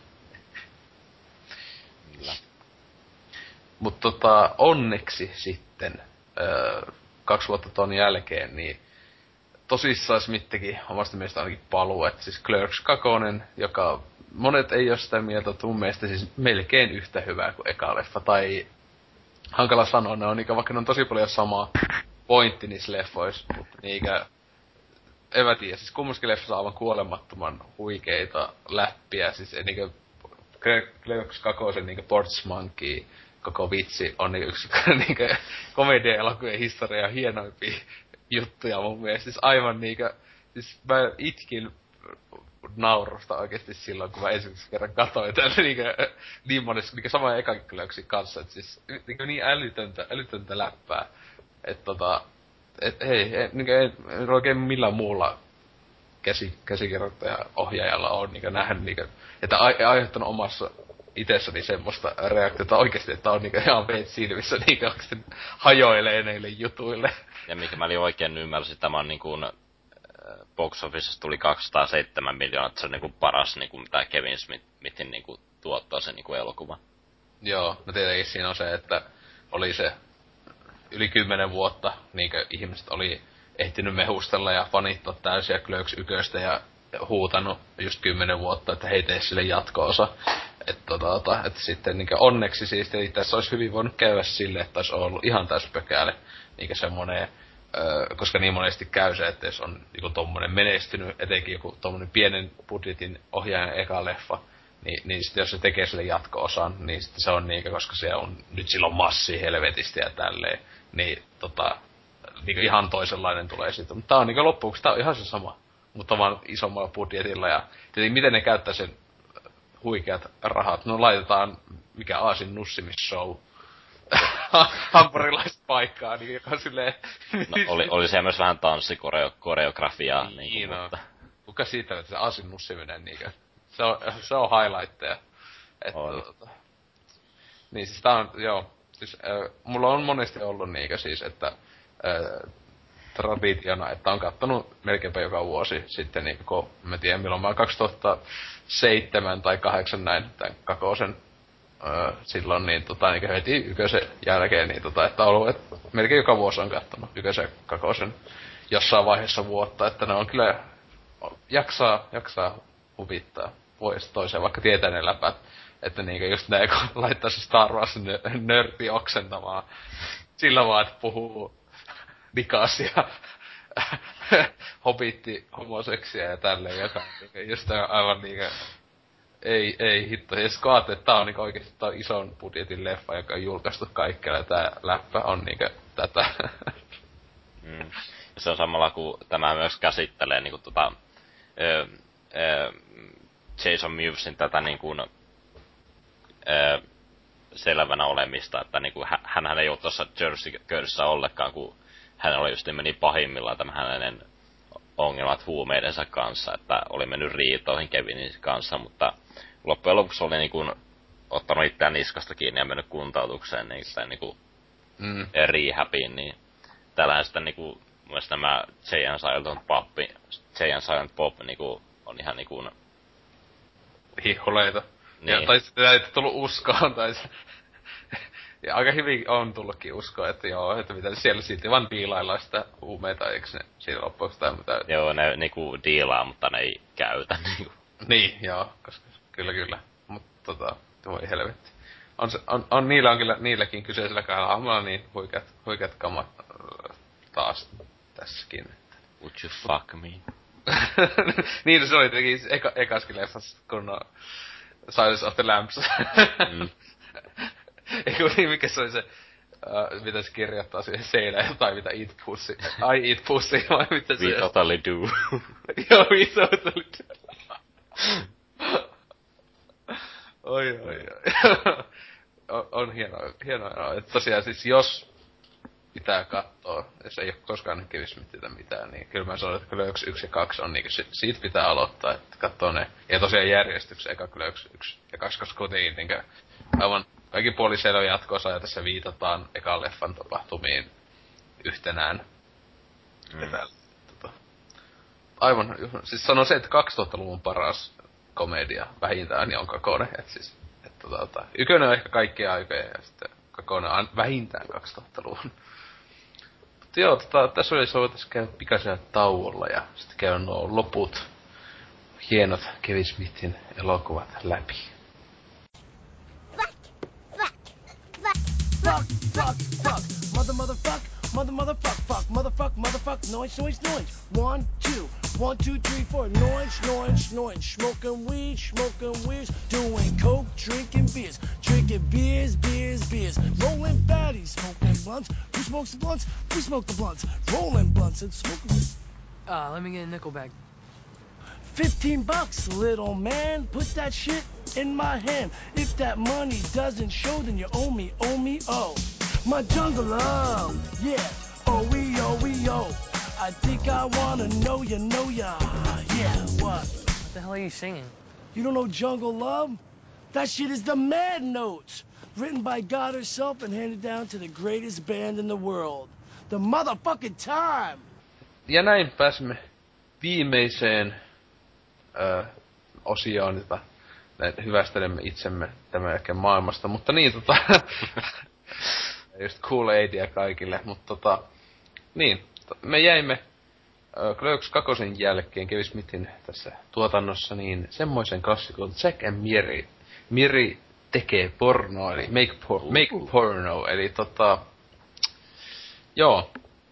Mutta tota, onneksi sitten, öö, kaksi vuotta ton jälkeen, niin tosissaan Smithikin omasta mielestä ainakin paluu, että siis Clerks kaksi, joka monet ei ole sitä mieltä, että mun mielestä siis melkein yhtä hyvää kuin eka leffa, tai hankala sanoa, ne on niinkö, vaikka ne on tosi paljon sama pointti niissä leffoissa, mutta niinkö, en mä tiedä, siis kummaskin leffassa on aivan kuolemattoman huikeita läppiä, siis niinkö Clerks kaksi, niinkö Ports Monkey, koko vitsi on niinkö yksi niinkö komedia-elokuvien historian hienoimpia juttuja mun mielestä, siis aivan niinkö, siis mä itkin naurusta oikeesti silloin, kun mä ensimmäisen kerran katoin tällä niinkö niin monessa, niinkö samoja ekaklöksin kanssa, et siis niinkö niin älytöntä, älytöntä läppää, et tota, et hei, ei, niinkö ei, ei oikein millään muulla käsi, käsikirjoittaja ohjaajalla on niinkö nähnyt niinkö, että ai, aiheuttanut omassa itessäni semmoista reaktiota oikeesti, että on niinkö ihan veet silmissä niinkö oikeesti hajoilee neille jutuille. Ja mikä mä olin oikein ymmärsin, tämä on niinkun box officesta tuli kaksisataaseitsemän miljoonaa, että se on niinku paras niinku mitä Kevin Smithin niinku tuottaa se niinku elokuva. Joo, no tietenkin siinä on se, että oli se yli kymmenen vuotta niinkö ihmiset oli ehtinyt mehustella ja fanittaa täysiä Clerks yköstä ja huutanut just kymmenen vuotta, että hei tee sille jatko-osa. Että tota, et sitten niinkö onneksi siis, eli tässä olisi hyvin voinut käydä sille, että olisi ollut ihan täys pökäle niinkö semmonen, öö, koska niin monesti käy se, että jos on joku tommonen menestynyt, etenkin joku tommonen pienen budjetin ohjaajan eka leffa, niin, niin sitten jos se tekee sille jatko-osan, niin sitten se on niinkö, koska se on nyt silloin massi helvetisti ja tälleen, niin tota, niinkö ihan toisenlainen tulee siitä. Mutta tää on niinkö loppuksi, tää on ihan se sama, mutta vaan isommalla budjetilla ja tietenkin miten ne käyttää sen huikeat rahat. No laitetaan mikä Aasin nussimisshow hampurilaista paikkaa, niin joka silleen... No oli, oli siellä myös vähän tanssikoreografiaa. Niin, niin no. Mutta... Kuka siitä, että se Aasin nussiminen niinkö? Se on, se on highlightteja. Että tota... Niin siis tää on, joo. Siis äh, mulla on monesti ollut niinkö siis, että äh, traditiona, että on kattonut melkeinpä joka vuosi sitten niinkö, kun mä tiedän milloin mä kaksituhattaseitsemän tai kahdeksan näin tän kakosen öö, silloin niin tota niinkö heti ykösen jälkeen niin tota, että on ollut, että melkein joka vuosi on kattonut ykösen kakosen jossain vaiheessa vuotta, että ne on kyllä jaksaa, jaksaa huvittaa vuodesta toiseen, vaikka tietää ne läpät, että niinkö just näin, kun laittaa se Star Wars nörtti oksentamaan sillä vaan, että puhuu dikasia, hobitti, homoseksia ja tälleen jotain. Just aivan niinkö, ei, ei hitto. Ja sitten että tää on niinkö oikeesti tää on ison budjetin leffa, joka on julkaistu kaikkialla. Tää läppä on niinkö tätä. Mm. Se on samalla kuin tämä myös käsittelee niinku tota ö, ö, Jason Mewsin tätä niinku ö, selvänä olemista, että niinku hänhän ei oo tossa Jersey Girlsissä ollenkaan, kun hänellä oli just meni pahimmillaan tämä hänen ongelmat huumeidensa kanssa, että oli mennyt riitoihin Kevinin kanssa, mutta loppujen lopuksi oli niinku ottanut itseään niskasta kiinni ja mennyt kuntoutukseen niin, tai niinku mm. rehabiin, niin täällähän sitten niinku myös nämä Jay and Silent Bob, Jay and Silent Bob niinku on ihan niinku hihuleita. Niin. Ja, tai sitten ei tullut uskoon, tai Ja aika hyvin on tullutkin uskoa, että joo, että mitä siellä silti vaan diilaillaan sitä huumeita, eikö ne siinä loppuksi tai mitä... Joo, ne niinku diilaa, mutta ne ei käytä niinku. Niin, joo, koska kyllä kyllä. Mutta tota, voi helvetti. On, se, on, on niillä on kyllä, niilläkin kyseisellä kahdella hahmolla niin huikeat, huikeat kamat äh, taas tässäkin. Would you fuck me? Niin, se oli tietenkin eka, ekaskin leffassa, kun no, Silence of the Lambs. mm. Eiku niin, mikä se oli se, uh, mitä se kirjoittaa siihen seinään, jotain mitä eat pussy. I eat pussy, vai mitä se... We totally do. Joo, we totally do. Oi, oi, oi. on, on hienoa, hienoa, että tosiaan siis jos pitää kattoo, jos ei oo koskaan nähnyt Kevin Smithiltä mitään, niin kyllä mä sanon, että Clerks yksi ja kaksi on niinku, siitä pitää aloittaa, että kattoo ne. Ja tosiaan järjestyksen eka Clerks yksi ja kaksi, koska kuitenkin niinkö aivan kaikki puoli selvä jatko-osa ja tässä viitataan ekan leffan tapahtumiin yhtenään. Mm. Täällä, tota, aivan, siis sanon se, että kaksituhattaluvun paras komedia vähintään niin on Kakone, et siis, että tota, ykönen on ehkä kaikkia aikoja ja sitten Kakone on vähintään kaksituhattaluvun. Mutta joo, tota, tässä oli voitaisiin käydä pikaisella tauolla ja sitten käydä nuo loput hienot Kevin Smithin elokuvat läpi. Fuck, fuck, fuck, mother, motherfuck, mother, motherfuck, fuck, motherfuck, motherfuck, noise, noise, noise. One, two, one, two, three, four, noise, noise, noise. Smoking weed, smoking weeds, doing coke, drinking beers, drinking beers, beers, beers. Rolling fatties, smoking blunts. Who smokes the blunts? We smoke the blunts. Rolling blunts and smoking. Uh, let me get a nickel bag. Fifteen bucks, little man. Put that shit in my hand. If that money doesn't show, then you owe me, owe me, oh. My jungle love, yeah. Oh, we, oh, we, oh. I think I wanna know you, know ya. Yeah, what? What the hell are you singing? You don't know Jungle Love? That shit is the Mad Notes. Written by God herself and handed down to the greatest band in the world. The motherfucking Time. Ja näin pääsemme viimeiseen öö, osioon, jota hyvästelemme itsemme tämän jälkeen maailmasta, mutta niin tota... just cool aidia kaikille, mutta tota... Niin, me jäimme äh, Clerks kakosen jälkeen Kevin Smithin tässä tuotannossa niin semmoisen klassikon Zack and Miri. Miri tekee pornoa, eli make, por- make porno, eli tota... Joo.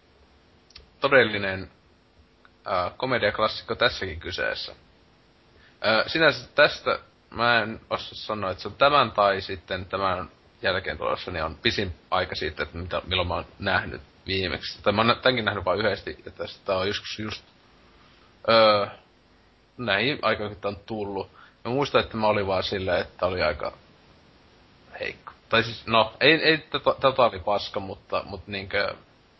Todellinen äh, komediaklassikko tässäkin kyseessä. Äh, sinänsä tästä mä en osaa sanoa, että se on tämän tai sitten tämän jälkeen tulossa, niin on pisin aika siitä, että mitä, milloin mä oon nähnyt viimeksi. Tai mä oon tämänkin nähnyt vaan yhdesti, ja tästä on joskus just öö, näihin aikoihin, että on tullut. Mä muistan, että mä olin vaan silleen, että oli aika heikko. Tai siis, no, ei, ei totaali paska, mutta, mutta niinkö...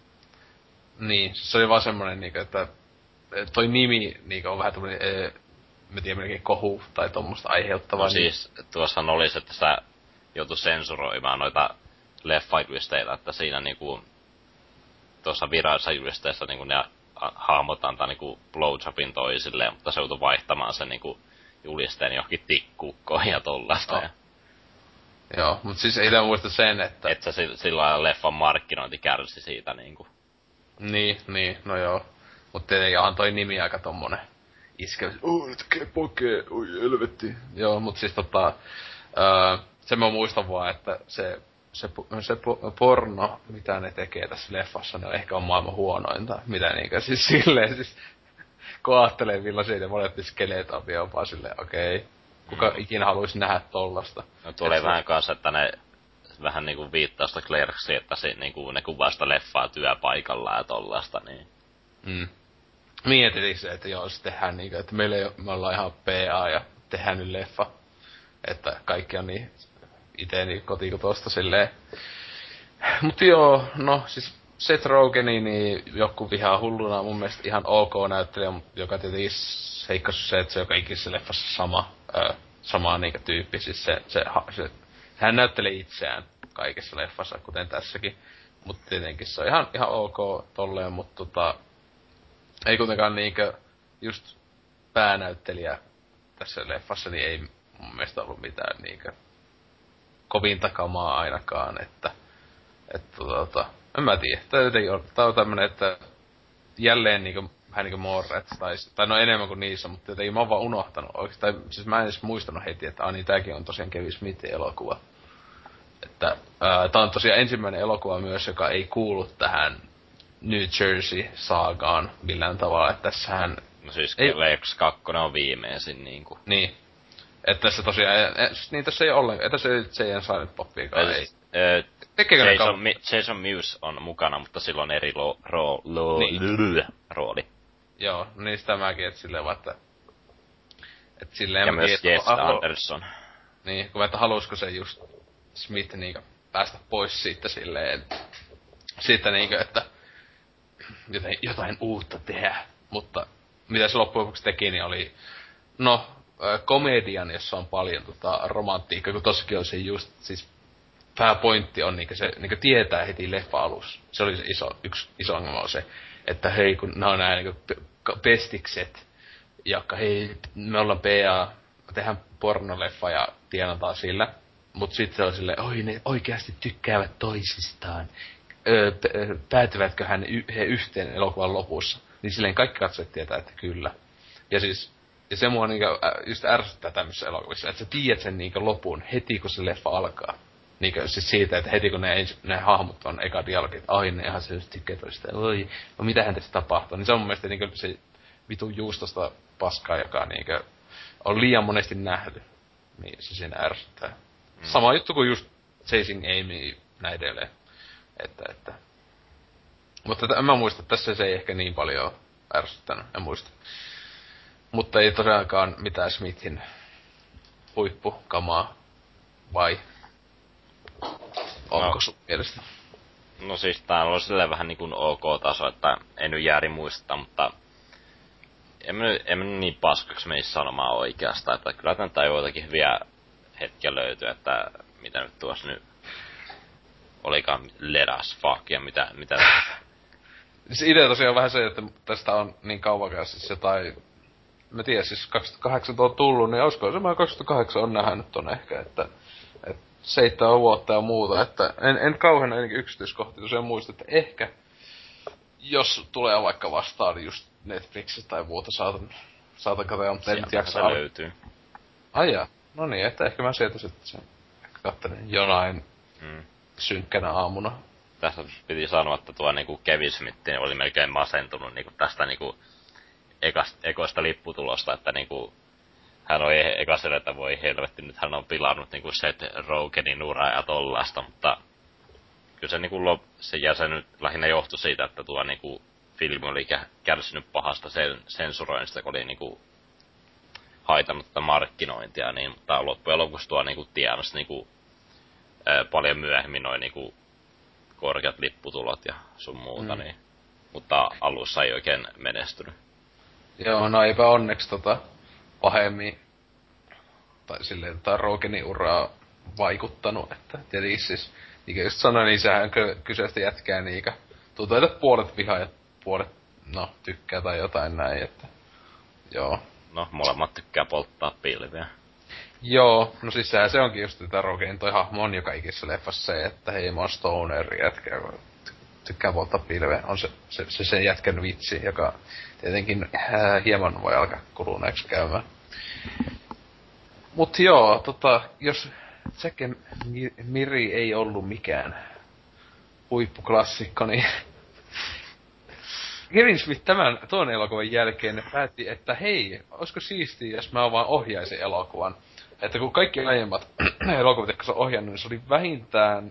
Niin, se oli vaan semmonen niinkö, että toi nimi niinkö on vähän tämmönen, ee, mä tiedän melkein kohu tai tommoista aiheuttavaa. No siis, tuossahan olisi, että sä joutu sensuroimaan noita leffa-julisteita, että siinä niinku... Tuossa virallisessa julisteessa niinku ne hahmot antaa niinku blowjobin toisilleen, mutta se joutui vaihtamaan sen niinku julisteen johonkin tikkukkoon ja tollaista. No. Ja... Joo, mut siis ei tää muista sen, että... Että se sillä lailla leffan markkinointi kärsi siitä niinku. Niin, niin, no joo. Mut tietenkin onhan toi nimi aika tommonen iskevä. Oh, ne tekee pokee, oi helvetti. Joo, mut siis tota... Öö, sen mä muistan vaan, että se... Se, se porno, mitä ne tekee tässä leffassa, ne on ehkä on maailman huonointa. Mitä niinkö siis silleen siis... Kun aattelee millaisia ne molemmat skeleet on vielä vaan silleen, okei. Okay, kuka mm. ikinä haluaisi nähdä tollasta. No tulee et vähän se... kanssa, että ne vähän niinku viittaa sitä Clerksia, että se, niinku, ne kuvaa sitä leffaa työpaikalla ja tollasta, niin... Mm. Mietin se, että joo, se tehdään niinkö, että meillä ei, me ollaan ihan P A ja tehdään nyt leffa. Että kaikki on niin... Iteni kotikutosta silleen. Mut joo, no siis Seth Rogeni, niin joku vihaa hulluna mun mielestä ihan ok näyttelijä, joka tietenkin heikkaisu se, että se joka ikisessä leffassa sama, ö, sama niinkö tyyppi. Siis se, se, se, hän näyttelee itseään kaikessa leffassa, kuten tässäkin. Mut tietenkin se on ihan, ihan ok tolleen, mut tota... Ei kuitenkaan niinkö just päänäyttelijä tässä leffassa, niin ei mun mielestä ollut mitään niinkö kovin takamaa ainakaan, että Että tota, en mä tiedä. Tää jotenkin on, tää on tämmönen, että jälleen niinku, vähän niinku Morrets, tai, tai no enemmän kuin niissä, mutta jotenkin mä oon vaan unohtanut oikeesti. Tai siis mä en edes muistanut heti, että aah niin tääkin on tosiaan Kevin Smithin elokuva. Että ää, tää on tosiaan ensimmäinen elokuva myös, joka ei kuulu tähän New Jersey-saagaan millään tavalla, että tässähän... No siis Lex kaksi on viimeisin niinku. Niin. Että tässä tosiaan, niin tässä ei ollenkaan, tässä ei Jay and Silent Bobiakaan, ei. Öö, Tekeekö ne Jason, Mi- Jason Mewes on mukana, mutta sillä on eri lo- ro- lo- niin. rooli. Joo, niin sitä mäkin, et silleen vaan, että... Et silleen ja myös tiedä, Jess Anderson. Niin, kun että halusko se just Smith niinkö päästä pois siitä silleen, siitä niinkö, että jotain, jotain uutta tehdä. Mutta mitä se loppujen lopuksi teki, niin oli, no, komedian, jossa on paljon tota romantiikkaa, kun tossakin on se just, siis pääpointti on niinkö se, niinkö tietää heti leffa alussa. Se oli se iso, yksi iso ongelma on se, että hei, kun ne on nää niinkö pestikset, jotka hei, me ollaan P A, tehdään pornoleffa ja tienataan sillä. Mut sit se on silleen, oi ne oikeasti tykkäävät toisistaan. Öö, p- päätyvätköhän y- he yhteen elokuvan lopussa. Niin silleen kaikki katsojat tietää, että kyllä. Ja siis, ja se mua niinkö just ärsyttää tämmöisissä elokuvissa, että sä tiedät sen niinkö lopun heti kun se leffa alkaa. Niinkö siis siitä, että heti kun ne, ens, ne hahmot on eka dialogi, että ai ne ihan se just tykkää toisistaan, oi, no mitähän tässä tapahtuu. Niin se on mun mielestä niinkö se vitun juustosta paskaa, joka niinkö on liian monesti nähty. Niin se siinä ärsyttää. Mm. Sama juttu kuin just Chasing Amy näin edelleen. Että, että. Mutta tätä, en mä muista, tässä se ei ehkä niin paljon ole ärsyttänyt, en muista. Mutta ei tosiaankaan mitään Smithin huippukamaa, vai? Onko no, sun mielestä? No siis tää on silleen vähän niinku ok-taso, että en nyt jääri muistaa, mutta en mä, en mä niin paskaksi menisi sanomaan oikeastaan, että kyllä tää joitakin hyviä hetkiä löytyy, että mitä nyt tuossa nyt olikaan let us fuck ja mitä, mitä... Se idea tosiaan on vähän se, että tästä on niin kauan siis jotain... Mä tiedän, siis kaksituhattakahdeksan on tullut, niin olisiko se mä kaksituhattakahdeksan on nähnyt ton ehkä, että... että seitsemän vuotta ja muuta, että en, en kauhean ainakin yksityiskohtia tosiaan muista, että ehkä... Jos tulee vaikka vastaan just Netflixistä tai muuta saatan... Saatan katsoa, mutta en nyt jaksa... löytyy. Ai jaa. No niin, että ehkä mä sieltä sitten sen... Ehkä kattelin jonain... Hmm. synkkänä aamuna. Tässä piti sanoa, että tuo niinku Kevin Smith oli melkein masentunut niinku tästä niinku ekasta, ekoista lipputulosta, että niinku hän oli eka sille, että voi helvetti, nyt hän on pilannut niinku Seth Rogenin uraa ja tollaista, mutta kyllä se niinku lop, se jäsen lähinnä johtui siitä, että tuo niinku filmi oli kärsinyt pahasta sen, sensuroinnista, kun oli niinku haitannut tätä markkinointia, niin, mutta loppujen lopuksi tuo niinku tienasi niinku ää, paljon myöhemmin noin niinku korkeat lipputulot ja sun muuta, mm. niin, mutta alussa ei oikein menestynyt. Joo, no eipä onneksi tota pahemmin, tai silleen tota Rogenin uraa vaikuttanut, että tietenkin siis, niin kuin just sanoin, niin sehän kyseistä jätkää niikä, tuntuu, että puolet vihaa ja puolet, no, tykkää tai jotain näin, että, joo. No, molemmat tykkää polttaa pilviä. Joo, no siis sehän se onkin just, että Rogenin toi hahmo on joka ikisessä leffassa se, että hei mä oon stoner jätkä, tykkää polttaa pilveä, on se se, se, se jätkän vitsi, joka tietenkin ää, hieman voi alkaa kuluneeksi käymään. Mut joo, tota, jos Zack and Miri ei ollut mikään huippuklassikko, niin Kevin Smith tämän tuon elokuvan jälkeen päätti, että hei, olisiko siistiä, jos mä vaan ohjaisin elokuvan. Että kun kaikki aiemmat elokuvat, jotka se on ohjannut, niin se oli vähintään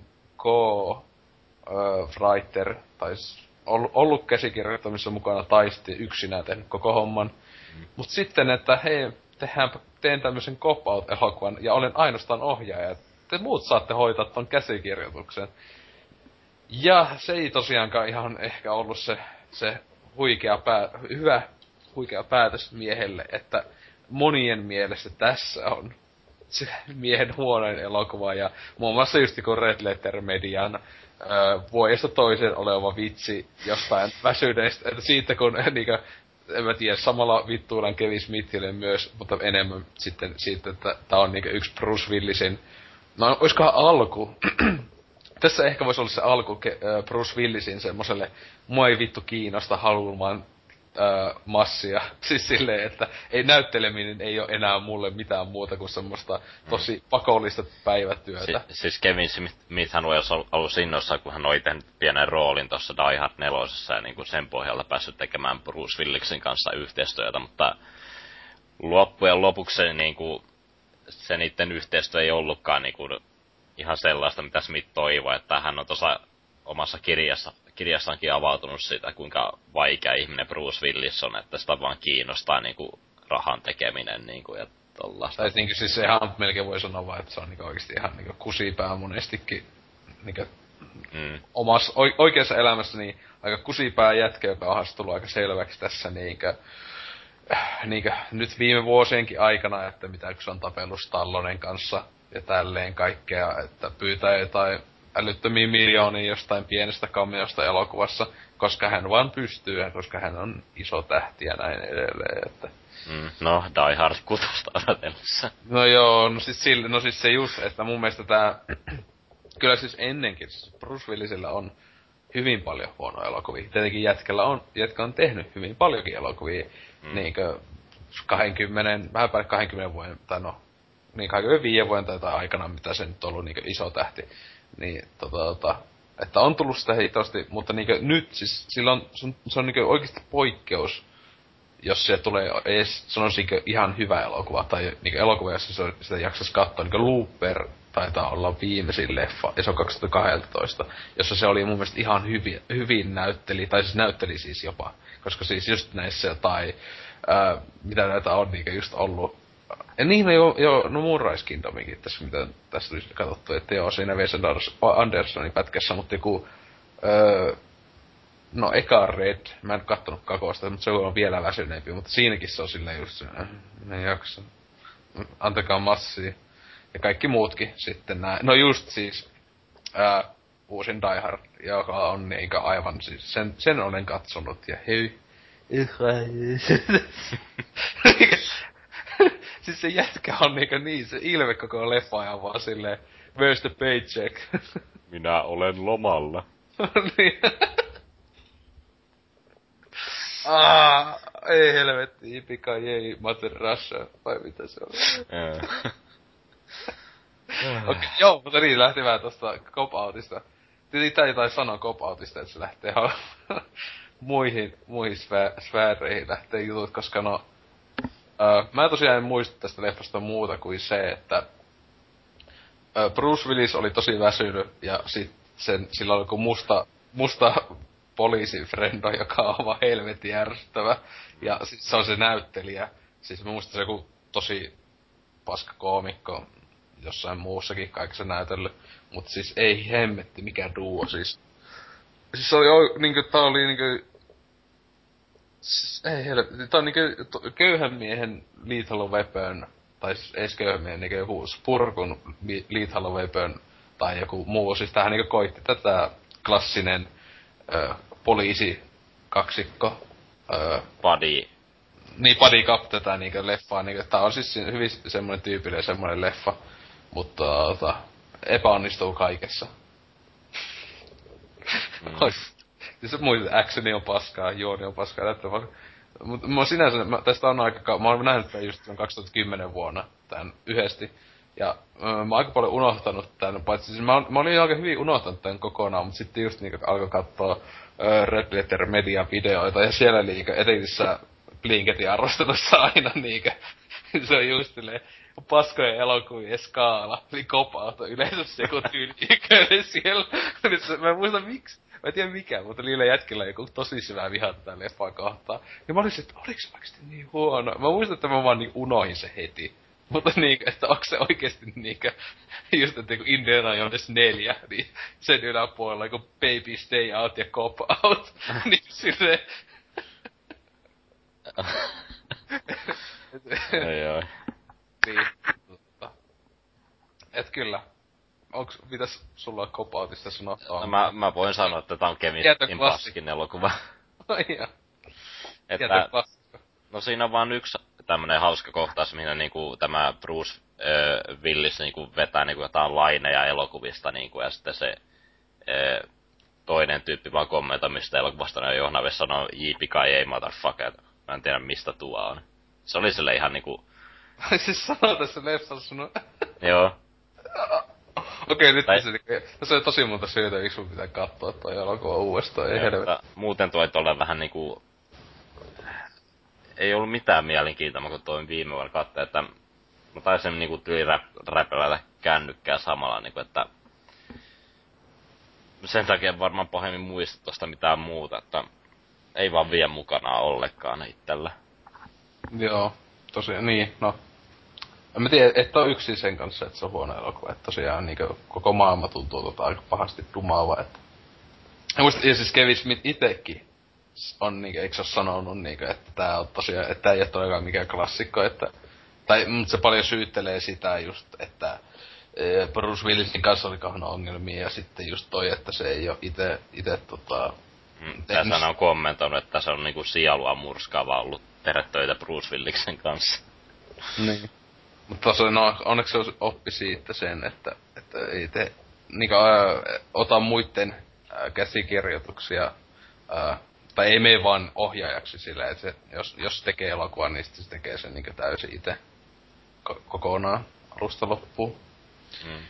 co-writer, tai ollut käsikirjoittamissa mukana, tai sitten yksinään tehnyt koko homman. Mm. Mut sitten, että hei, tehdäänpä, teen tämmösen cop-out-elokuvan, ja olen ainoastaan ohjaaja. Te muut saatte hoitaa ton käsikirjoituksen. Ja se ei tosiaankaan ihan ehkä ollut se, se huikea pää, hyvä huikea päätös miehelle, että monien mielestä tässä on se miehen huonoin elokuva, ja muun muassa just kun Red Letter Median öö, vuodesta toiseen oleva vitsi jostain väsyneistä, että siitä kun niinkö, en mä tiedä, samalla vittuilan Kevin Smithille myös, mutta enemmän sitten siitä, että tää on niinkö yksi Bruce Willisin, no oiskohan alku, tässä ehkä voisi olla se alku äh, Bruce Willisin semmoselle mua ei vittu kiinnosta haluamaan äh, massia. Siis silleen, että ei näytteleminen ei ole enää mulle mitään muuta kuin semmoista tosi mm. pakollista päivätyötä. Si- siis Kevin Smithhän olisi ollut innoissaan, kun hän oli tehnyt pienen roolin tuossa Die Hard nelosessa ja niin sen pohjalta päässyt tekemään Bruce Willisin kanssa yhteistyötä, mutta loppujen lopuksi niin kuin, se niiden yhteistyö ei ollutkaan niin kuin, ihan sellaista, mitä Smith toivoi, että hän on tuossa omassa kirjassa, kirjassaankin avautunut siitä, kuinka vaikea ihminen Bruce Willis on, että sitä vaan kiinnostaa niin kuin, rahan tekeminen niin kuin, ja tollaista. Tai niin kuin, siis ihan melkein voi sanoa vaan, että se on niin kuin, oikeasti ihan niin kuin, kusipää monestikin niin kuin, mm. omassa o, oikeassa elämässä niin aika kusipää jätkä, joka on tullut aika selväksi tässä niin kuin, niin kuin, nyt viime vuosienkin aikana, että mitä kun se on tapellut Stallonen kanssa ja tälleen kaikkea, että pyytää jotain älyttömiä miljoonia jostain pienestä kamiosta elokuvassa, koska hän vaan pystyy, koska hän on iso tähti ja näin edelleen, että... Mm, no, Die Hard kutosta odotellessa. No joo, no siis, sille, no siis se just, että mun mielestä tää... Kyllä siis ennenkin, siis Bruce Willisillä on hyvin paljon huonoja elokuvia. Tietenkin jätkällä on, jätkä on tehnyt hyvin paljonkin elokuvia, mm. niinkö kaksikymmentä, vähän päälle kaksikymmentä vuoden, tai no, niin kaksikymmentäviisi vuoden tai jotain aikana, mitä se nyt on ollut niinkö iso tähti. Niin, tota, tota, että on tullut sitä hitosti, mutta niinkö nyt siis, silloin se on, se on niinkö oikeesti poikkeus, jos se tulee edes, sanoisinko ihan hyvä elokuva, tai niinkö elokuva, jossa se sitä jaksas katsoa, niinkö Looper taitaa olla viimeisin leffa, ja se on kaksituhattakaksitoista, jossa se oli mun mielestä ihan hyvin, hyvin näytteli, tai siis näytteli siis jopa, koska siis just näissä jotain, ää, mitä näitä on niinkö just ollut. Ja niin, no joo, joo no Moonrise Kingdomikin tässä, mitä tässä tuli katsottu, että joo, siinä Wes Andersonin pätkässä, mutta joku, öö, no eka Red, mä en kattonut kakosta, mutta se on vielä väsyneempi, mutta siinäkin se on silleen just se, äh, en jaksa, antakaa massia, ja kaikki muutkin sitten nää, no just siis, ää, uusin Die Hard, joka on niinkä aivan siis, sen, sen olen katsonut, ja hei, siis se jätkä on niinkö niin, se ilme koko leffa ajan vaan silleen, where's the paycheck? Minä olen lomalla. Niin. Aa, ei helvetti, Ipika jei, Mother Russia, vai mitä se on? Okei, okay, joo, mutta niin, lähti vähän tosta cop-outista. Tietenkin tää jotain sanoa cop-outista, että se lähtee muihin, muihin sfä- sfääreihin lähtee jutut, koska no... Öö, mä tosiaan en muista tästä leffasta muuta kuin se, että... Öö, Bruce Willis oli tosi väsynyt, ja sit sen, sillä oli joku musta, musta poliisifrendo, joka on vaan helvetin ärsyttävä. Ja sit se on se näyttelijä. Siis mä muistan se joku tosi paska koomikko jossain muussakin kaikessa näytellyt. Mut siis ei hemmetti, mikä duo siis. Siis se oli niinkö, tää oli niinkö... Siis ei helvetti, tää on niinkö to, köyhän miehen Lethal Weapon, tai siis ees köyhän miehen niinkö joku Spurkun Lethal Weapon, tai joku muu. Siis tämähän niinkö koitti tätä klassinen ö, poliisi kaksikko. Ö, Buddy. Niin, Buddy Cup tätä niinkö leffaa, niinkö, tää on siis hyvin semmonen tyypillinen semmonen leffa. Mutta tota, epäonnistuu kaikessa. Mm. Siis muista, actioni on paskaa, juoni on paskaa, näyttävä. Mut mä sinänsä, mä, tästä on aika, mä oon nähnyt tän just kaksituhattakymmenen vuonna, tän yhdesti. Ja mä oon aika paljon unohtanut tän, paitsi siis mä, mä olin aika hyvin unohtanut tän kokonaan, mut sitten just niinku alkoi kattoo ö, Red Letter Median videoita, ja siellä liikä etetissä Blinketin arvostelussa aina niinkö, se on just silleen, paskojen elokuvien skaala, eli Cop-Out yleensä joku tyyli yköinen siellä. Nyt mä en muista miksi, mä en tiedä mikä, mutta niillä jätkillä joku tosi syvä viha tätä leffaa kohtaan. Ja mä olisin, että oliks oikeesti niin huono? Mä muistan, että mä vaan niin unohin se heti. Mutta niinkö, että onko se oikeesti niinkö, just että kun Indiana Jones neljä, niin sen yläpuolella joku Baby Stay Out ja Cop-Out. Niin silleen... Ei oi. Niin, mutta... Et kyllä. Onks, mitäs sulla Cop-Outista sanoa? No, mä, mä voin sanoa, että tää on Kevin paskin elokuva. Ai jaa. Että, no siinä on vaan yksi tämmönen hauska kohtaus, mihin niinku tämä Bruce äh, Willis niinku vetää niinku jotain laineja elokuvista niinku, ja sitten se ee, toinen tyyppi vaan kommentoimista elokuvasta, ja Johanna Vesa sanoo J-P-K-J motherfucker. Mä en tiedä mistä tuo on. Se oli sille ihan niinku... siis sanoo tässä leffassa no. Joo. Okei, okay, nyt tai... se, se on tosi monta syytä, miksi mun pitää katsoa toi elokuva uudestaan, ei helvetti. Muuten toi tolle vähän niinku... Ei ollut mitään mielenkiintoa, kun toin viime vuonna katsoa, että... Mä taisin niinku tyyli rap, räpelätä kännykkää samalla, niinku että... Sen takia varmaan pahemmin muista tosta mitään muuta, että... Ei vaan vie mukana ollenkaan itsellä. Joo, tosiaan, niin, no... En mä tiedä, että on yksin sen kanssa, että se on huono elokuva, että tosiaan niinku koko maailma tuntuu tota aika pahasti dumaava, että... Ja muista, ja siis Kevin Smith itekin on niinku, eikö se oo sanonut niinku, että tää on tosiaan, että tää ei oo todellakaan mikään klassikko, että... Tai mut se paljon syyttelee sitä just, että e, Bruce Willisin kanssa oli kahden ongelmia ja sitten just toi, että se ei oo ite, ite tota... Mm, tässä on kommentoinut, että se on niinku sielua murskaava ollut tehdä töitä Bruce Williksen kanssa. Niin. Mutta tosiaan, no, onneksi se oppi siitä sen, että, että ei te niinku ää, ota muitten ää, käsikirjoituksia, ää, tai ei mene vaan ohjaajaksi sillä, että se, jos, jos tekee elokuvan, niin se tekee sen niinku täysin itse ko- kokonaan alusta loppuun. Mm.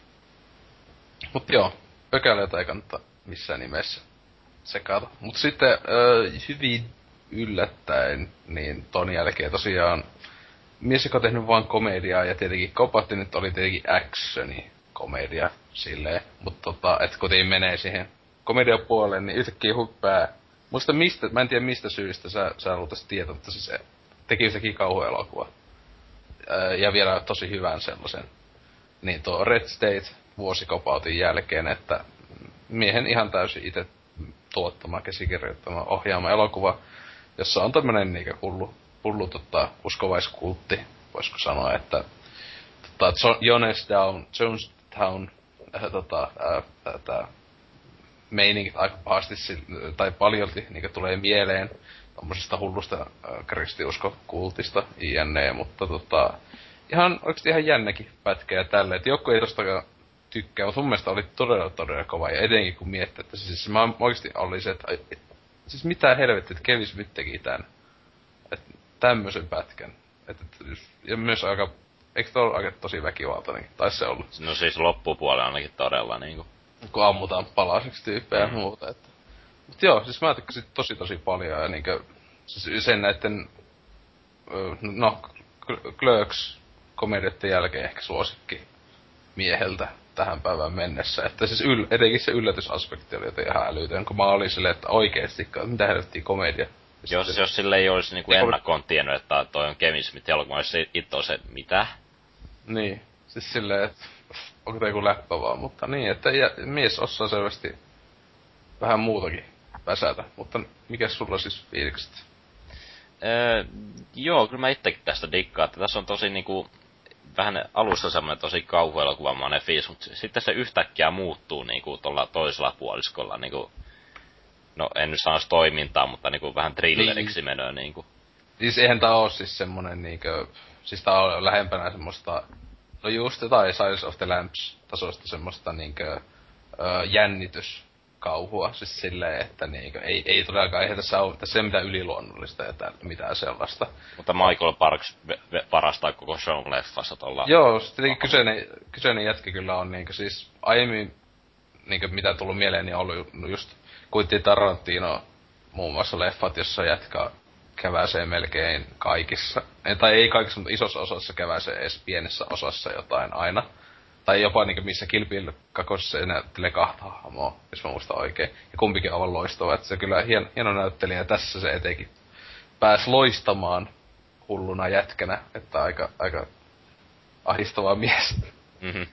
Mut joo, pökäleitä ei kannata missään nimessä sekata. Mut sitten ää, hyvin yllättäen, niin ton jälkeen tosiaan mies, joka on tehnyt vaan komediaa, ja tietenkin Kopatti nyt oli tietenkin actioni komedia silleen, mutta tota, et kun ei menee siihen komediapuolelle, niin yhtäkkiä hyppää. Muista mistä, mä en tiedä mistä syystä sä, sä luultavasti tiedät, mutta siis se teki yhtäkkiä kauhuelokuva. Ää, ja vielä tosi hyvän sellaisen. Niin tuo Red State vuosikopautin jälkeen, että miehen ihan täysin itse tuottama, käsikirjoittama, ohjaama elokuva, jossa on tämmönen niinkö hullu hullu tota, uskovaiskultti, voisiko sanoa, että tota, Jonestown, Jonestown, äh, tota, äh, tää meiningit aika pahasti, tai paljolti niinku tulee mieleen tommosesta hullusta äh, kristiuskokultista, jne, mutta tota, ihan oikeesti ihan jännäkin pätkä ja tälleen, että joku ei tostakaan tykkää, mutta mun mielestä oli todella todella kova, ja etenkin kun miettii, että siis mä oikeesti oli se, että et, siis mitä helvettiä, että Kevin Smith teki tän, että tämmösen pätkän. Et, et, ja myös aika, eikö toi ole aika tosi väkivaltainen? Taisi se ollut. No siis loppupuolella ainakin todella niinku. Kun ammutaan palaseksi tyyppejä mm. ja muuta, että. Mut joo, siis mä tykkäsin tosi tosi paljon ja niinkö, siis sen näitten, no, Clerks komedioiden jälkeen ehkä suosikki mieheltä tähän päivään mennessä. Että siis yl, etenkin se yllätysaspekti oli joten ihan älytön, kun mä olin silleen, että oikeesti, mitä helvettiä komedia. Jos, sitten, jos sille ei olisi niinku ennakkoon tiennyt, että toi on Kevin Smith elokuva, jos se itse on se, mitä? Niin, siis silleen, että onko toi joku läppä vaan, mutta niin, että ja, mies osaa selvästi vähän muutakin väsätä, mutta mikä sulla siis fiilikset? Öö, joo, kyllä mä itsekin tästä dikkaan, että tässä on tosi niinku, vähän alussa semmoinen tosi kauhuelokuvamainen fiilis, mutta sitten se yhtäkkiä muuttuu niinku tuolla toisella puoliskolla niinku, no en nyt sanoisi toimintaa, mutta niinku vähän thrilleriksi niin. Menee niinku. Siis eihän tää oo siis semmonen niinkö, siis tää on lähempänä semmoista, no just jotain Silence of the Lambs tasoista semmoista niinkö ö, jännityskauhua, siis silleen, että niinkö, ei, ei todellakaan, eihän tässä oo tässä ei mitään yliluonnollista ja tää, mitään sellaista. Mutta Michael Parks ve- parastaa koko shown leffassa tolla. Joo, sitten kyseinen, kyseinen jätkä kyllä on niinkö siis aiemmin, niinkö mitä tullut mieleen, niin on ollut just Quentin Tarantino muun muassa leffat, jossa jätkä käväsee melkein kaikissa. Tai ei kaikissa, mutta isossa osassa käväsee edes pienessä osassa jotain aina. Tai jopa niinku missä Kill Bill kakosessa ei näyttele kahta hahmoa, jos mä muistan oikein. Ja kumpikin aivan loistava, että se kyllä hien, hieno näyttelijä ja tässä se etenkin pääsi loistamaan hulluna jätkänä, että aika, aika ahdistava mies. Mhm.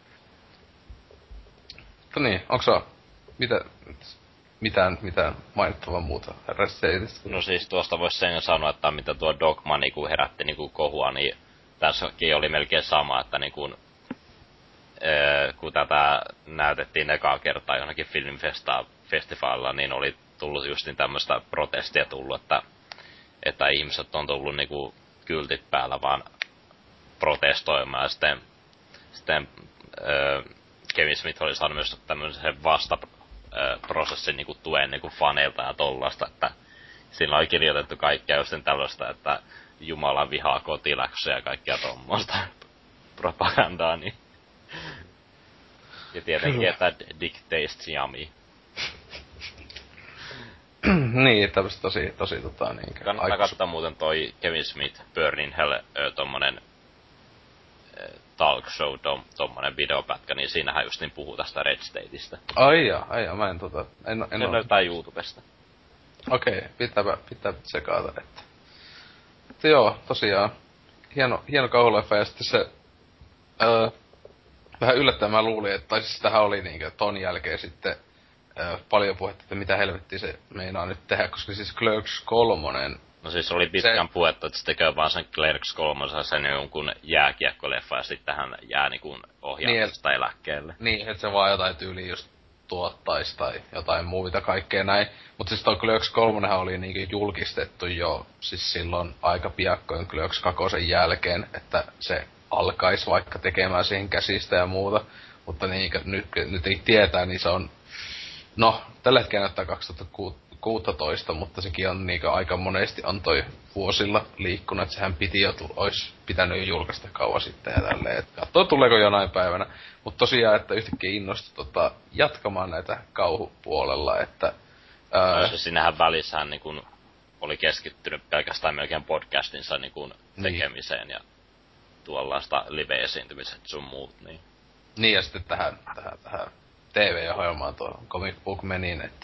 Mutta niin, onko se mitä... Mitään, mitään mainittavaa muuta Residentistä. No siis tuosta vois sen sanoa, että mitä tuo Dogma niinku herätti niinku kohua, niin tässäkin oli melkein sama, että niinku, öö, kun tätä näytettiin ekaa kertaa johonkin filmifestivaalilla, niin oli tullut justin tämmöstä protestia tullut, että, että ihmiset on tullut niinku kyltit päällä vaan protestoimaan, ja sitten, sitten öö, Kevin Smith oli saanut myös tämmöisen vasta ö, prosessin niinku tuen niinku faneilta ja tollaista, että siinä oli kirjoitettu kaikkea just tällaista, että Jumala vihaa kotiläksyjä ja kaikkea tommoista propagandaa, niin... Ja tietenkin, että Dick tastes yummy. Niin, tämmöstä tosi, tosi tota niinkö... Kannattaa katsoa muuten toi Kevin Smith, Burn in Hell, ö, tommonen ö, talk show, tom, tommonen videopätkä, niin siinähän just niin puhuu tästä Red Stateista. Ai jaa, ai jaa, mä en tota... En, en Se oo... löytää YouTubesta. Okei, okay, pitääpä, pitää sekaata, että... Mutta joo, tosiaan, hieno, hieno kauhuleffa, ja sitten se... Öö, vähän yllättäen mä luulin, että... Tai siis tähän oli niinkö ton jälkeen sitten... Öö, paljon puhetta, että mitä helvettiä se meinaa nyt tehdä, koska siis Clerks kolmonen... No siis oli pitkän se... puhetta, että se tekee vaan sen Clerks kolmosen sen jonkun jääkiekkoleffa, ja sitten hän jää niinku ohjaamisesta niin, eläkkeelle. Niin, että se vaan jotain tyyliä just tuottais tai jotain muita kaikkea näin. Mut siis toi Clerks kolmonenhan oli niinku julkistettu jo siis silloin aika piakkoin Clerks kakosen jälkeen, että se alkais vaikka tekemään siihen käsistä ja muuta. Mutta niinkö nyt, nyt ei tietää, niin se on... No, tällä hetkellä näyttää kaksituhattakuusitoista, mutta sekin on niinkö aika monesti on toi vuosilla liikkunut, että sehän piti jo, ois pitänyt jo julkaista kauan sitten ja tälleen, että katsoo tuleeko jonain päivänä. Mutta tosiaan, että yhtäkkiä innostui tota, jatkamaan näitä kauhupuolella, että... Ää... No se sinähän välissähän niin kun oli keskittynyt pelkästään melkein podcastinsa niin kun tekemiseen niin. Ja tuollaista live-esiintymiset sun muut, niin... Niin, ja sitten tähän, tähän, tähän T V-ohjelmaan tuo Comic Book Manin, että...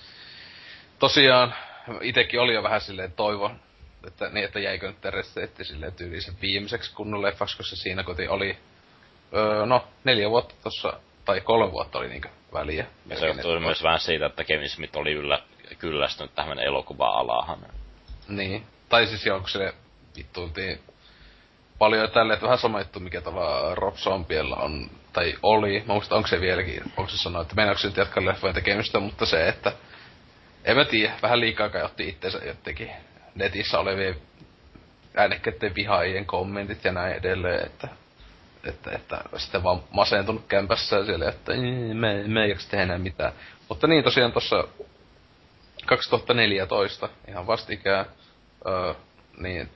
Tosiaan, itekin oli jo vähän silleen toivon, että niin, että jäikö nyt Terresteetti silleen tyyliin sen viimeiseksi kunnon leffaksi, koska siinä koti oli... Öö, no, neljä vuotta tossa, tai kolme vuotta oli niinkö väliä. Ja se johtui myös vähän siitä, että Kevin Smith oli yllä, kyllästynyt tähän elokuva-alahan. Niin, tai siis joo, kun sille vittuiltiin paljon tälleen, että vähän sama juttu, mikä tuolla Rob Zombiella on, tai oli, mä muistan, onko se vieläkin, onko se sanoa, että meinaako se nyt jatkaa leffojen tekemistä, mutta se, että en mä tiedä, vähän liikaa kajotti itteensä jotenkin netissä olevien äänekkäiden vihaajien kommentit ja näin edelleen, että että, että sitten vaan masentunut kämpässä siellä, että me, me ei jaksa tehdä enää mitään. Mutta niin tosiaan tossa kaksituhattaneljätoista, ihan vastikään, öö, niin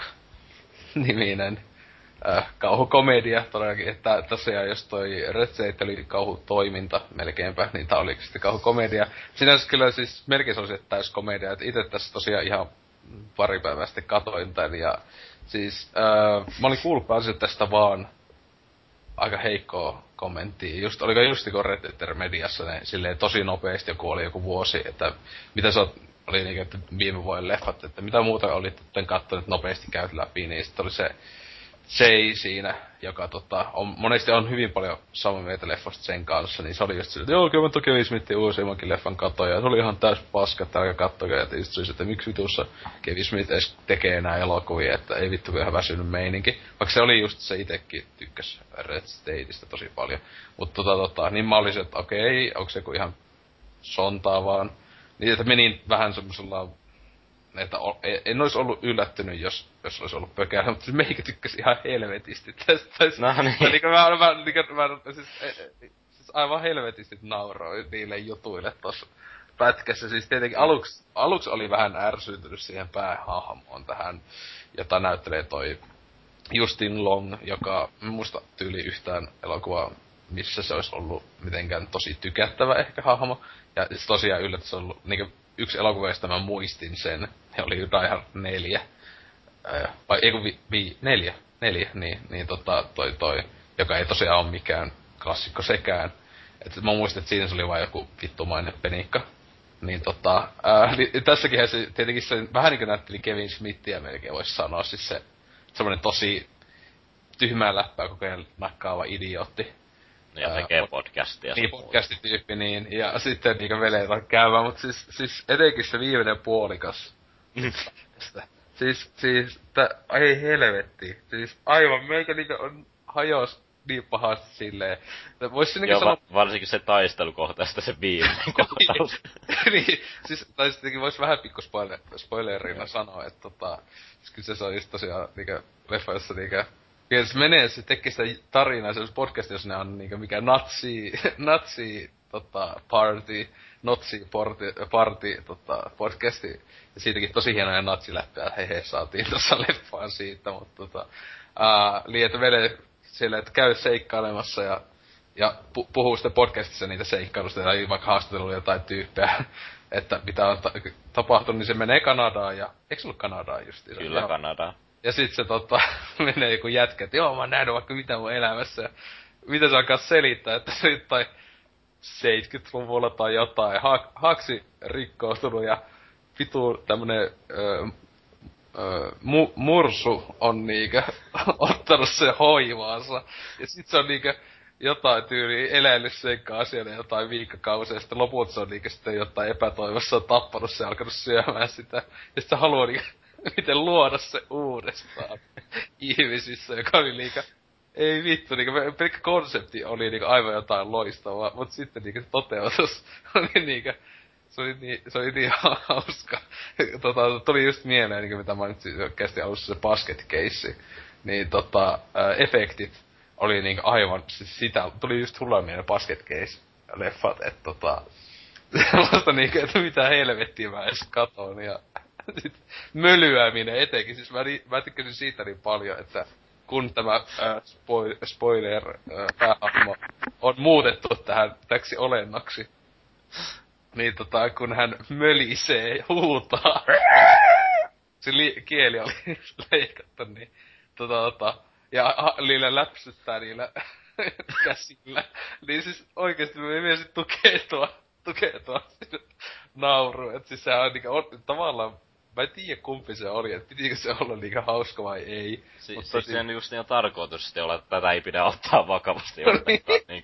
Tusk-niminen öö, kauhukomedia todellakin, että tosiaan jos toi Red State oli kauhutoiminta melkeinpä, niin tää oli sitten kauhukomedia. Sinänsä kyllä siis melkein se olisi täyskomedia, että itse tässä tosiaan ihan pari päivää sitten katoin tän ja siis öö, mä olin kuullut pääasiassa tästä vaan aika heikkoa kommenttia. Just, oliko just kun Redditor mediassa ne silleen tosi nopeasti joku oli joku vuosi, että mitä sä oot, oli niinku, että viime vuoden leffat, että mitä muuta olit sitten kattonut nopeasti käyt läpi, niin sitten oli se Jay siinä, joka tota, on, monesti on hyvin paljon samaa mieltä leffasta sen kanssa, niin se oli just silleen, että joo, kyllä mä toki Kevin Smithin uusimmankin leffan katoin, ja se oli ihan täys paska, että älkää kattokaa, ja tietysti se, että miksi vitussa Kevin Smith edes tekee enää elokuvia, että ei vittu ihan väsynyt meininki. Vaikka se oli just se itekin tykkäs Red Stateista tosi paljon. Mutta tota, tota, niin mä olisin, että okei, onko se joku ihan sontaa vaan. Niin, että menin vähän semmosella, että en olisi ollut yllättynyt, jos, jos olisi ollut pökää, mutta siis meikä tykkäsi ihan helvetisti tästä. No niin. Niin mä, mä, mä, mä siis, siis aivan helvetisti nauroin niille jutuille tossa pätkässä. Siis tietenkin aluksi, aluksi oli vähän ärsyyntynyt siihen päähahmoon tähän, jota näyttelee toi Justin Long, joka musta tyyli yhtään elokuvaa, missä se olisi ollut mitenkään tosi tykättävä ehkä hahmo. Ja siis tosiaan yllätys se on ollut niinku yksi elokuva, josta mä muistin sen, ja oli Die Hard neljä. Ää, vai ei kun vi, vi, neljä, neljä, niin, niin tota, toi toi, joka ei tosiaan ole mikään klassikko sekään. Et mä muistin, että siinä se oli vain joku vittumainen penikka. Niin tota, ää, niin tässäkin se tietenkin se vähän niinku näytteli Kevin Smithia melkein vois sanoa, siis se semmonen tosi tyhmää läppää koko ajan nakkaava idiootti. Ja tekee podcastia. Niin, podcastityyppi, niin. Ja sitten niinkö veleet on käymään, mut siis, siis etenkin se viimeinen puolikas. siis, siis, tä, ei helvetti. Siis aivan meikä niinkö on hajos niin pahasti silleen. Vois niinkö sanoa... Va- varsinkin se taistelukohtaista se viimeinen kohtaus. niin, siis, tai sittenkin vois vähän pikku spoiler, spoilerina sanoa, että tota... Siis kyllä se on just tosiaan niinkö leffa, jossa niinkö... Ja se menee, se tekee sitä tarinaa, se podcast, jos ne on niinkö mikä natsi, natsi tota, party, Notsi party, party tota, podcasti. Ja siitäkin tosi hienoja natsiläppejä, hehe, saatiin tossa leffaan siitä, mutta tota, ää, liian vele sille, että käy seikkailemassa ja, ja pu- puhuu sitten podcastissa niitä seikkailusta, tai vaikka haastatellut jotain tyyppejä, että mitä on ta- tapahtunut, niin se menee Kanadaan ja, eikö se ollut Kanadaan justiin? Kyllä, joo. Kanadaan. Ja sit se tota, menee joku jätkä, että joo, mä oon nähnyt vaikka mitä mun elämässä, ja mitä se alkaa selittää, että se jotain seitsemänkymmentäluvulla tai jotain, ha- haksi rikkoutunut ja vitu tämmönen öö, öö, mu- mursu on niinkö ottanut sen hoivaansa. Ja sit se on niinkö jotain tyyliä eläillyt seikkaa asialle jotain viikkokausia, ja sitten lopulta se on niinkö sitten jotain epätoivossa on tappanut se ja alkanut syömään sitä. Ja sitten haluaa niinkö miten luoda se uudestaan ihmisissä, joka oli liikaa. Ei vittu, niinku pelkkä konsepti oli niinku aivan jotain loistavaa, mut sitten niinku toteutus oli niinku, se oli niin, se oli niin hauska. Tota, tuli just mieleen, niinku mitä mainitsin kästi alussa se basket case, niin tota, ää, efektit oli niinku aivan, siis sitä, tuli just hullaan mieleen basket case leffat, et tota, sellaista niinku, että mitä helvettiä mä edes katon, ja sit mölyäminen etenkin, siis mä, mä tykkäsin siitä niin paljon, että kun tämä äh, spoil, spoiler äh, päähahmo on muutettu tähän täksi olennaksi, niin tota, kun hän mölisee ja huutaa, se li- kieli oli leikattu, niin tota, tota ja ha, niillä läpsyttää niillä käsillä, niin siis oikeesti me myös tukeutua, tukeutua nauruun, et siis sehän on niinku, on, tavallaan, mä en tiedä kumpi se oli, että pitikö se olla niinkö hauska vai ei. Si- mutta siis si- sen just niin tarkoitus sitten olla, että tätä ei pidä ottaa vakavasti. niinku.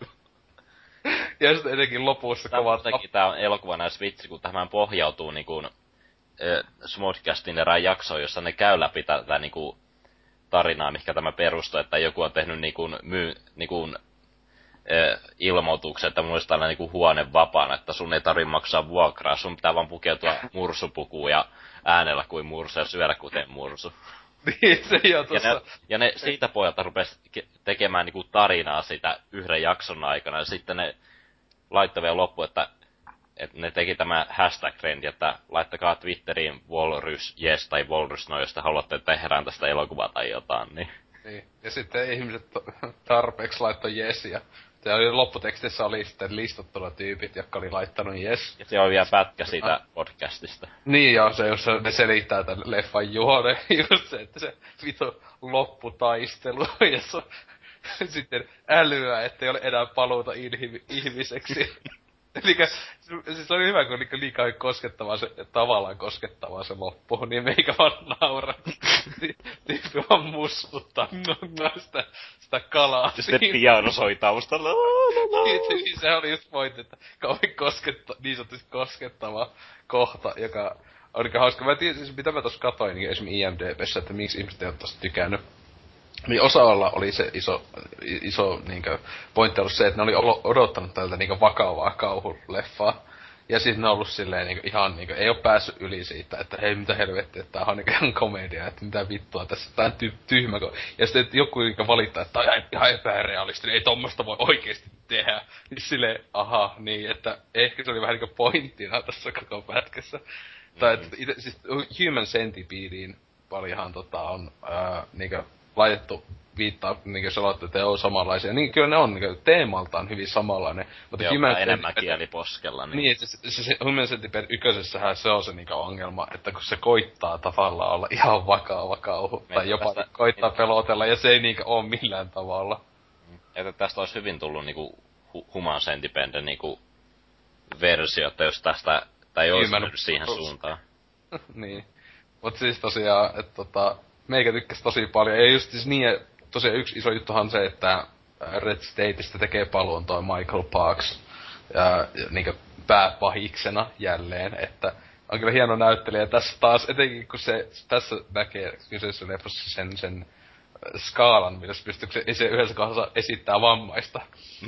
Ja sitten etenkin lopussa kovat... Tämäkin tää on elokuva näissä vitsi, kun tähän pohjautuu niinku äh, Smodcastin erään jaksoon, jossa ne käy läpi tätä niinku tarinaa, mikä tämä perustuu, että joku on tehnyt niinku, myy, niinku äh, ilmoituksen, että mulla olisi tällainen niinku huone vapaana, että sun ei tarvitse maksaa vuokraa, sun pitää vaan pukeutua mursupukuun ja äänellä kuin mursu ja syödä kuten mursu. Niin, se jo tossa. Ja ne, ja ne siitä pohjalta rupes tekemään niinku tarinaa sitä yhden jakson aikana, ja sitten ne laittoi vielä loppu, että, että ne teki tämä hashtag-trendi, että laittakaa Twitteriin Walrus yes tai Walrus no, jos te haluatte, että tehdään tästä elokuvaa tai jotain, niin. Niin, ja sitten ihmiset tarpeeksi laittoi yes, ja se oli lopputekstissä oli sitten listattuna tyypit, jotka oli laittanut yes. Ja se oli vielä pätkä siitä ah. podcastista. Niin joo, se jossa ne selittää tän leffan juone, just se, että se vitu lopputaistelu, ja se sitten älyä, ettei ole enää paluuta inhi- ihmiseksi. Elikkä, siis oli hyvä, kun niinku liikaa koskettavaa se, tavallaan koskettavaa se loppu, niin meikä vaan nauraa. Tyyppi vaan mussuttaa sitä, sitä kalaa. Ja sitten piano soi taustalla. Niin, se oli just pointti, että kauhean kosketta, niin sanotusti koskettava kohta, joka on niinku hauska. Mä tiedän, siis mitä mä tossa katoin niin esimerkiksi I M D B:ssä, että miksi ihmiset ei ole tosta tykännyt. Niin osalla oli se iso, iso niinkö pointti ollut se, että ne oli odottanut tältä niinkö vakavaa kauhuleffaa. Ja sit ne on ollut silleen niinku ihan niinku, ei oo päässyt yli siitä, että hei mitä helvettiä, että tää on niinku ihan komedia, että mitä vittua tässä, tää on ty- tyhmä. Ja sitten joku niinku valittaa, että tää on ihan epärealistinen, ei tommoista voi oikeesti tehdä. Niin silleen, aha, niin, että ehkä se oli vähän niinku pointtina tässä koko pätkässä. Mm-hmm. Tai että ite, siis Human Centipedeen paljonhan tota on ää, niinku laitettu viittaa, niinku sanoitte, että on samanlaisia. Niin kyllä ne on niinku teemaltaan hyvin samanlainen. Mutta joo, Human enemmän kieliposkella. Niin, niin se, se, se Human Centipede ykkösessähän se on se niinku ongelma, että kun se koittaa tavallaan olla ihan vakava kauhu, Meitä tai jopa tästä, koittaa niin pelotella, ja se ei niinku oo millään tavalla. Että tästä olisi hyvin tullut niinku Human Centipede niinku versio, että jos tästä, tai ei olisi mennyt siihen suuntaan. Niin. Mut siis tosiaan, että tota, meikä tykkäs tosi paljon. Ja just siis niin, tosiaan yksi iso juttuhan se, että Red Stateista tekee paluun toi Michael Parks. Ja, ja niinku pääpahiksena jälleen, että on kyllä hieno näyttelijä. Tässä taas, etenkin kun se tässä näkee kyseisessä leffassa sen, sen skaalan, millä se pystyy se, se yhdessä kohdassa esittää vammaista.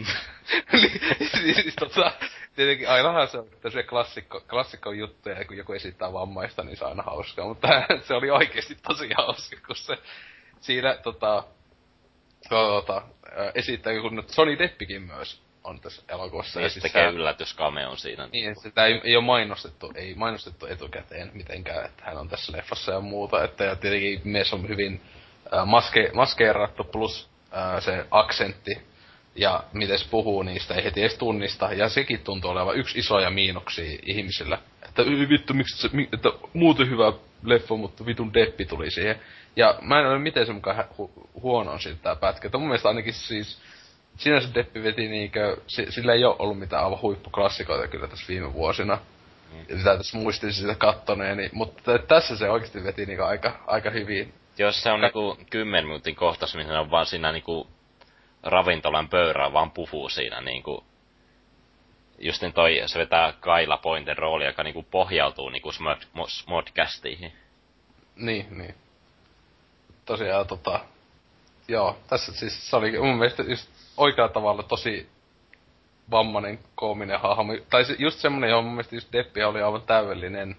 siis tota, tietenkin ainahan se on se klassikko, klassikko juttuja, ja kun joku esittää vammaista, niin se on aina hauskaa, mutta se oli oikeesti tosi hauska, kun se siinä tota, tota esittää, kun Johnny Deppikin myös on tässä elokuvassa. Ja sitten tekee yllätyscameon siinä. Niin, sitä ei, ei oo mainostettu, ei mainostettu etukäteen mitenkään, että hän on tässä leffassa ja muuta. Että ja tietenkin mies on hyvin äh, maske, maskeerattu plus äh, se aksentti ja miten se puhuu, niin sitä ei heti edes tunnista. Ja sekin tuntuu olevan yksi isoja miinuksia ihmisillä. Että vittu, miksi se, että muuten hyvä leffa, mutta vitun deppi tuli siihen. Ja mä en ole miten se mukaan hu- huono on siitä tää pätkä. Että mun mielestä ainakin siis sinänsä deppi veti niinkö, sillä ei oo ollut mitään aivan huippuklassikoita kyllä tässä viime vuosina. Mm. Mitä tässä muistin sitä kattoneeni, mutta t- tässä se oikeesti veti niinku aika, aika hyvin. Jos se on Ka- niinku kymmen minuutin kohtaus, missä on vaan siinä niinku ravintolan pöyrää vaan puhuu siinä niinku. Justin toi, se vetää Kaila Pointen rooli, joka niinku pohjautuu niinku smod- smodcastiihin. Niin, niin. Tosiaan tota... Joo, tässä siis se oli mun mielestä just oikealla tavalla tosi vammainen, koominen hahmo. Tai se, just semmonen, johon mun mielestä just Deppi oli aivan täydellinen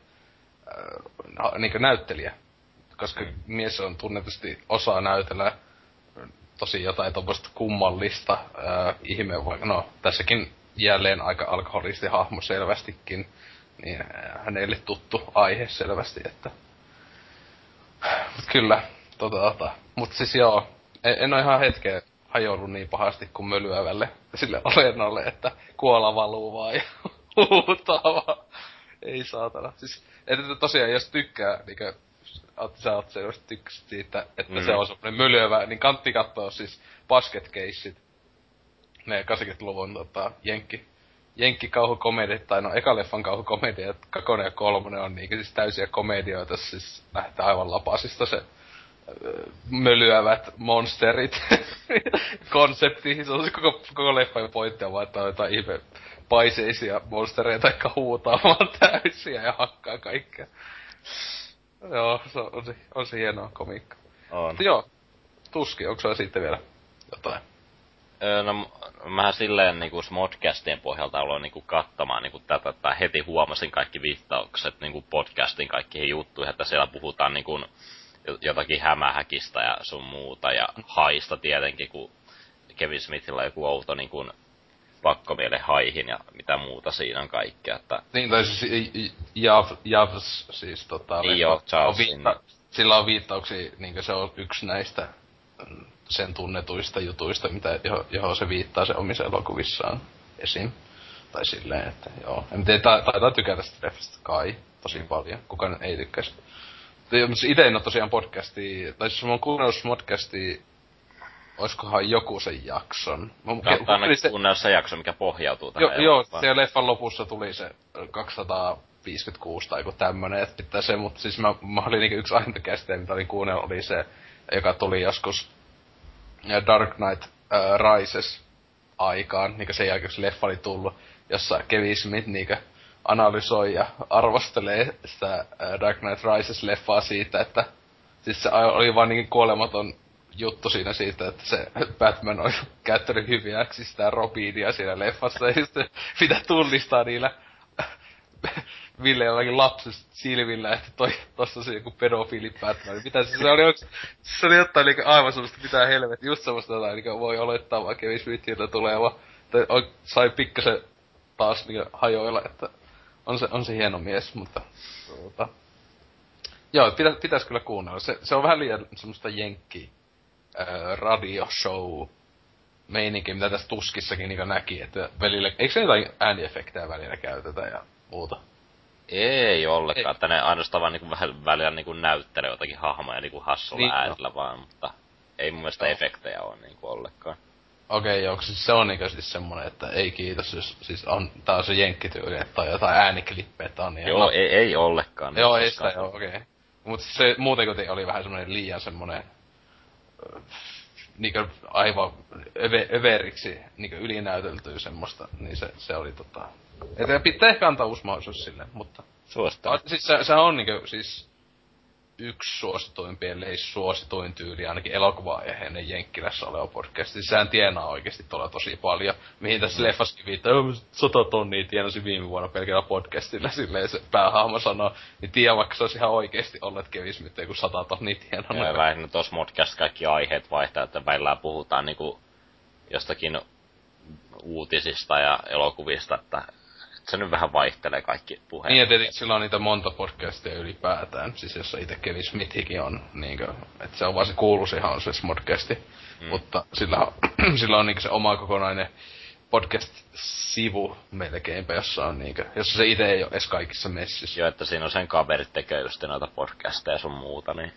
äh, niinku näyttelijä. Koska mm. mies on tunnetusti osaa näytellä tosi jotain tommoista kummallista äh, ihme, vaikka no tässäkin jälleen aika alkoholistihahmo selvästikin. Niin äh, hänelle tuttu aihe selvästi, että... Mut kyllä, tota tota. Mut siis joo, en, en oo ihan hetkeä hajoillut niin pahasti kuin mölyävälle sille alennalle, että kuola valuu vaan ja huutaa vaan. Ei saatana. Siis, että tosiaan jos tykkää, niinkö, sä oot selvästi tykkäsit siitä, että mm. se on semmonen mölyävä, niin kantti kattoo siis Basket Caseit. Ne kahdeksankymmentäluvun tota, jenkki, jenkkikauhukomediat, tai no eka leffan kauhukomediat, kakonen ja kolmonen on niinkö siis täysiä komedioita, siis lähtee aivan lapasista se mölyävät monsterit konsepti. Se on se koko, koko leffan pointti on vaan, että on jotain ihme paiseisia monstereita, jotka huutaa vaan täysiä ja hakkaa kaikkea. Joo, se on, on, se, on se hienoa komiikka. On. Mutta joo, Tuski, onko sulla sitten vielä jotain? Öö, no mähän silleen niinku Smodcastien pohjalta aloin niinku kattamaan niinku tätä, että heti huomasin kaikki viittaukset niinku podcastin kaikkiin juttuihin, että siellä puhutaan niinku jotakin hämähäkistä ja sun muuta, ja haista tietenkin, kun Kevin Smithillä on joku outo niin kuin pakkomiele haihin ja mitä muuta siinä on kaikkea, että... Niin, tai siis Jav, Javs, siis tota... Niin joo, Charlesin. Sillä on viittauksia, niinkö se on yksi näistä sen tunnetuista jutuista, mitä, johon, johon se viittaa se omissa elokuvissaan esim. Tai silleen, että joo. En tiedä, taitaa tykätä sitä leffasta kai tosi paljon, kukaan ei tykkäisi. Ite en oo tosiaan podcastia, tai siis mä oon kuunnellut podcastia, oiskohan joku sen jakson. Kannattaa aina se... kuunnella se jakso, mikä pohjautuu tähän jo, joo, siellä leffan lopussa tuli se kaksisataaviisikymmentäkuusi tai joku tämmönen, että pitää se, mutta siis mä, mä olin niinku yksi ainoa käsite, mitä olin kuunnellut, oli se, joka tuli joskus Dark Knight äh, Rises aikaan, niinku sen jälkeen, kun se leffa oli tullut, jossa Kevin Smith niinku analysoi ja arvostelee sitä Dark Knight Rises-leffaa siitä, että siis se oli vaan niinkin kuolematon juttu siinä siitä, että se Batman oli käyttänyt hyviäksi sitä Robinia siinä leffassa, ja sitten pitää tunnistaa niillä Ville jollakin lapsesta silmillä, että toi, tossa se joku pedofiili Batman. Mitä se, se oli onks, se oli jotain niinku aivan semmoista mitään helvetti, just semmoista jotain, niinku voi olettaa vaan Kevin Smithiltä tuleva. Tai sai pikkasen taas niinku hajoilla, että on se, on se hieno mies, mutta tuota... Joo, pitä, pitäis kyllä kuunnella. Se, se on vähän liian semmoista jenkki ää, radioshow meininki, mitä tässä Tuskissakin niinku näki, että välillä... Eikö se jotain ääniefektejä välillä käytetä ja muuta? Ei ollenkaan, ei. Että ne ainoastaan vaan niinku vähän välillä niinku näyttelee jotakin hahmoja niinku hassulla niin, äänellä no. vaan, mutta ei mun mielestä no. efektejä oo niinku ollenkaan. Okei, okay, joo, siis se on niinku siis semmonen, että ei kiitos, jos siis on, tää on se jenkkityyli, että on jotain ääniklippejä, että on niin... Joo, no, ei, ei ollenkaan. Joo, ei sitä, joo, okei. Okay. Mut se muuten kuitenkin oli vähän semmonen liian semmonen... Niinku aivan öve, överiksi niinku ylinäyteltyy semmoista, niin se, se oli tota... Että pitää ehkä antaa uusi mahdollisuus silleen, mutta... Suosittelen. Siis se, sehän on niinku siis... yksi suosituimpia, ellei suosituin tyyli, ainakin elokuva-aiheinen Jenkkilässä oleva podcast. Siis sehän tienaa oikeesti tuolla tosi paljon. Mihin tässä mm. leffaskin viittaa, sata tonnia tienasi viime vuonna pelkällä podcastilla, silleen se päähahmo sanoo. Niin tiedä, vaikka se olisi ihan oikeesti ollut, että kävis nyt joku sata tonnia tienannut. Joo, lähinnä tossa podcast kaikki aiheet vaihtaa, että välillä puhutaan niinku jostakin uutisista ja elokuvista, että se nyt vähän vaihtelee kaikki puheet. Niin, ja tietenkin sillä on niitä monta podcastia ylipäätään, siis jossa itse Kevin Smithikin on, niinkö, että se on vaan se kuuluisi ihan se Smodcasti, mm. mutta sillä on, sillä on niinkö se oma kokonainen podcast-sivu melkeinpä, jossa on niinkö, jossa se itse ei ole edes kaikissa messissä. Joo, että siinä on sen kaverit tekee just noita podcasteja sun muuta, niin...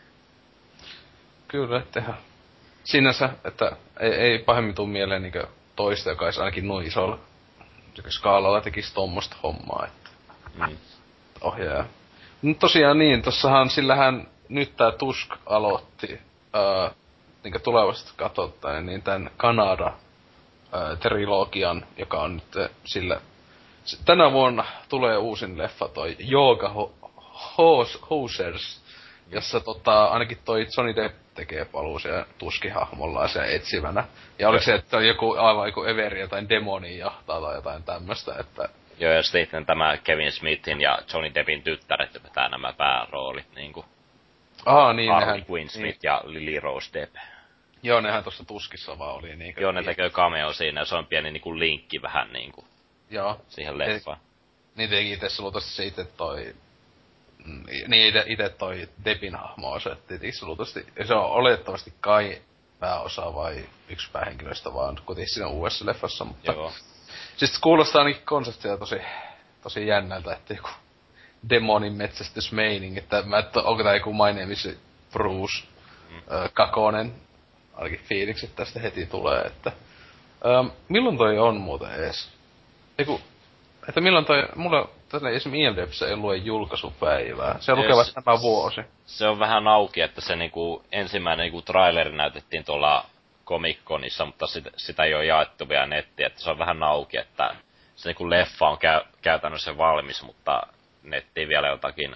Kyllä, että ihan... Sinänsä, että ei, ei pahemmin tuu mieleen niinkö toista, joka olisi ainakin noin isolla skaalalla tekisi tommoista hommaa, että... Mm. Ohjaa. No tosiaan niin, tossahan sillähän nyt tää Tusk aloitti, öö, niinkö tulevasta katsottaen, niin tän Kanada öö, trilogian, joka on nyt sillä... Tänä vuonna tulee uusin leffa toi Yoga Ho- Ho- Hosers, jossa tota, ainakin toi Johnny Depp tekee paluu siellä Tuski-hahmollaan siellä etsivänä. Ja oliko se, että on joku aivan joku Everi jotain demonia jahtaa tai jotain tämmöstä, että... Joo, ja sitten tämä Kevin Smithin ja Johnny Deppin tyttäret vetää nämä pääroolit, niinku... Aa, niin Harley nehän... Quinn Smith niin. ja Lily Rose Depp. Joo, nehän tossa Tuskissa vaan oli niinkö... Joo, ne tekee cameo siinä, ja se on pieni niinku linkki vähän niinku... Joo. Siihen leffaan. Niin teki itse luultavasti se itse toi... Niin ite, ite toi Deppin hahmo osettiin luultavasti. Se on oletettavasti kai pääosa vai yksi päähenkilöistä vaan kuitenkin siinä uudessa leffassa, mutta... Joo. Siis kuulostaa ainakin konseptia tosi, tosi jännältä, että joku demonin metsästysmeining, että mä et, onko tää joku My Name is Bruce mm. ö, kakonen, ainakin fiilikset tästä heti tulee, että... Ö, milloin toi on muuten ees? Eiku, että milloin toi, mulla tällä esimerkiksi I M D B:ssä ei lue julkaisupäivää, se lukee vasta tämä vuosi. Se on vähän auki, että se niinku ensimmäinen niinku traileri näytettiin tuolla Comic-Conissa, mutta sitä, sitä ei ole jaettu vielä nettiin, että se on vähän auki, että se niinku leffa on käy, käytännössä valmis, mutta nettiin vielä jotakin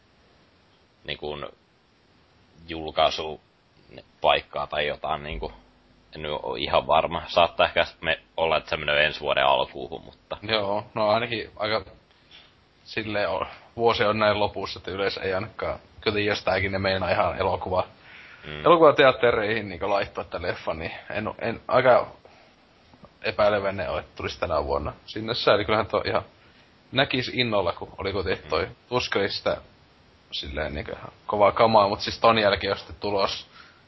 niinku julkaisupaikkaa tai jotain niinku, en nyt ole ihan varma. Saattaa ehkä me olla, että se menee ensi vuoden alkuuhun, mutta... Joo, no ainakin aika silleen on, vuosi on näin lopussa, että yleensä ei ainakaan, kyllä jostaikin ne meinaa ihan elokuva, mm. elokuvateattereihin niin laittaa tämän leffan, niin en, en aika epäileväinen ole, että tulisi tänä vuonna sinne sääli. Kyllähän toi ihan näkis innolla, kun oli kuitenkin toi mm. Tuskeli sitä silleen niin kovaa kamaa, mutta siis ton jälkeen on sitten tulos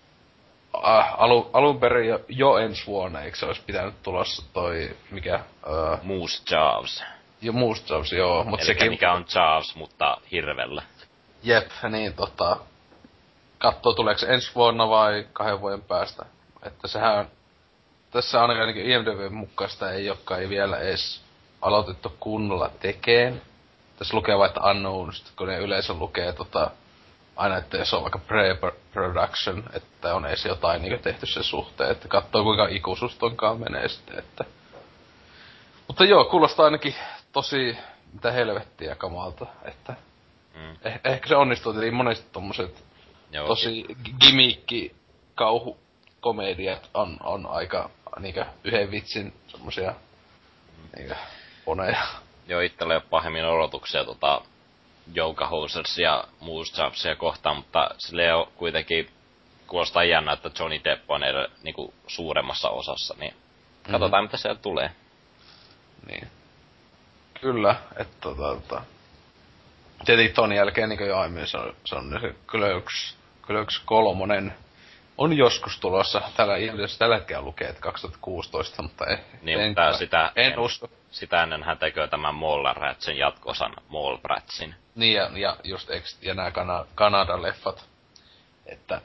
äh, alu, alun perin jo, jo ensi vuonna, eikö se olisi pitänyt tulossa toi, mikä... Äh, Moose Jaws. Jo Moose Jaws, joo, mut sekin... mikä on Jaws, mutta hirvellä. Jep, niin tota... Kattoo tuleeko se ensi vuonna vai kahden vuoden päästä. Että sehän on... Tässä ainakaan ainakin I M D B:n mukaista ei olekaan ei vielä edes aloitettu kunnolla tekeen. Tässä lukee vaan, että unknown, kun ne yleensä lukee tota... Aina, että jos on vaikka pre-production, että on edes jotain niin tehty sen suhteen, että katsoo kuinka ikuisuus tonkaan menee sitten, että... Mutta joo, kuulostaa ainakin tosi mitä helvettiä kamalta, että... Mm. Eh- ehkä se onnistuu, eli monesti tommoset joo, tosi gimmickki kauhukomediat on, on aika niinkö yhden vitsin semmosia mm. niinkö poneja. Joo, itsellä ei oo pahemmin odotuksia tota... Yoga Hosers ja Moose Jawsia kohtaan, mutta sille on kuitenkin kuulostaa jännä, että Johnny Depp on eri, niinku suuremmassa osassa, niin katsotaan mm-hmm. mitä siellä tulee. Niin. Kyllä, että tota, tota... Tietenkin ton jälkeen niinku jo aiemmin se on, se on se Clerks, Clerks kolmonen on joskus tulossa. Tällä ilmeisesti tällä hetkellä lukee, että kaksituhattakuusitoista, mutta ei, niin, en, mutta sitä, en, en usko. Sitä ennen hän tekee tämän Mallratsin jatko-osan Mallratsin. Niin ja, ja just ja nää Kana- Kanada-leffat, että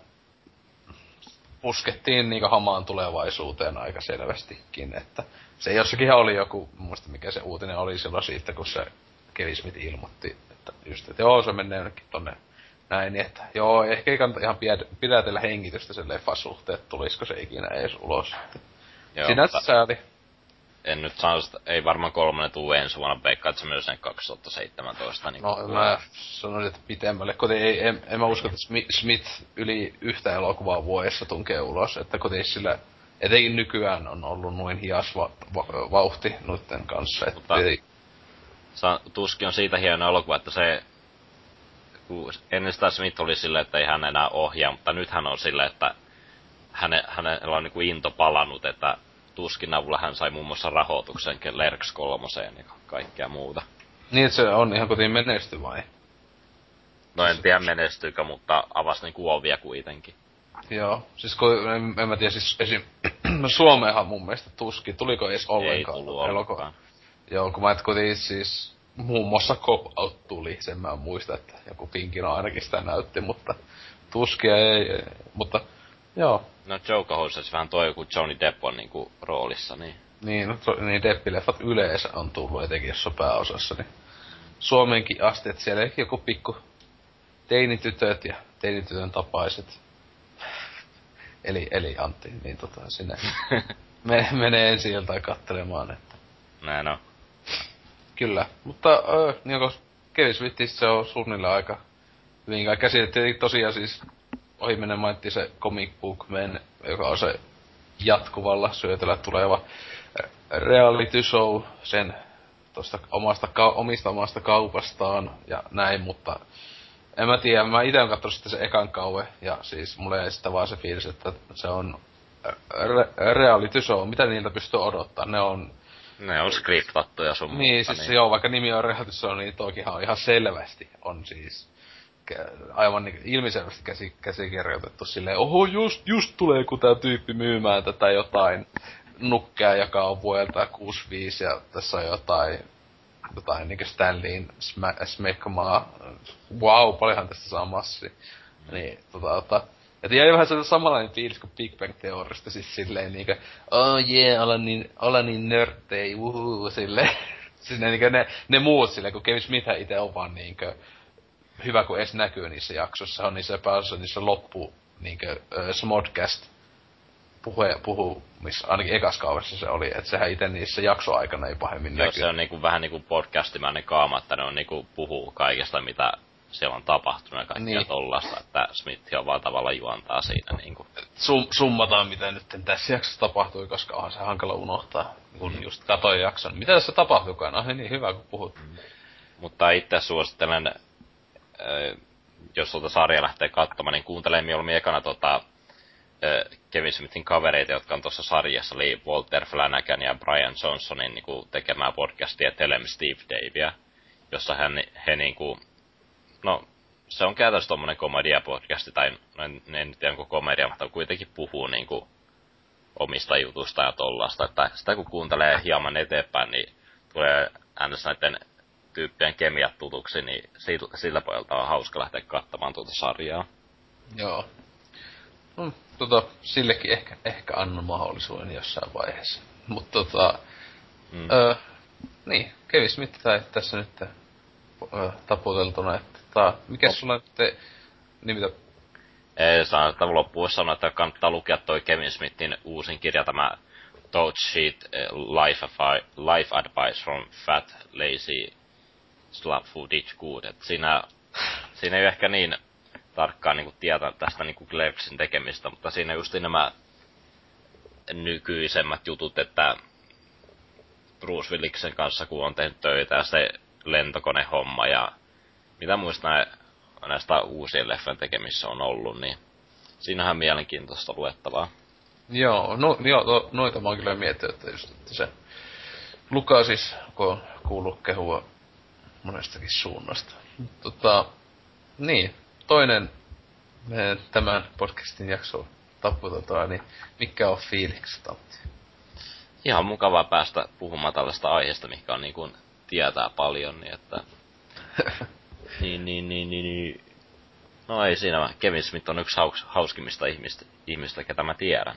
puskettiin niinku hamaan tulevaisuuteen aika selvästikin, että se jossakin oli joku, muista mikä se uutinen oli silloin siitä, kun se Kevin Smith ilmoitti, että just, että joo, se menee jonnekin tonne näin, niin että joo, ehkä ei kannata ihan pidätellä hengitystä sen leffan suhteen, että tulisiko se ikinä ees ulos. Joo, sinänsä sääli. En nyt sano, ei varmaan kolmonen tuu ensi vuonna, veikkaa, että se myös sen kaksituhattaseitsemäntoista. Niin no mä sanoisin, että pitemmälle, kuten ei, en, en mä usko, että Smith yli yhtä elokuvaa vuodessa tunkee ulos, että kuten sillä, etenkin nykyään on ollut noin hias va, va, vauhti noitten kanssa, että mutta, ei... Sa, Tuski on siitä hieno elokuva, että se, ennen sitä Smith oli silleen, että ei hän enää ohjaa, mutta nyt hän on silleen, että häne, hänellä on niinku into palannut, että Tuskin avulla hän sai muun muassa rahoituksen Clerks kolmoseen ja kaikkea muuta. Niin, että se on ihan kotiin menesty vai? No en tiedä menestyykö, mutta avasi niinku ovia kuitenkin. Joo, siis kun, en, en mä tiedä, siis esim... Suomeenhan mun mielestä tuskin, tuliko edes ollenkaan? Ei tullu ollenkaan. Joo, kun mä et kuitenkin siis, muun muassa Cop-Out tuli, sen mä muistan, että joku Pinkino ainakin sitä näytti, mutta tuskia ei, ei mutta joo. No Joker vähän toi joku Johnny Depp on niinku roolissa, niin. Niin, no to, niin Deppileffat yleensä on tullut, etenkin jos on pääosassa, niin Suomeenkin asti, että siellä joku pikku teinitytöt ja teinitytön tapaiset. Eli, eli Antti, niin tota, sinne me, menee ensi iltaan kattelemaan, että... Näin on. Kyllä, mutta öö, niin kun Kevin Smithistä se on suunnilleen aika hyvin kai käsitettiin tosiaan siis ohimenen mainittiin se Comic Book Man, joka on se jatkuvalla syötöllä tuleva reality show sen tosta omasta, ka- omista omasta kaupastaan ja näin, mutta en mä tiedä, mä ite on katsonut sitten se ekan kauan, ja siis mulle ei sitä vaan se fiilis, että se on re- reality show, mitä niiltä pystyy odottaa, ne on... Ne on skriptattuja sun Niin, muuta, siis niin. joo, vaikka nimi on reality show, niin tokihan on ihan selvästi, on siis aivan niin ilmiselvästi käsi, käsikirjoitettu silleen, oho, just, just tulee, kun tää tyyppi myymään tätä jotain nukkea, joka on vuodelta kuusikymmentäviisi, ja tässä on jotain jotain niinku Stanleyin smä- smekmaa. Wow, paljonhan tästä saa massi. Niin, tota, tota. Ja jäi vähän sellainen samanlainen fiilis kuin Big Bang Theorista, siis silleen niinkö, oh yeah, olla niin, olla niin nörttei, uhuu, silleen. Siis ne, niinkö, ne, ne muut silleen, kun Kevin Smith ite on vaan niinkö, hyvä kun edes näkyy niissä jaksoissa, on niissä päässä niissä loppu, niinkö, uh, Smodcast puhe, puhuu, missä ainakin ekas kaudessa se oli, että sehän ite niissä jaksoaikana ei pahemmin Joo, näkyy. se on niinku vähän niinku podcastimäinen kaama, että ne on niinku puhuu kaikesta, mitä siellä on tapahtunut ja kaikkea niin. Tollasta, että Smith on vaan tavallaan juontaa siinä niinku. Sum, summataan mitä nyt tässä jaksossa tapahtui, koska onhan se hankala unohtaa, kun mm. just katoin jakson. Mitä tässä tapahtuikaan? Ah niin, hyvä kun puhut. Mm. Mutta itse suosittelen, äh, jos tuota sarja lähtee katsomaan, niin kuuntelee mieluummin ekana tota Kevin Smithin kavereita, jotka on tuossa sarjassa, eli Walter Flanagan ja Brian Johnsonin niin kuin, tekemää podcastia Tell 'em Steve Davea, jossa hän, he niinku, no se on käytännössä tommonen komedia-podcasti, tai no en, en tiedä onko komedia, mutta kuitenkin puhuu niinku omista jutusta ja tollaista, että sitä kun kuuntelee hieman eteenpäin, niin tulee äänes näiden tyyppien kemiat tutuksi, niin sillä, sillä pojalta on hauska lähteä katsomaan tuota sarjaa. Joo. No, tota, sillekin ehkä, ehkä annan mahdollisuuden jossain vaiheessa. Mutta tota, mm. öö, niin, Kevin Smith tai tässä nyt öö, taputeltuna, että tota, mikä oh. sulla nyt, niin mitä? Ei saa, että loppuun sanoa, että kannattaa lukea toi Kevin Smithin uusin kirja, tämä Touch Sheet Life, Life Advice from Fat, Lazy, Slap Food Eat Good. Et siinä, siinä ei ehkä niin tarkkaan niinku tietää tästä niinku Clerksin tekemistä, mutta siinä just nämä nykyisemmät jutut, että Bruce Williksen kanssa kun on tehnyt töitä ja se lentokonehomma ja mitä muista nää, näistä uusien leffan tekemissä on ollut, niin siinähän mielenkiintoista luettavaa. Joo, no, joo, no, noita mä oon kyllä miettinyt, että just että se Luka siis, kun on kuullut kehua monestakin suunnasta. Tota, niin, toinen tämän podcastin jakso taputetaan, niin mikä on fiilikset, Antti? Ihan mukavaa päästä puhumaan tällaista aiheesta, mikä on niin kuin tietää paljon, niin että niin, niin, niin, niin, niin. No ei siinä, Kevin Smith on yksi haus, hauskimmista ihmistä, ihmistä, ketä mä tiedän.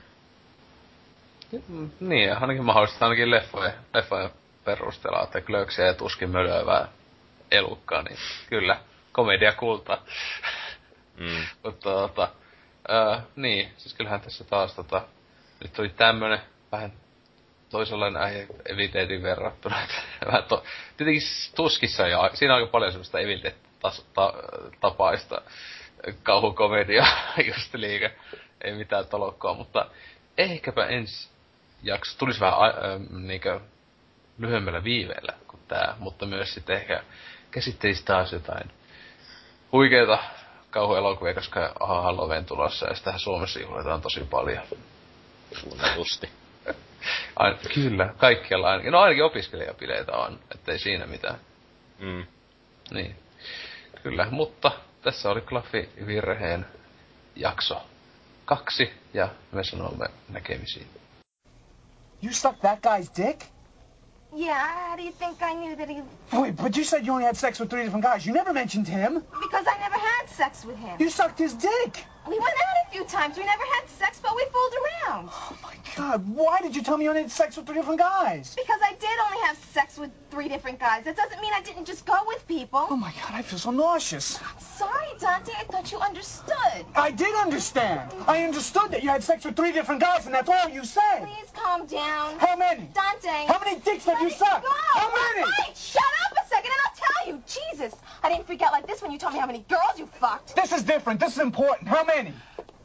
Niin, ainakin mahdollisesti ainakin leffojen, leffojen perusteella, että Clerksia ja tuskin mölöivää elukkaa, niin kyllä, komedia kultaa. Mm. Mutta tota, ää, niin, siis kyllähän tässä taas tota, nyt oli tämmönen vähän toisenlainen äijä Eviteetin verrattuna. Vähän to, tietenkin tuskissa ja siinä on aika paljon semmoista Evite-tapaista kauhukomediaa, just liikä, ei mitään tolokkoa, mutta ehkäpä ensi jakso tulisi vähän ä, niinkö lyhyemmällä viiveellä kuin tää, mutta myös sitten ehkä käsittelisi taas jotain huikeita kauhuelokuvia, koska aha, Halloween tulossa ja sitähän Suomessa juhlitaan tosi paljon. Suunnatusti. Ain, kyllä, kaikkialla ainakin. No ainakin opiskelijapileitä on, ettei siinä mitään. Mm. Niin. Kyllä, mutta tässä oli Klaffi Virheen jakso kaksi, ja me sanomme näkemisiin. You sucked that guy's dick? Yeah, how do you think I knew that he... Wait, but you said you only had sex with three different guys. You never mentioned him. Because I never had sex with him. You sucked his dick. We went out a few times. We never had sex, but we fooled around. Oh, my God. Why did you tell me you only had sex with three different guys? Because I did only have sex with three different guys. That doesn't mean I didn't just go with people. Oh, my God, I feel so nauseous. I'm sorry, Dante. I thought you understood. I did understand. I understood that you had sex with three different guys, and that's all you said. Please calm down. How many? Dante. How many dicks have you sucked? Go. How many? Wait, shut up a second and I'll tell you. Jesus, I didn't freak out like this when you told me how many girls you fucked. This is different. This is important. How many?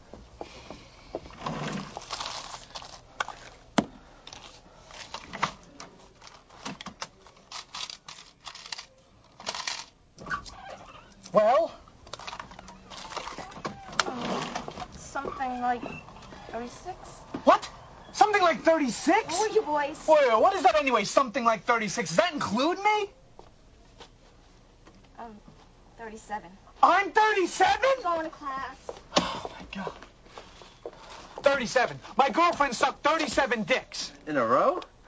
Well? Um, something like thirty-six. What? Something like thirty-six? Who are you boys? Wait, what is that anyway, something like thirty-six? Does that include me? Um, thirty-seven. I'm thirty-seven? Going to class. Oh, my God. thirty-seven. My girlfriend sucked thirty-seven dicks. In a row?